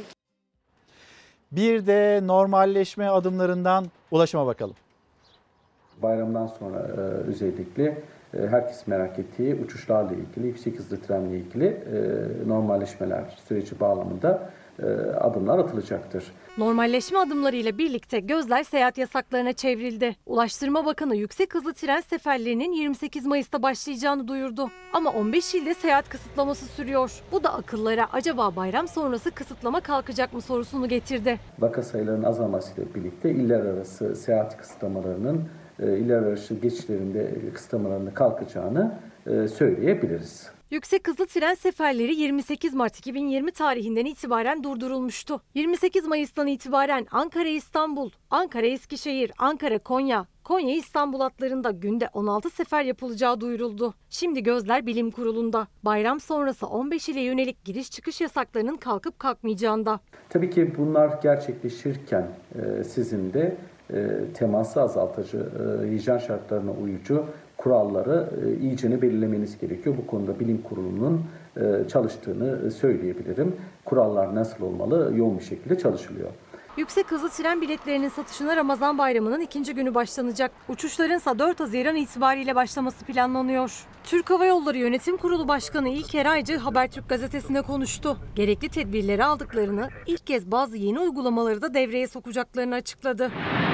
Bir de normalleşme adımlarından ulaşıma bakalım. Bayramdan sonra özellikle herkes merak ettiği uçuşlarla ilgili, yüksek hızlı trenle ilgili normalleşmeler süreci bağlamında adımlar atılacaktır. Normalleşme adımlarıyla birlikte gözler seyahat yasaklarına çevrildi. Ulaştırma Bakanı yüksek hızlı tren seferlerinin 28 Mayıs'ta başlayacağını duyurdu. Ama 15 ilde seyahat kısıtlaması sürüyor. Bu da akıllara acaba bayram sonrası kısıtlama kalkacak mı sorusunu getirdi. Vaka sayılarının azalmasıyla birlikte iller arası seyahat kısıtlamalarının, iller arası geçişlerinde kısıtlamalarının kalkacağını söyleyebiliriz. Yüksek hızlı tren seferleri 28 Mart 2020 tarihinden itibaren durdurulmuştu. 28 Mayıs'tan itibaren Ankara-İstanbul, Ankara-Eskişehir, Ankara-Konya, Konya-İstanbul hatlarında günde 16 sefer yapılacağı duyuruldu. Şimdi gözler bilim kurulunda. Bayram sonrası 15 ile yönelik giriş çıkış yasaklarının kalkıp kalkmayacağında. Tabii ki bunlar gerçekleşirken sizin de teması azaltıcı, hijyen şartlarına uyucu kuralları iyicene belirlemeniz gerekiyor. Bu konuda bilim kurulunun çalıştığını söyleyebilirim. Kurallar nasıl olmalı? Yoğun bir şekilde çalışılıyor. Yüksek hızlı tren biletlerinin satışına Ramazan Bayramı'nın ikinci günü başlanacak. Uçuşlarınsa 4 Haziran itibariyle başlaması planlanıyor. Türk Hava Yolları Yönetim Kurulu Başkanı İlker Aycı Habertürk gazetesine konuştu. Gerekli tedbirleri aldıklarını, ilk kez bazı yeni uygulamaları da devreye sokacaklarını açıkladı.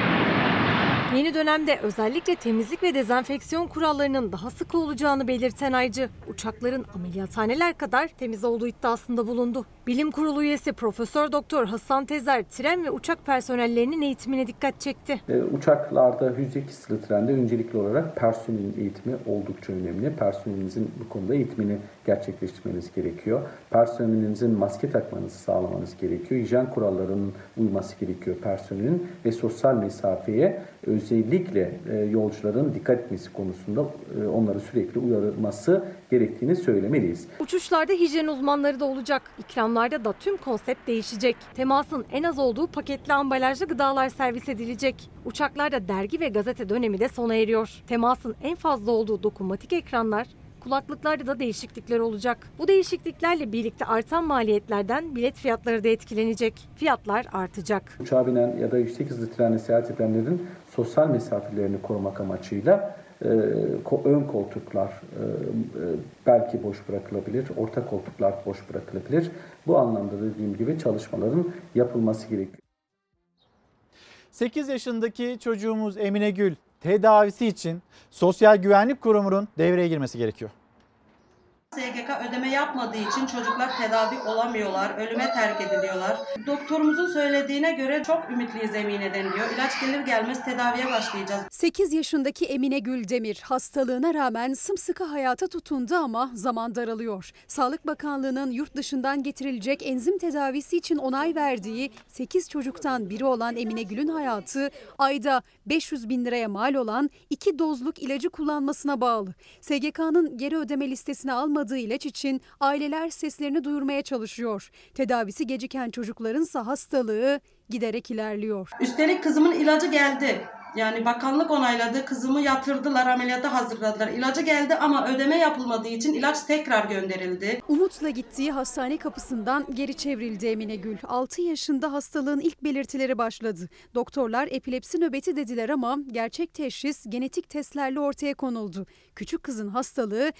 Yeni dönemde özellikle temizlik ve dezenfeksiyon kurallarının daha sıkı olacağını belirten Aycı, uçakların ameliyathaneler kadar temiz olduğu iddiasında bulundu. Bilim Kurulu üyesi Profesör Doktor Hasan Tezer, tren ve uçak personellerinin eğitimine dikkat çekti. Uçaklarda yüksek hızlı trende öncelikli olarak personelin eğitimi oldukça önemli. Personelimizin bu konuda eğitimini gerçekleştirmeniz gerekiyor. Personelinizin maske takmanızı sağlamanız gerekiyor. Hijyen kurallarının uyması gerekiyor personelin ve sosyal mesafeye özellikle yolcuların dikkat etmesi konusunda onları sürekli uyarılması gerektiğini söylemeliyiz. Uçuşlarda hijyen uzmanları da olacak. İkramlarda da tüm konsept değişecek. Temasın en az olduğu paketli ambalajlı gıdalar servis edilecek. Uçaklarda dergi ve gazete dönemi de sona eriyor. Temasın en fazla olduğu dokunmatik ekranlar, kulaklıklarda da değişiklikler olacak. Bu değişikliklerle birlikte artan maliyetlerden bilet fiyatları da etkilenecek. Fiyatlar artacak. Uçağa binen ya da yüksek hızlı trenle seyahat edenlerin sosyal mesafelerini korumak amacıyla ön koltuklar belki boş bırakılabilir, orta koltuklar boş bırakılabilir. Bu anlamda dediğim gibi çalışmaların yapılması gerekiyor. 8 yaşındaki çocuğumuz Emine Gül tedavisi için Sosyal Güvenlik Kurumu'nun devreye girmesi gerekiyor. SGK ödeme yapmadığı için çocuklar tedavi olamıyorlar, ölüme terk ediliyorlar. Doktorumuzun söylediğine göre çok ümitliyiz Emine'den diyor. İlaç gelir gelmez tedaviye başlayacağız. 8 yaşındaki Emine Gül Demir hastalığına rağmen sımsıkı hayata tutundu ama zaman daralıyor. Sağlık Bakanlığı'nın yurt dışından getirilecek enzim tedavisi için onay verdiği 8 çocuktan biri olan Emine Gül'ün hayatı ayda 500 bin liraya mal olan 2 dozluk ilacı kullanmasına bağlı. SGK'nın geri ödeme listesine almadığı ilaç için aileler seslerini duyurmaya çalışıyor. Tedavisi geciken çocuklarınsa hastalığı giderek ilerliyor. Üstelik kızımın ilacı geldi. Yani bakanlık onayladı, kızımı yatırdılar, ameliyata hazırladılar. İlacı geldi ama ödeme yapılmadığı için ilaç tekrar gönderildi. Umutla gittiği hastane kapısından geri çevrildi Emine Gül. 6 yaşında hastalığın ilk belirtileri başladı. Doktorlar epilepsi nöbeti dediler ama gerçek teşhis genetik testlerle ortaya konuldu. Küçük kızın hastalığı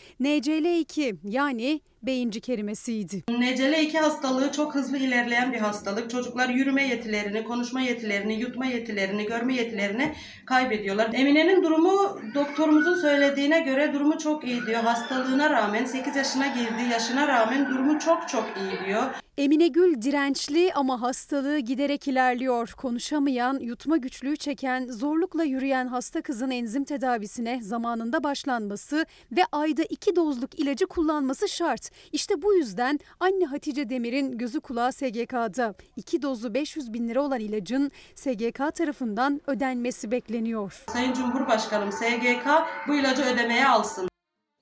NCL2 yani beyincik erimesiydi. NCL2 hastalığı çok hızlı ilerleyen bir hastalık. Çocuklar yürüme yetilerini, konuşma yetilerini, yutma yetilerini, görme yetilerini kaybediyorlar. Emine'nin durumu doktorumuzun söylediğine göre durumu çok iyi diyor. Hastalığına rağmen 8 yaşına girdi, yaşına rağmen durumu çok iyi diyor. Emine Gül dirençli ama hastalığı giderek ilerliyor. Konuşamayan, yutma güçlüğü çeken, zorlukla yürüyen hasta kızın enzim tedavisine zamanında başlanması ve ayda 2 dozluk ilacı kullanması şart. İşte bu yüzden anne Hatice Demir'in gözü kulağı SGK'da. 2 dozlu 500 bin lira olan ilacın SGK tarafından ödenmesi bekleniyor. Sayın Cumhurbaşkanım, SGK bu ilacı ödemeye alsın.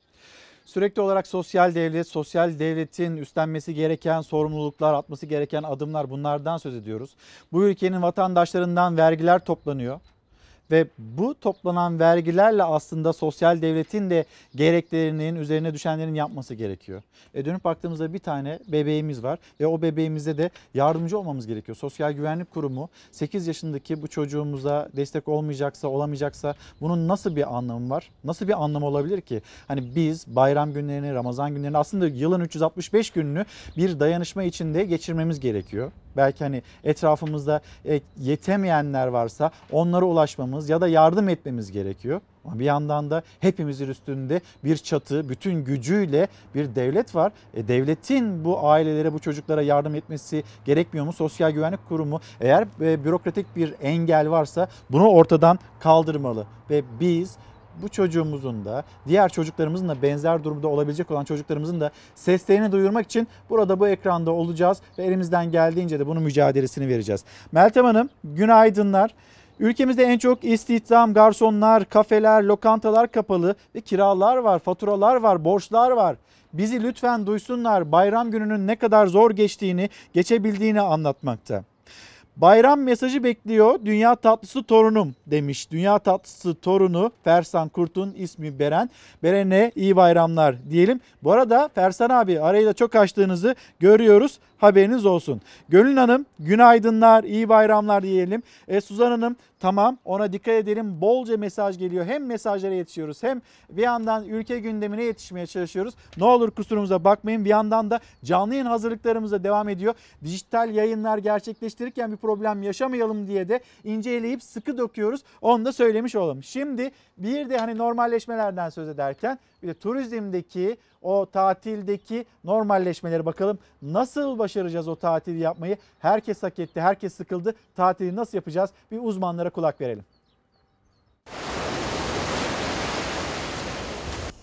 Sürekli olarak sosyal devletin üstlenmesi gereken sorumluluklar, atması gereken adımlar, bunlardan söz ediyoruz. Bu ülkenin vatandaşlarından vergiler toplanıyor. Ve bu toplanan vergilerle aslında sosyal devletin de gereklerinin, üzerine düşenlerin yapması gerekiyor. Dönüp baktığımızda bir tane bebeğimiz var ve o bebeğimize de yardımcı olmamız gerekiyor. Sosyal Güvenlik Kurumu 8 yaşındaki bu çocuğumuza destek olamayacaksa bunun nasıl bir anlamı var? Nasıl bir anlamı olabilir ki? Hani biz bayram günlerini, Ramazan günlerini, aslında yılın 365 gününü bir dayanışma içinde geçirmemiz gerekiyor. Belki hani etrafımızda yetemeyenler varsa onlara ulaşmamız ya da yardım etmemiz gerekiyor. Ama bir yandan da hepimizin üstünde bir çatı, bütün gücüyle bir devlet var. Devletin bu ailelere, bu çocuklara yardım etmesi gerekmiyor mu? Sosyal Güvenlik Kurumu eğer bürokratik bir engel varsa bunu ortadan kaldırmalı. Ve biz bu çocuğumuzun da diğer çocuklarımızın da benzer durumda olabilecek olan çocuklarımızın da seslerini duyurmak için burada bu ekranda olacağız ve elimizden geldiğince de bunun mücadelesini vereceğiz. Meltem Hanım, günaydınlar. Ülkemizde en çok istihdam, garsonlar, kafeler, lokantalar kapalı ve kiralar var, faturalar var, borçlar var. Bizi lütfen duysunlar, bayram gününün ne kadar zor geçebildiğini anlatmakta. Bayram mesajı bekliyor. Dünya tatlısı torunum demiş. Dünya tatlısı torunu Fersan Kurt'un ismi Beren. Beren'e iyi bayramlar diyelim. Bu arada Fersan abi arayı da çok açtığınızı görüyoruz. Haberiniz olsun. Gönül Hanım günaydınlar, iyi bayramlar diyelim. Suzan Hanım tamam, ona dikkat edelim. Bolca mesaj geliyor. Hem mesajlara yetişiyoruz hem bir yandan ülke gündemine yetişmeye çalışıyoruz. Ne olur kusurumuza bakmayın. Bir yandan da canlı yayın hazırlıklarımıza devam ediyor. Dijital yayınlar gerçekleştirirken bir problem yaşamayalım diye de inceleyip sıkı dokuyoruz. Onu da söylemiş olalım. Şimdi bir de hani normalleşmelerden söz ederken bir de turizmdeki, o tatildeki normalleşmeleri bakalım. Nasıl başaracağız o tatili yapmayı? Herkes hak etti, herkes sıkıldı. Tatili nasıl yapacağız? Bir uzmanlara kulak verelim.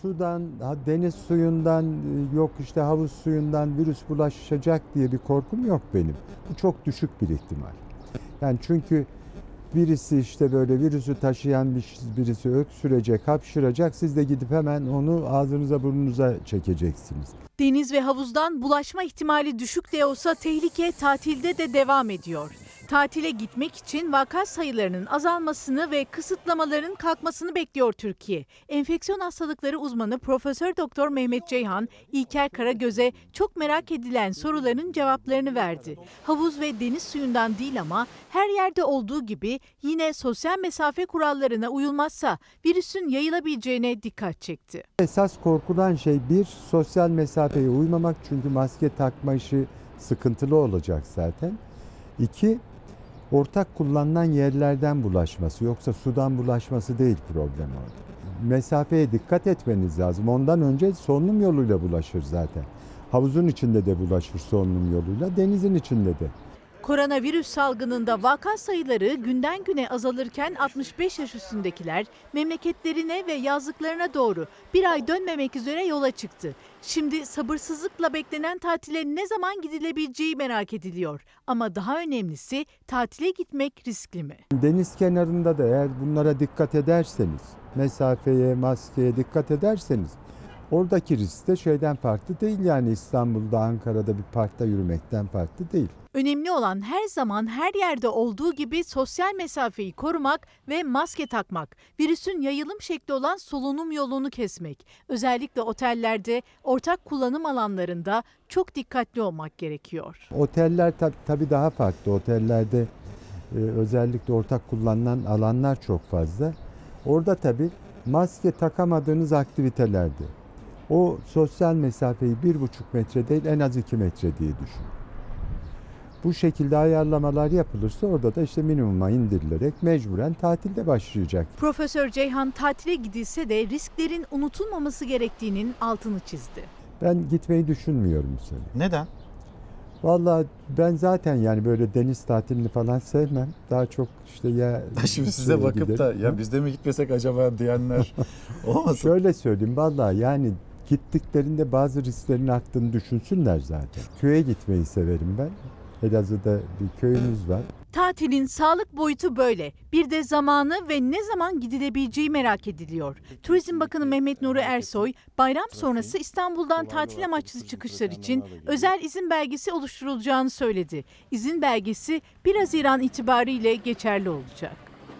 sudan, deniz suyundan, yok işte havuz suyundan virüs bulaşacak diye bir korkum yok benim. Bu çok düşük bir ihtimal. Yani çünkü birisi işte böyle virüsü taşıyan birisi öksürecek, hapşıracak. Siz de gidip hemen onu ağzınıza burnunuza çekeceksiniz. Deniz ve havuzdan bulaşma ihtimali düşük de olsa tehlike tatilde de devam ediyor. Tatile gitmek için vaka sayılarının azalmasını ve kısıtlamaların kalkmasını bekliyor Türkiye. Enfeksiyon hastalıkları uzmanı Profesör Doktor Mehmet Ceyhan, İlker Karagöz'e çok merak edilen soruların cevaplarını verdi. Havuz ve deniz suyundan değil ama her yerde olduğu gibi yine sosyal mesafe kurallarına uyulmazsa virüsün yayılabileceğine dikkat çekti. Esas korkulan şey bir, sosyal mesafeye uymamak, çünkü maske takma işi sıkıntılı olacak zaten. İki, ortak kullanılan yerlerden bulaşması, yoksa sudan bulaşması değil problem orada. Mesafeye dikkat etmeniz lazım. Ondan önce solunum yoluyla bulaşır zaten. Havuzun içinde de bulaşır solunum yoluyla, denizin içinde de. Koronavirüs salgınında vaka sayıları günden güne azalırken 65 yaş üstündekiler memleketlerine ve yazlıklarına doğru bir ay dönmemek üzere yola çıktı. Şimdi sabırsızlıkla beklenen tatile ne zaman gidilebileceği merak ediliyor. Ama daha önemlisi tatile gitmek riskli mi? Deniz kenarında da eğer bunlara dikkat ederseniz, mesafeye, maskeye dikkat ederseniz, oradaki risk de şeyden farklı değil, yani İstanbul'da, Ankara'da bir parkta yürümekten farklı değil. Önemli olan her zaman her yerde olduğu gibi sosyal mesafeyi korumak ve maske takmak. Virüsün yayılım şekli olan solunum yolunu kesmek. Özellikle otellerde, ortak kullanım alanlarında çok dikkatli olmak gerekiyor. Oteller tabii daha farklı. Otellerde özellikle ortak kullanılan alanlar çok fazla. Orada tabii maske takamadığınız aktivitelerde o sosyal mesafeyi 1,5 metre değil en az 2 metre diye düşünün. Bu şekilde ayarlamalar yapılırsa orada da işte minimuma indirilerek mecburen tatilde başlayacak. Profesör Ceyhan tatile gidilse de risklerin unutulmaması gerektiğinin altını çizdi. Ben gitmeyi düşünmüyorum bu sene. Neden? Vallahi ben zaten yani böyle deniz tatilini falan sevmem. Daha çok işte ya... Şimdi size bakıp da ya biz de mi gitmesek acaba diyenler olmasın? Şöyle söyleyeyim, vallahi yani gittiklerinde bazı risklerin arttığını düşünsünler zaten. Köye gitmeyi severim ben. Elazığ'da bir köyümüz var. Tatilin sağlık boyutu böyle. Bir de zamanı ve ne zaman gidilebileceği merak ediliyor. Turizm Bakanı Mehmet Nuri Ersoy, bayram sonrası İstanbul'dan tatil amaçlı çıkışlar için özel izin belgesi oluşturulacağını söyledi. İzin belgesi 1 Haziran itibariyle geçerli olacak.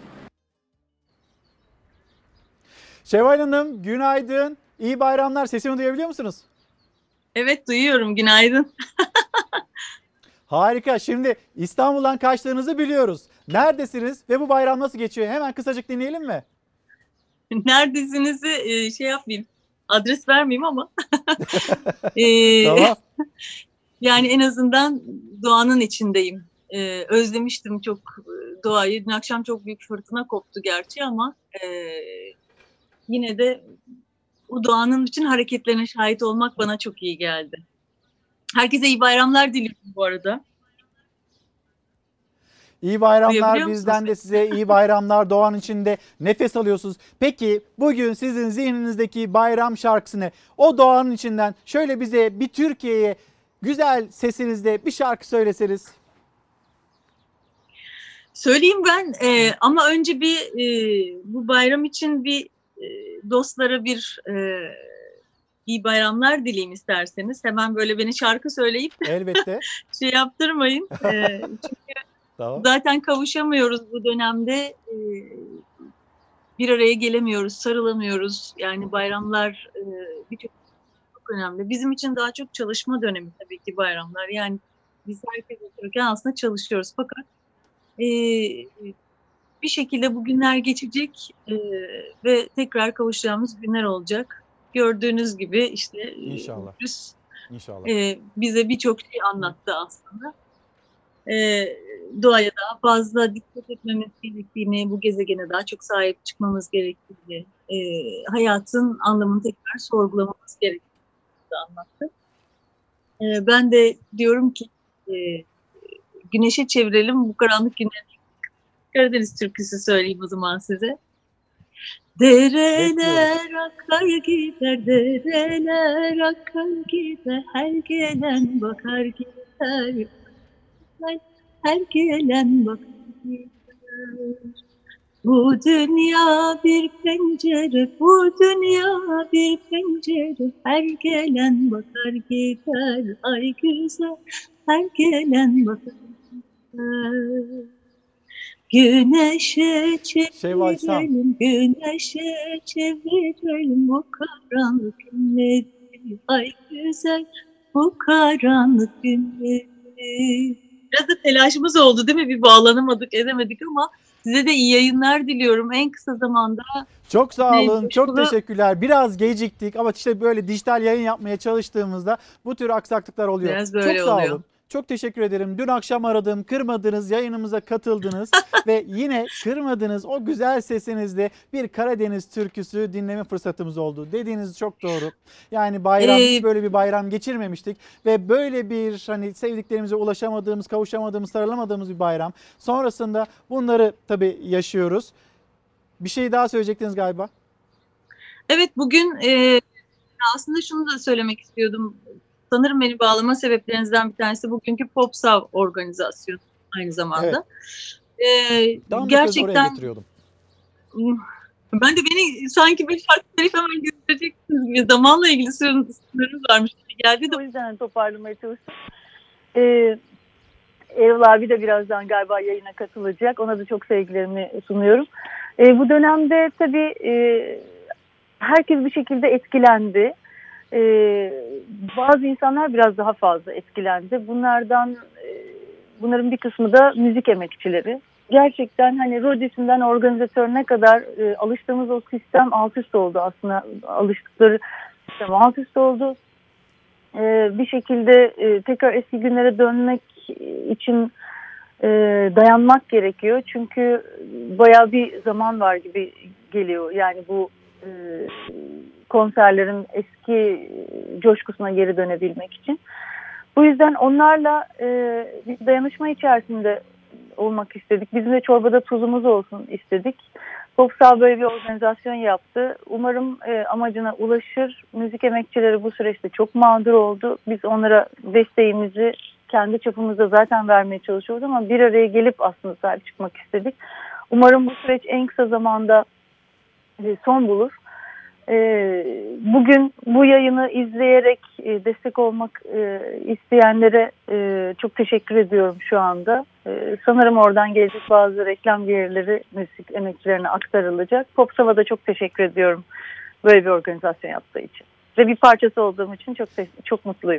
Şevval Hanım, günaydın. İyi bayramlar. Sesimi duyabiliyor musunuz? Evet, duyuyorum. Günaydın. Harika. Şimdi İstanbul'dan kaçtığınızı biliyoruz. Neredesiniz ve bu bayram nasıl geçiyor? Hemen kısacık dinleyelim mi? Neredesinizi şey yapmayayım. Adres vermeyeyim ama. Tamam. Yani en azından doğanın içindeyim. Özlemiştim çok doğayı. Dün akşam çok büyük fırtına koptu gerçi ama yine de o doğanın bütün hareketlerine şahit olmak bana çok iyi geldi. Herkese iyi bayramlar diliyorum bu arada. İyi bayramlar, bizden de size iyi bayramlar. Doğanın içinde nefes alıyorsunuz. Peki bugün sizin zihninizdeki bayram şarkısı ne? O doğanın içinden şöyle bize bir Türkiye'ye güzel sesinizle bir şarkı söyleseniz. Söyleyeyim ben ama önce bir bu bayram için bir dostlara bir iyi bayramlar dileyim isterseniz. Hemen böyle beni şarkı söyleyip elbette şey yaptırmayın. Çünkü tamam. Zaten kavuşamıyoruz bu dönemde. Bir araya gelemiyoruz, sarılamıyoruz. Yani bayramlar çok önemli. Bizim için daha çok çalışma dönemi tabii ki bayramlar. Yani biz herkes otururken aslında çalışıyoruz. Fakat bir şekilde bu günler geçecek ve tekrar kavuşacağımız günler olacak. Gördüğünüz gibi işte İnşallah. Bize birçok şey anlattı aslında. Doğaya daha fazla dikkat etmemiz gerektiğini, bu gezegene daha çok sahip çıkmamız gerektiğini, hayatın anlamını tekrar sorgulamamız gerektiğini de anlattı. Ben de diyorum ki güneşe çevirelim bu karanlık günleri. Karadeniz türküsü söyleyeyim o zaman size. Dereler akar gider, dereler akar gider, her gelen bakar gider, her gelen bakar gider. Bu dünya bir pencere, bu dünya bir pencere, her gelen bakar gider, ay güzel, her gelen bakar gider. Güneşe çevirelim, güneşe çevirelim bu karanlık günleri, ay güzel bu karanlık günleri. Biraz da telaşımız oldu değil mi? Bir bağlanamadık, edemedik ama size de iyi yayınlar diliyorum en kısa zamanda. Çok sağ olun, çok teşekkürler. Biraz geciktik ama işte böyle dijital yayın yapmaya çalıştığımızda bu tür aksaklıklar oluyor. Biraz böyle çok sağ oluyor. olun. Çok teşekkür ederim. Dün akşam aradım, kırmadınız, yayınımıza katıldınız ve yine kırmadınız. O güzel sesinizle bir Karadeniz türküsü dinleme fırsatımız oldu. Dediğiniz çok doğru. Yani bayram, hiç böyle bir bayram geçirmemiştik ve böyle bir hani sevdiklerimize ulaşamadığımız, kavuşamadığımız, sarılamadığımız bir bayram. Sonrasında bunları tabii yaşıyoruz. Bir şey daha söyleyecektiniz galiba. Evet, bugün aslında şunu da söylemek istiyordum. Sanırım beni bağlama sebeplerinizden bir tanesi bugünkü Popsav organizasyonu aynı zamanda. Evet. Gerçekten getiriyordum. Ben de beni sanki bir şarkı tarif hemen göstereceksiniz gibi zamanla ilgili sınırınız varmış gibi geldi de o yüzden toparlamaya çalıştım. Erol abi de birazdan galiba yayına katılacak. Ona da çok sevgilerimi sunuyorum. Bu dönemde tabii herkes bir şekilde etkilendi. Bazı insanlar biraz daha fazla etkilendi. Bunların bir kısmı da müzik emekçileri. Gerçekten hani rodisinden organizatörüne kadar alıştığımız o sistem alt üst oldu aslında. Alıştıkları sistem alt üst oldu. Bir şekilde tekrar eski günlere dönmek için dayanmak gerekiyor. Çünkü bayağı bir zaman var gibi geliyor. Yani bu konserlerin eski coşkusuna geri dönebilmek için. Bu yüzden onlarla bir dayanışma içerisinde olmak istedik. Bizim de çorbada tuzumuz olsun istedik. Popsav böyle bir organizasyon yaptı. Umarım amacına ulaşır. Müzik emekçileri bu süreçte çok mağdur oldu. Biz onlara desteğimizi kendi çapımızda zaten vermeye çalışıyoruz ama bir araya gelip aslında sahip çıkmak istedik. Umarım bu süreç en kısa zamanda son bulur. Bugün bu yayını izleyerek destek olmak isteyenlere çok teşekkür ediyorum şu anda. Sanırım oradan gelecek bazı reklam gelirleri müzik emekçilerine aktarılacak. Popsav'a da çok teşekkür ediyorum böyle bir organizasyon yaptığı için. Ve bir parçası olduğum için çok mutluyum.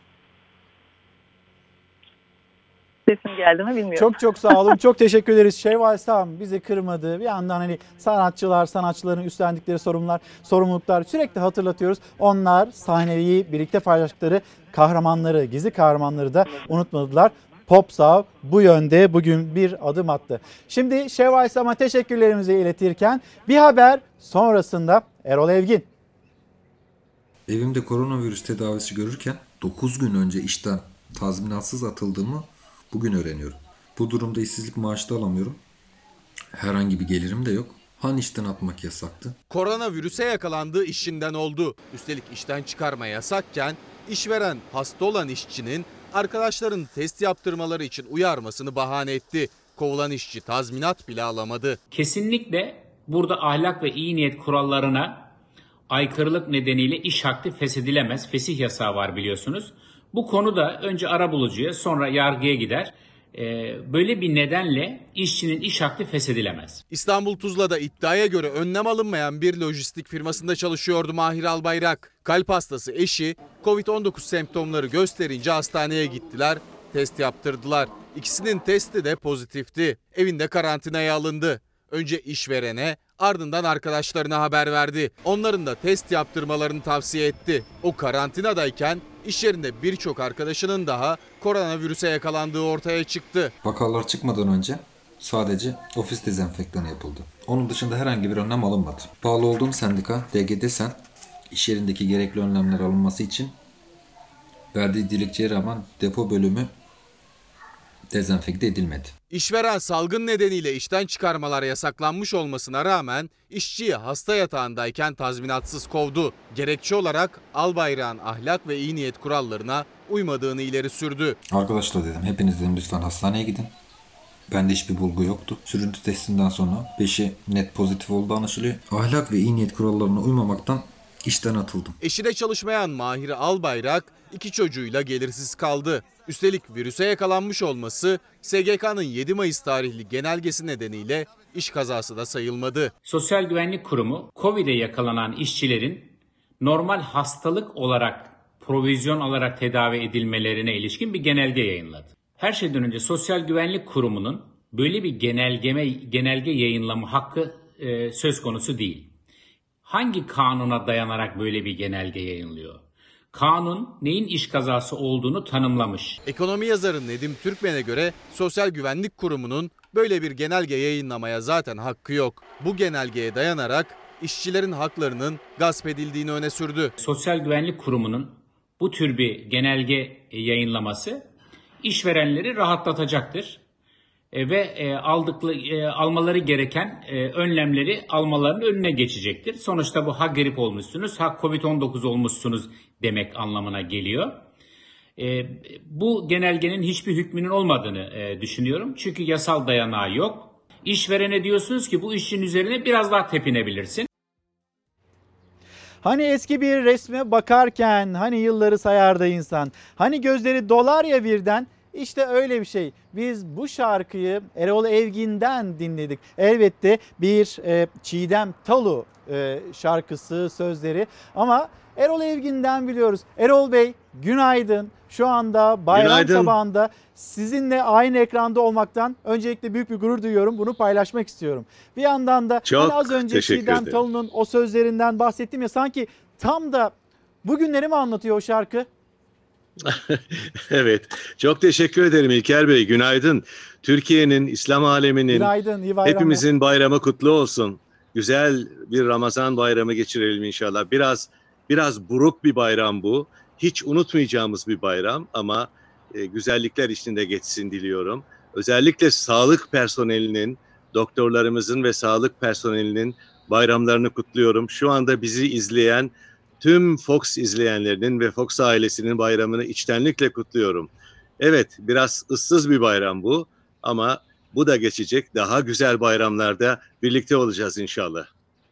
Sesim geldi mi bilmiyorum. Çok sağ olun. Çok teşekkür ederiz. Şevval Sam bizi kırmadı. Bir yandan hani sanatçıların üstlendikleri sorumluluklar sürekli hatırlatıyoruz. Onlar sahneyi birlikte paylaştıkları kahramanları, gizli kahramanları da unutmadılar. Popsav bu yönde bugün bir adım attı. Şimdi Şevval Sam'a teşekkürlerimizi iletirken bir haber sonrasında Erol Evgin. Evimde koronavirüs tedavisi görürken 9 gün önce işten tazminatsız atıldığımı bugün öğreniyorum. Bu durumda işsizlik maaşı da alamıyorum. Herhangi bir gelirim de yok. İşten atmak yasaktı. Koronavirüse yakalandığı işinden oldu. Üstelik işten çıkarma yasakken işveren hasta olan işçinin arkadaşların test yaptırmaları için uyarmasını bahane etti. Kovulan işçi tazminat bile alamadı. Kesinlikle burada ahlak ve iyi niyet kurallarına aykırılık nedeniyle iş hakkı feshedilemez. Fesih yasağı var biliyorsunuz. Bu konuda önce arabulucuya sonra yargıya gider. Böyle bir nedenle işçinin iş hakkı feshedilemez. İstanbul Tuzla'da iddiaya göre önlem alınmayan bir lojistik firmasında çalışıyordu Mahir Albayrak. Kalp hastası eşi Covid-19 semptomları gösterince hastaneye gittiler, test yaptırdılar. İkisinin testi de pozitifti. Evinde karantinaya alındı. Önce işverene, ardından arkadaşlarına haber verdi. Onların da test yaptırmalarını tavsiye etti. O karantinadayken iş yerinde birçok arkadaşının daha koronavirüse yakalandığı ortaya çıktı. Vakalar çıkmadan önce sadece ofis dezenfektanı yapıldı. Onun dışında herhangi bir önlem alınmadı. Bağlı olduğum sendika DGDSEN iş yerindeki gerekli önlemler alınması için verdiği dilekçeye rağmen depo bölümü dezenfekte edilmedi. İşveren salgın nedeniyle işten çıkarmalar yasaklanmış olmasına rağmen işçiyi hasta yatağındayken tazminatsız kovdu. Gerekçe olarak Albayrak'ın ahlak ve iyi niyet kurallarına uymadığını ileri sürdü. Arkadaşlar dedim, hepiniz dedim lütfen hastaneye gidin. Bende hiçbir bulgu yoktu. Sürüntü testinden sonra 5'i net pozitif olduğu anlaşılıyor. Ahlak ve iyi niyet kurallarına uymamaktan işten atıldım. Eşi de çalışmayan Mahir Albayrak 2 çocuğuyla gelirsiz kaldı. Üstelik virüse yakalanmış olması SGK'nın 7 Mayıs tarihli genelgesi nedeniyle iş kazası da sayılmadı. Sosyal Güvenlik Kurumu Covid'e yakalanan işçilerin normal hastalık olarak provizyon alarak tedavi edilmelerine ilişkin bir genelge yayınladı. Her şeyden önce Sosyal Güvenlik Kurumu'nun böyle bir genelge yayınlama hakkı söz konusu değil. Hangi kanuna dayanarak böyle bir genelge yayınlıyor? Kanun neyin iş kazası olduğunu tanımlamış. Ekonomi yazarı Nedim Türkmen'e göre Sosyal Güvenlik Kurumu'nun böyle bir genelge yayınlamaya zaten hakkı yok. Bu genelgeye dayanarak işçilerin haklarının gasp edildiğini öne sürdü. Sosyal Güvenlik Kurumu'nun bu tür bir genelge yayınlaması işverenleri rahatlatacaktır. Ve almaları gereken önlemleri almalarının önüne geçecektir. Sonuçta bu ha grip olmuşsunuz, ha Covid-19 olmuşsunuz demek anlamına geliyor. Bu genelgenin hiçbir hükmünün olmadığını düşünüyorum. Çünkü yasal dayanağı yok. İşverene diyorsunuz ki bu işin üzerine biraz daha tepinebilirsin. Hani eski bir resme bakarken hani yılları sayardı insan. Hani gözleri dolar ya birden. İşte öyle bir şey. Biz bu şarkıyı Erol Evgin'den dinledik. Elbette bir Çiğdem Talu şarkısı, sözleri. Ama Erol Evgin'den biliyoruz. Erol Bey günaydın. Şu anda bayram sabahında sizinle aynı ekranda olmaktan öncelikle büyük bir gurur duyuyorum. Bunu paylaşmak istiyorum. Bir yandan da hani az önce Çiğdem Talu'nun o sözlerinden bahsettim ya, sanki tam da bugünleri mi anlatıyor o şarkı? Evet, çok teşekkür ederim İlker Bey. Günaydın. Türkiye'nin, İslam aleminin, günaydın, iyi bayramlar. Hepimizin bayramı kutlu olsun. Güzel bir Ramazan bayramı geçirelim inşallah. Biraz buruk bir bayram bu. Hiç unutmayacağımız bir bayram ama güzellikler içinde geçsin diliyorum. Özellikle sağlık personelinin, doktorlarımızın ve sağlık personelinin bayramlarını kutluyorum. Şu anda bizi izleyen tüm Fox izleyenlerinin ve Fox ailesinin bayramını içtenlikle kutluyorum. Evet, biraz ıssız bir bayram bu ama bu da geçecek. Daha güzel bayramlarda birlikte olacağız inşallah.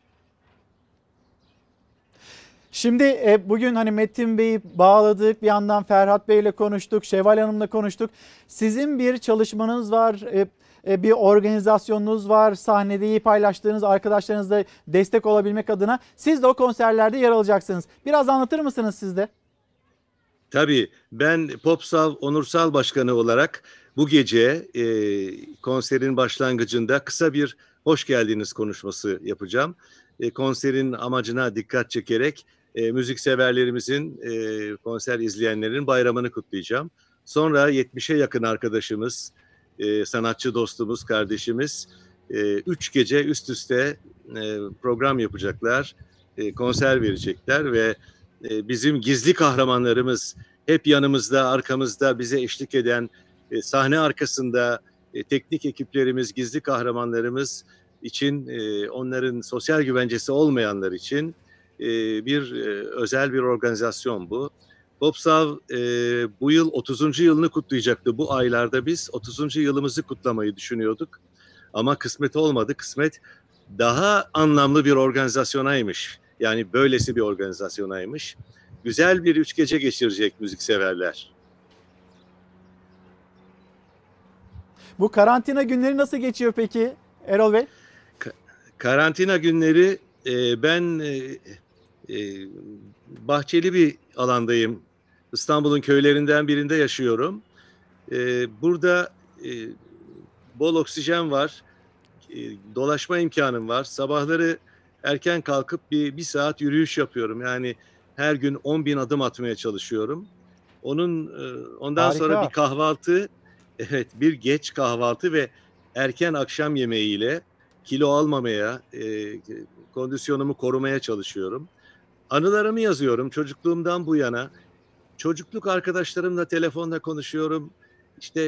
Şimdi bugün hani Metin Bey'i bağladık, bir yandan Ferhat Bey'le konuştuk, Şevval Hanım'la konuştuk. Sizin bir çalışmanız var, bir organizasyonunuz var, sahnedeyi paylaştığınız arkadaşlarınızla destek olabilmek adına. Siz de o konserlerde yer alacaksınız. Biraz anlatır mısınız siz de? Tabii, ben Popsav Onursal Başkanı olarak bu gece konserin başlangıcında kısa bir hoş geldiniz konuşması yapacağım. Konserin amacına dikkat çekerek müzikseverlerimizin, konser izleyenlerin bayramını kutlayacağım. Sonra 70'e yakın arkadaşımız, sanatçı dostumuz, kardeşimiz 3 gece üst üste program yapacaklar, konser verecekler ve bizim gizli kahramanlarımız hep yanımızda, arkamızda bize eşlik eden, sahne arkasında teknik ekiplerimiz, gizli kahramanlarımız için, onların sosyal güvencesi olmayanlar için özel bir organizasyon bu. Popsav bu yıl 30. yılını kutlayacaktı. Bu aylarda biz 30. yılımızı kutlamayı düşünüyorduk. Ama kısmet olmadı. Kısmet daha anlamlı bir organizasyonaymış. Yani böylesi bir organizasyonaymış. Güzel bir 3 gece geçirecek müzikseverler. Bu karantina günleri nasıl geçiyor peki Erol Bey? Karantina günleri ben bahçeli bir alandayım. İstanbul'un köylerinden birinde yaşıyorum. Burada bol oksijen var. Dolaşma imkanım var. Sabahları erken kalkıp bir saat yürüyüş yapıyorum. Yani her gün 10.000 adım atmaya çalışıyorum. Ondan Harika. sonra bir kahvaltı, evet, bir geç kahvaltı ve erken akşam yemeğiyle kilo almamaya, kondisyonumu korumaya çalışıyorum. Anılarımı yazıyorum çocukluğumdan bu yana. Çocukluk arkadaşlarımla telefonla konuşuyorum. İşte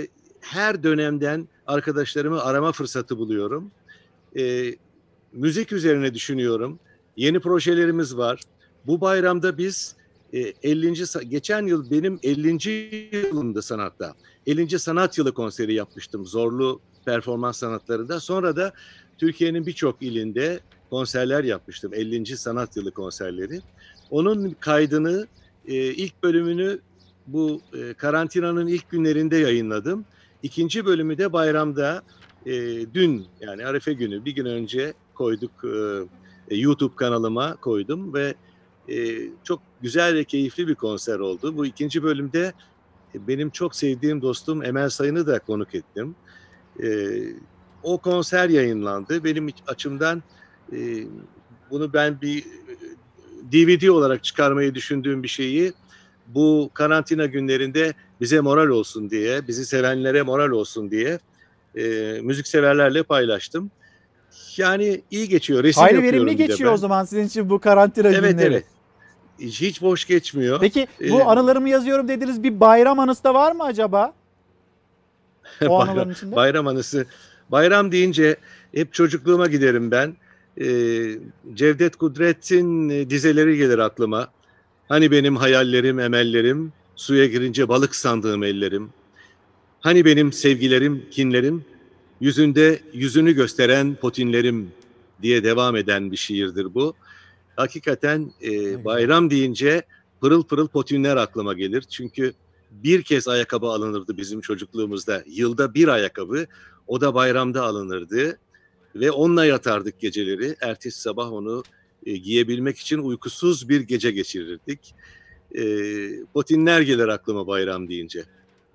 her dönemden arkadaşlarımı arama fırsatı buluyorum. Müzik üzerine düşünüyorum. Yeni projelerimiz var. Bu bayramda biz 50. geçen yıl benim 50. yılımdı sanatta. 50. sanat yılı konseri yapmıştım Zorlu performans sanatlarında. Sonra da Türkiye'nin birçok ilinde konserler yapmıştım. 50. sanat yılı konserleri. Onun kaydını ilk bölümünü bu karantinanın ilk günlerinde yayınladım. İkinci bölümü de bayramda dün yani Arefe günü bir gün önce koyduk, YouTube kanalıma koydum ve çok güzel ve keyifli bir konser oldu. Bu ikinci bölümde benim çok sevdiğim dostum Emel Sayın'ı da konuk ettim. O konser yayınlandı. Benim açımdan bunu ben bir DVD olarak çıkarmayı düşündüğüm bir şeyi bu karantina günlerinde bize moral olsun diye, bizi sevenlere moral olsun diye müzikseverlerle paylaştım. Yani iyi geçiyor. Resim Hayli yapıyorum verimli bir de geçiyor ben. o zaman sizin için bu karantina günleri. Evet. Hiç boş geçmiyor. Peki bu anılarımı yazıyorum dediğiniz bir bayram anısı da var mı acaba? O anıların içinde. Bayram anısı. Bayram deyince hep çocukluğuma giderim ben. Cevdet Kudret'in dizeleri gelir aklıma. Hani benim hayallerim, emellerim, suya girince balık sandığım ellerim. Hani benim sevgilerim, kinlerim, yüzünde yüzünü gösteren potinlerim diye devam eden bir şiirdir bu. Hakikaten bayram deyince pırıl pırıl potinler aklıma gelir. Çünkü bir kez ayakkabı alınırdı bizim çocukluğumuzda. Yılda bir ayakkabı, o da bayramda alınırdı. Ve onunla yatardık geceleri. Ertesi sabah onu giyebilmek için uykusuz bir gece geçirirdik. Potinler gelir aklıma bayram deyince.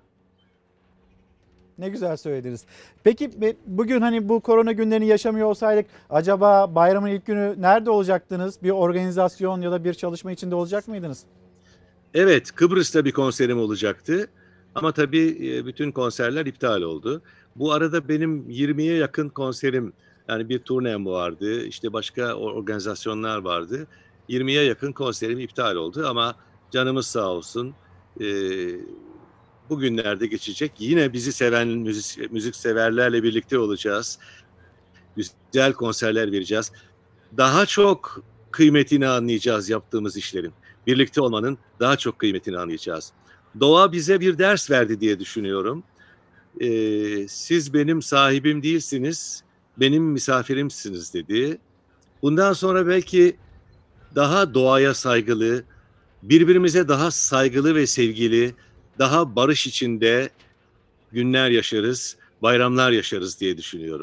Ne güzel söylediniz. Peki bugün hani bu korona günlerini yaşamıyor olsaydık acaba bayramın ilk günü nerede olacaktınız? Bir organizasyon ya da bir çalışma içinde olacak mıydınız? Evet, Kıbrıs'ta bir konserim olacaktı. Ama tabii bütün konserler iptal oldu. Bu arada benim 20'ye yakın konserim, yani bir turnem vardı, işte başka organizasyonlar vardı. 20'ye yakın konserim iptal oldu ama canımız sağ olsun. Bugünlerde geçecek. Yine bizi seven müzik severlerle birlikte olacağız. Güzel konserler vereceğiz. Daha çok kıymetini anlayacağız yaptığımız işlerin. Birlikte olmanın daha çok kıymetini anlayacağız. Doğa bize bir ders verdi diye düşünüyorum. Siz benim sahibim değilsiniz, benim misafirimsiniz dedi. Bundan sonra belki daha doğaya saygılı, birbirimize daha saygılı ve sevgili, daha barış içinde günler yaşarız, bayramlar yaşarız diye düşünüyorum.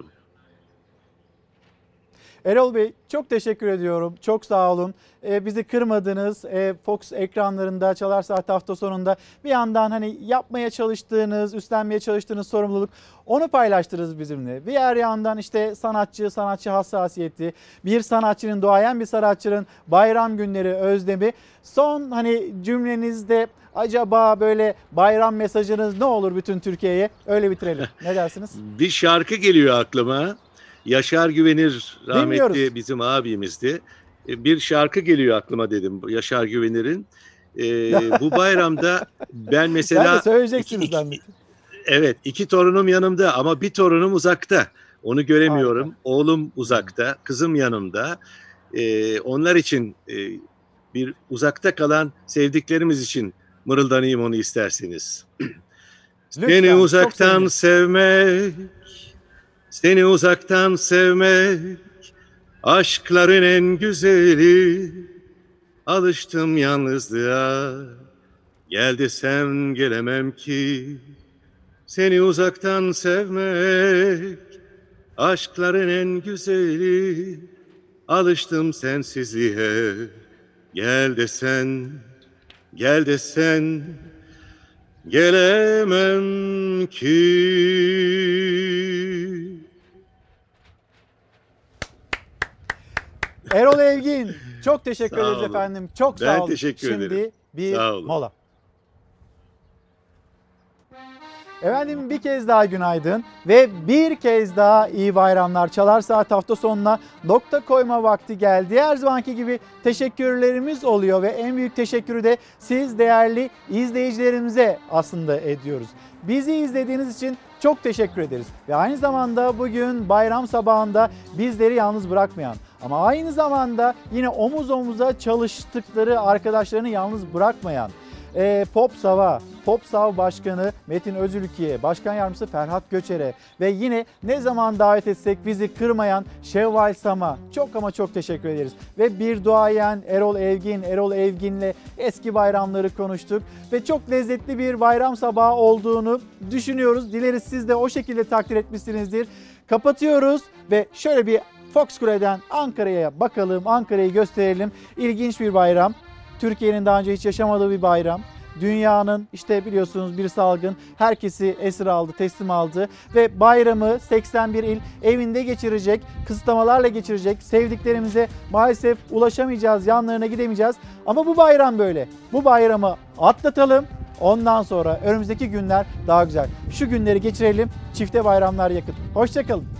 Erol Bey çok teşekkür ediyorum. Çok sağ olun. Bizi kırmadınız. Fox ekranlarında Çalar Saat hafta sonunda bir yandan hani yapmaya çalıştığınız, üstlenmeye çalıştığınız sorumluluk, onu paylaştınız bizimle. Diğer yandan işte sanatçı hassasiyeti, bir sanatçının, doğayan bir sanatçının bayram günleri özlemi. Son hani cümlenizde acaba böyle bayram mesajınız ne olur bütün Türkiye'ye? Öyle bitirelim. Ne dersiniz? Bir şarkı geliyor aklıma. Yaşar Güvenir rahmetli Dinliyoruz. bizim abimizdi. Bir şarkı geliyor aklıma dedim Yaşar Güvenir'in. Bu bayramda ben mesela... Ben de söyleyeceksiniz zannettim. Evet, 2 torunum yanımda ama bir torunum uzakta. Onu göremiyorum. Harika. Oğlum uzakta, kızım yanımda. Onlar için bir uzakta kalan sevdiklerimiz için mırıldanayım onu isterseniz. Lütfen, seni uzaktan sevmek, seni uzaktan sevmek, aşkların en güzeli. Alıştım yalnızlığa, gel desem gelemem ki. Seni uzaktan sevmek, aşkların en güzeli. Alıştım sensizliğe, gel desen, gel desen, gelemem ki. Erol Evgin, çok teşekkür ederiz efendim. Çok sağ olun. Ben teşekkür ederim. Şimdi bir Sağ olun. mola. Efendim bir kez daha günaydın ve bir kez daha iyi bayramlar. Çalar Saat hafta sonuna nokta koyma vakti geldi. Her zamanki gibi teşekkürlerimiz oluyor ve en büyük teşekkürü de siz değerli izleyicilerimize aslında ediyoruz. Bizi izlediğiniz için çok teşekkür ederiz. Ve aynı zamanda bugün bayram sabahında bizleri yalnız bırakmayan ama aynı zamanda yine omuz omuza çalıştıkları arkadaşlarını yalnız bırakmayan POPSAV Başkanı Metin Özülki'ye, Başkan Yardımcısı Ferhat Göçer'e ve yine ne zaman davet etsek bizi kırmayan Şevval Sam'a çok ama çok teşekkür ederiz. Ve bir duayen Erol Evgin'le eski bayramları konuştuk ve çok lezzetli bir bayram sabahı olduğunu düşünüyoruz. Dileriz siz de o şekilde takdir etmişsinizdir. Kapatıyoruz ve şöyle bir Fox Kule'den Ankara'ya bakalım, Ankara'yı gösterelim. İlginç bir bayram. Türkiye'nin daha önce hiç yaşamadığı bir bayram. Dünyanın işte biliyorsunuz bir salgın herkesi esir aldı, teslim aldı ve bayramı 81 il evinde geçirecek, kısıtlamalarla geçirecek. Sevdiklerimize maalesef ulaşamayacağız, yanlarına gidemeyeceğiz. Ama bu bayram böyle. Bu bayramı atlatalım. Ondan sonra önümüzdeki günler daha güzel. Şu günleri geçirelim, çifte bayramlar yakın. Hoşça kalın.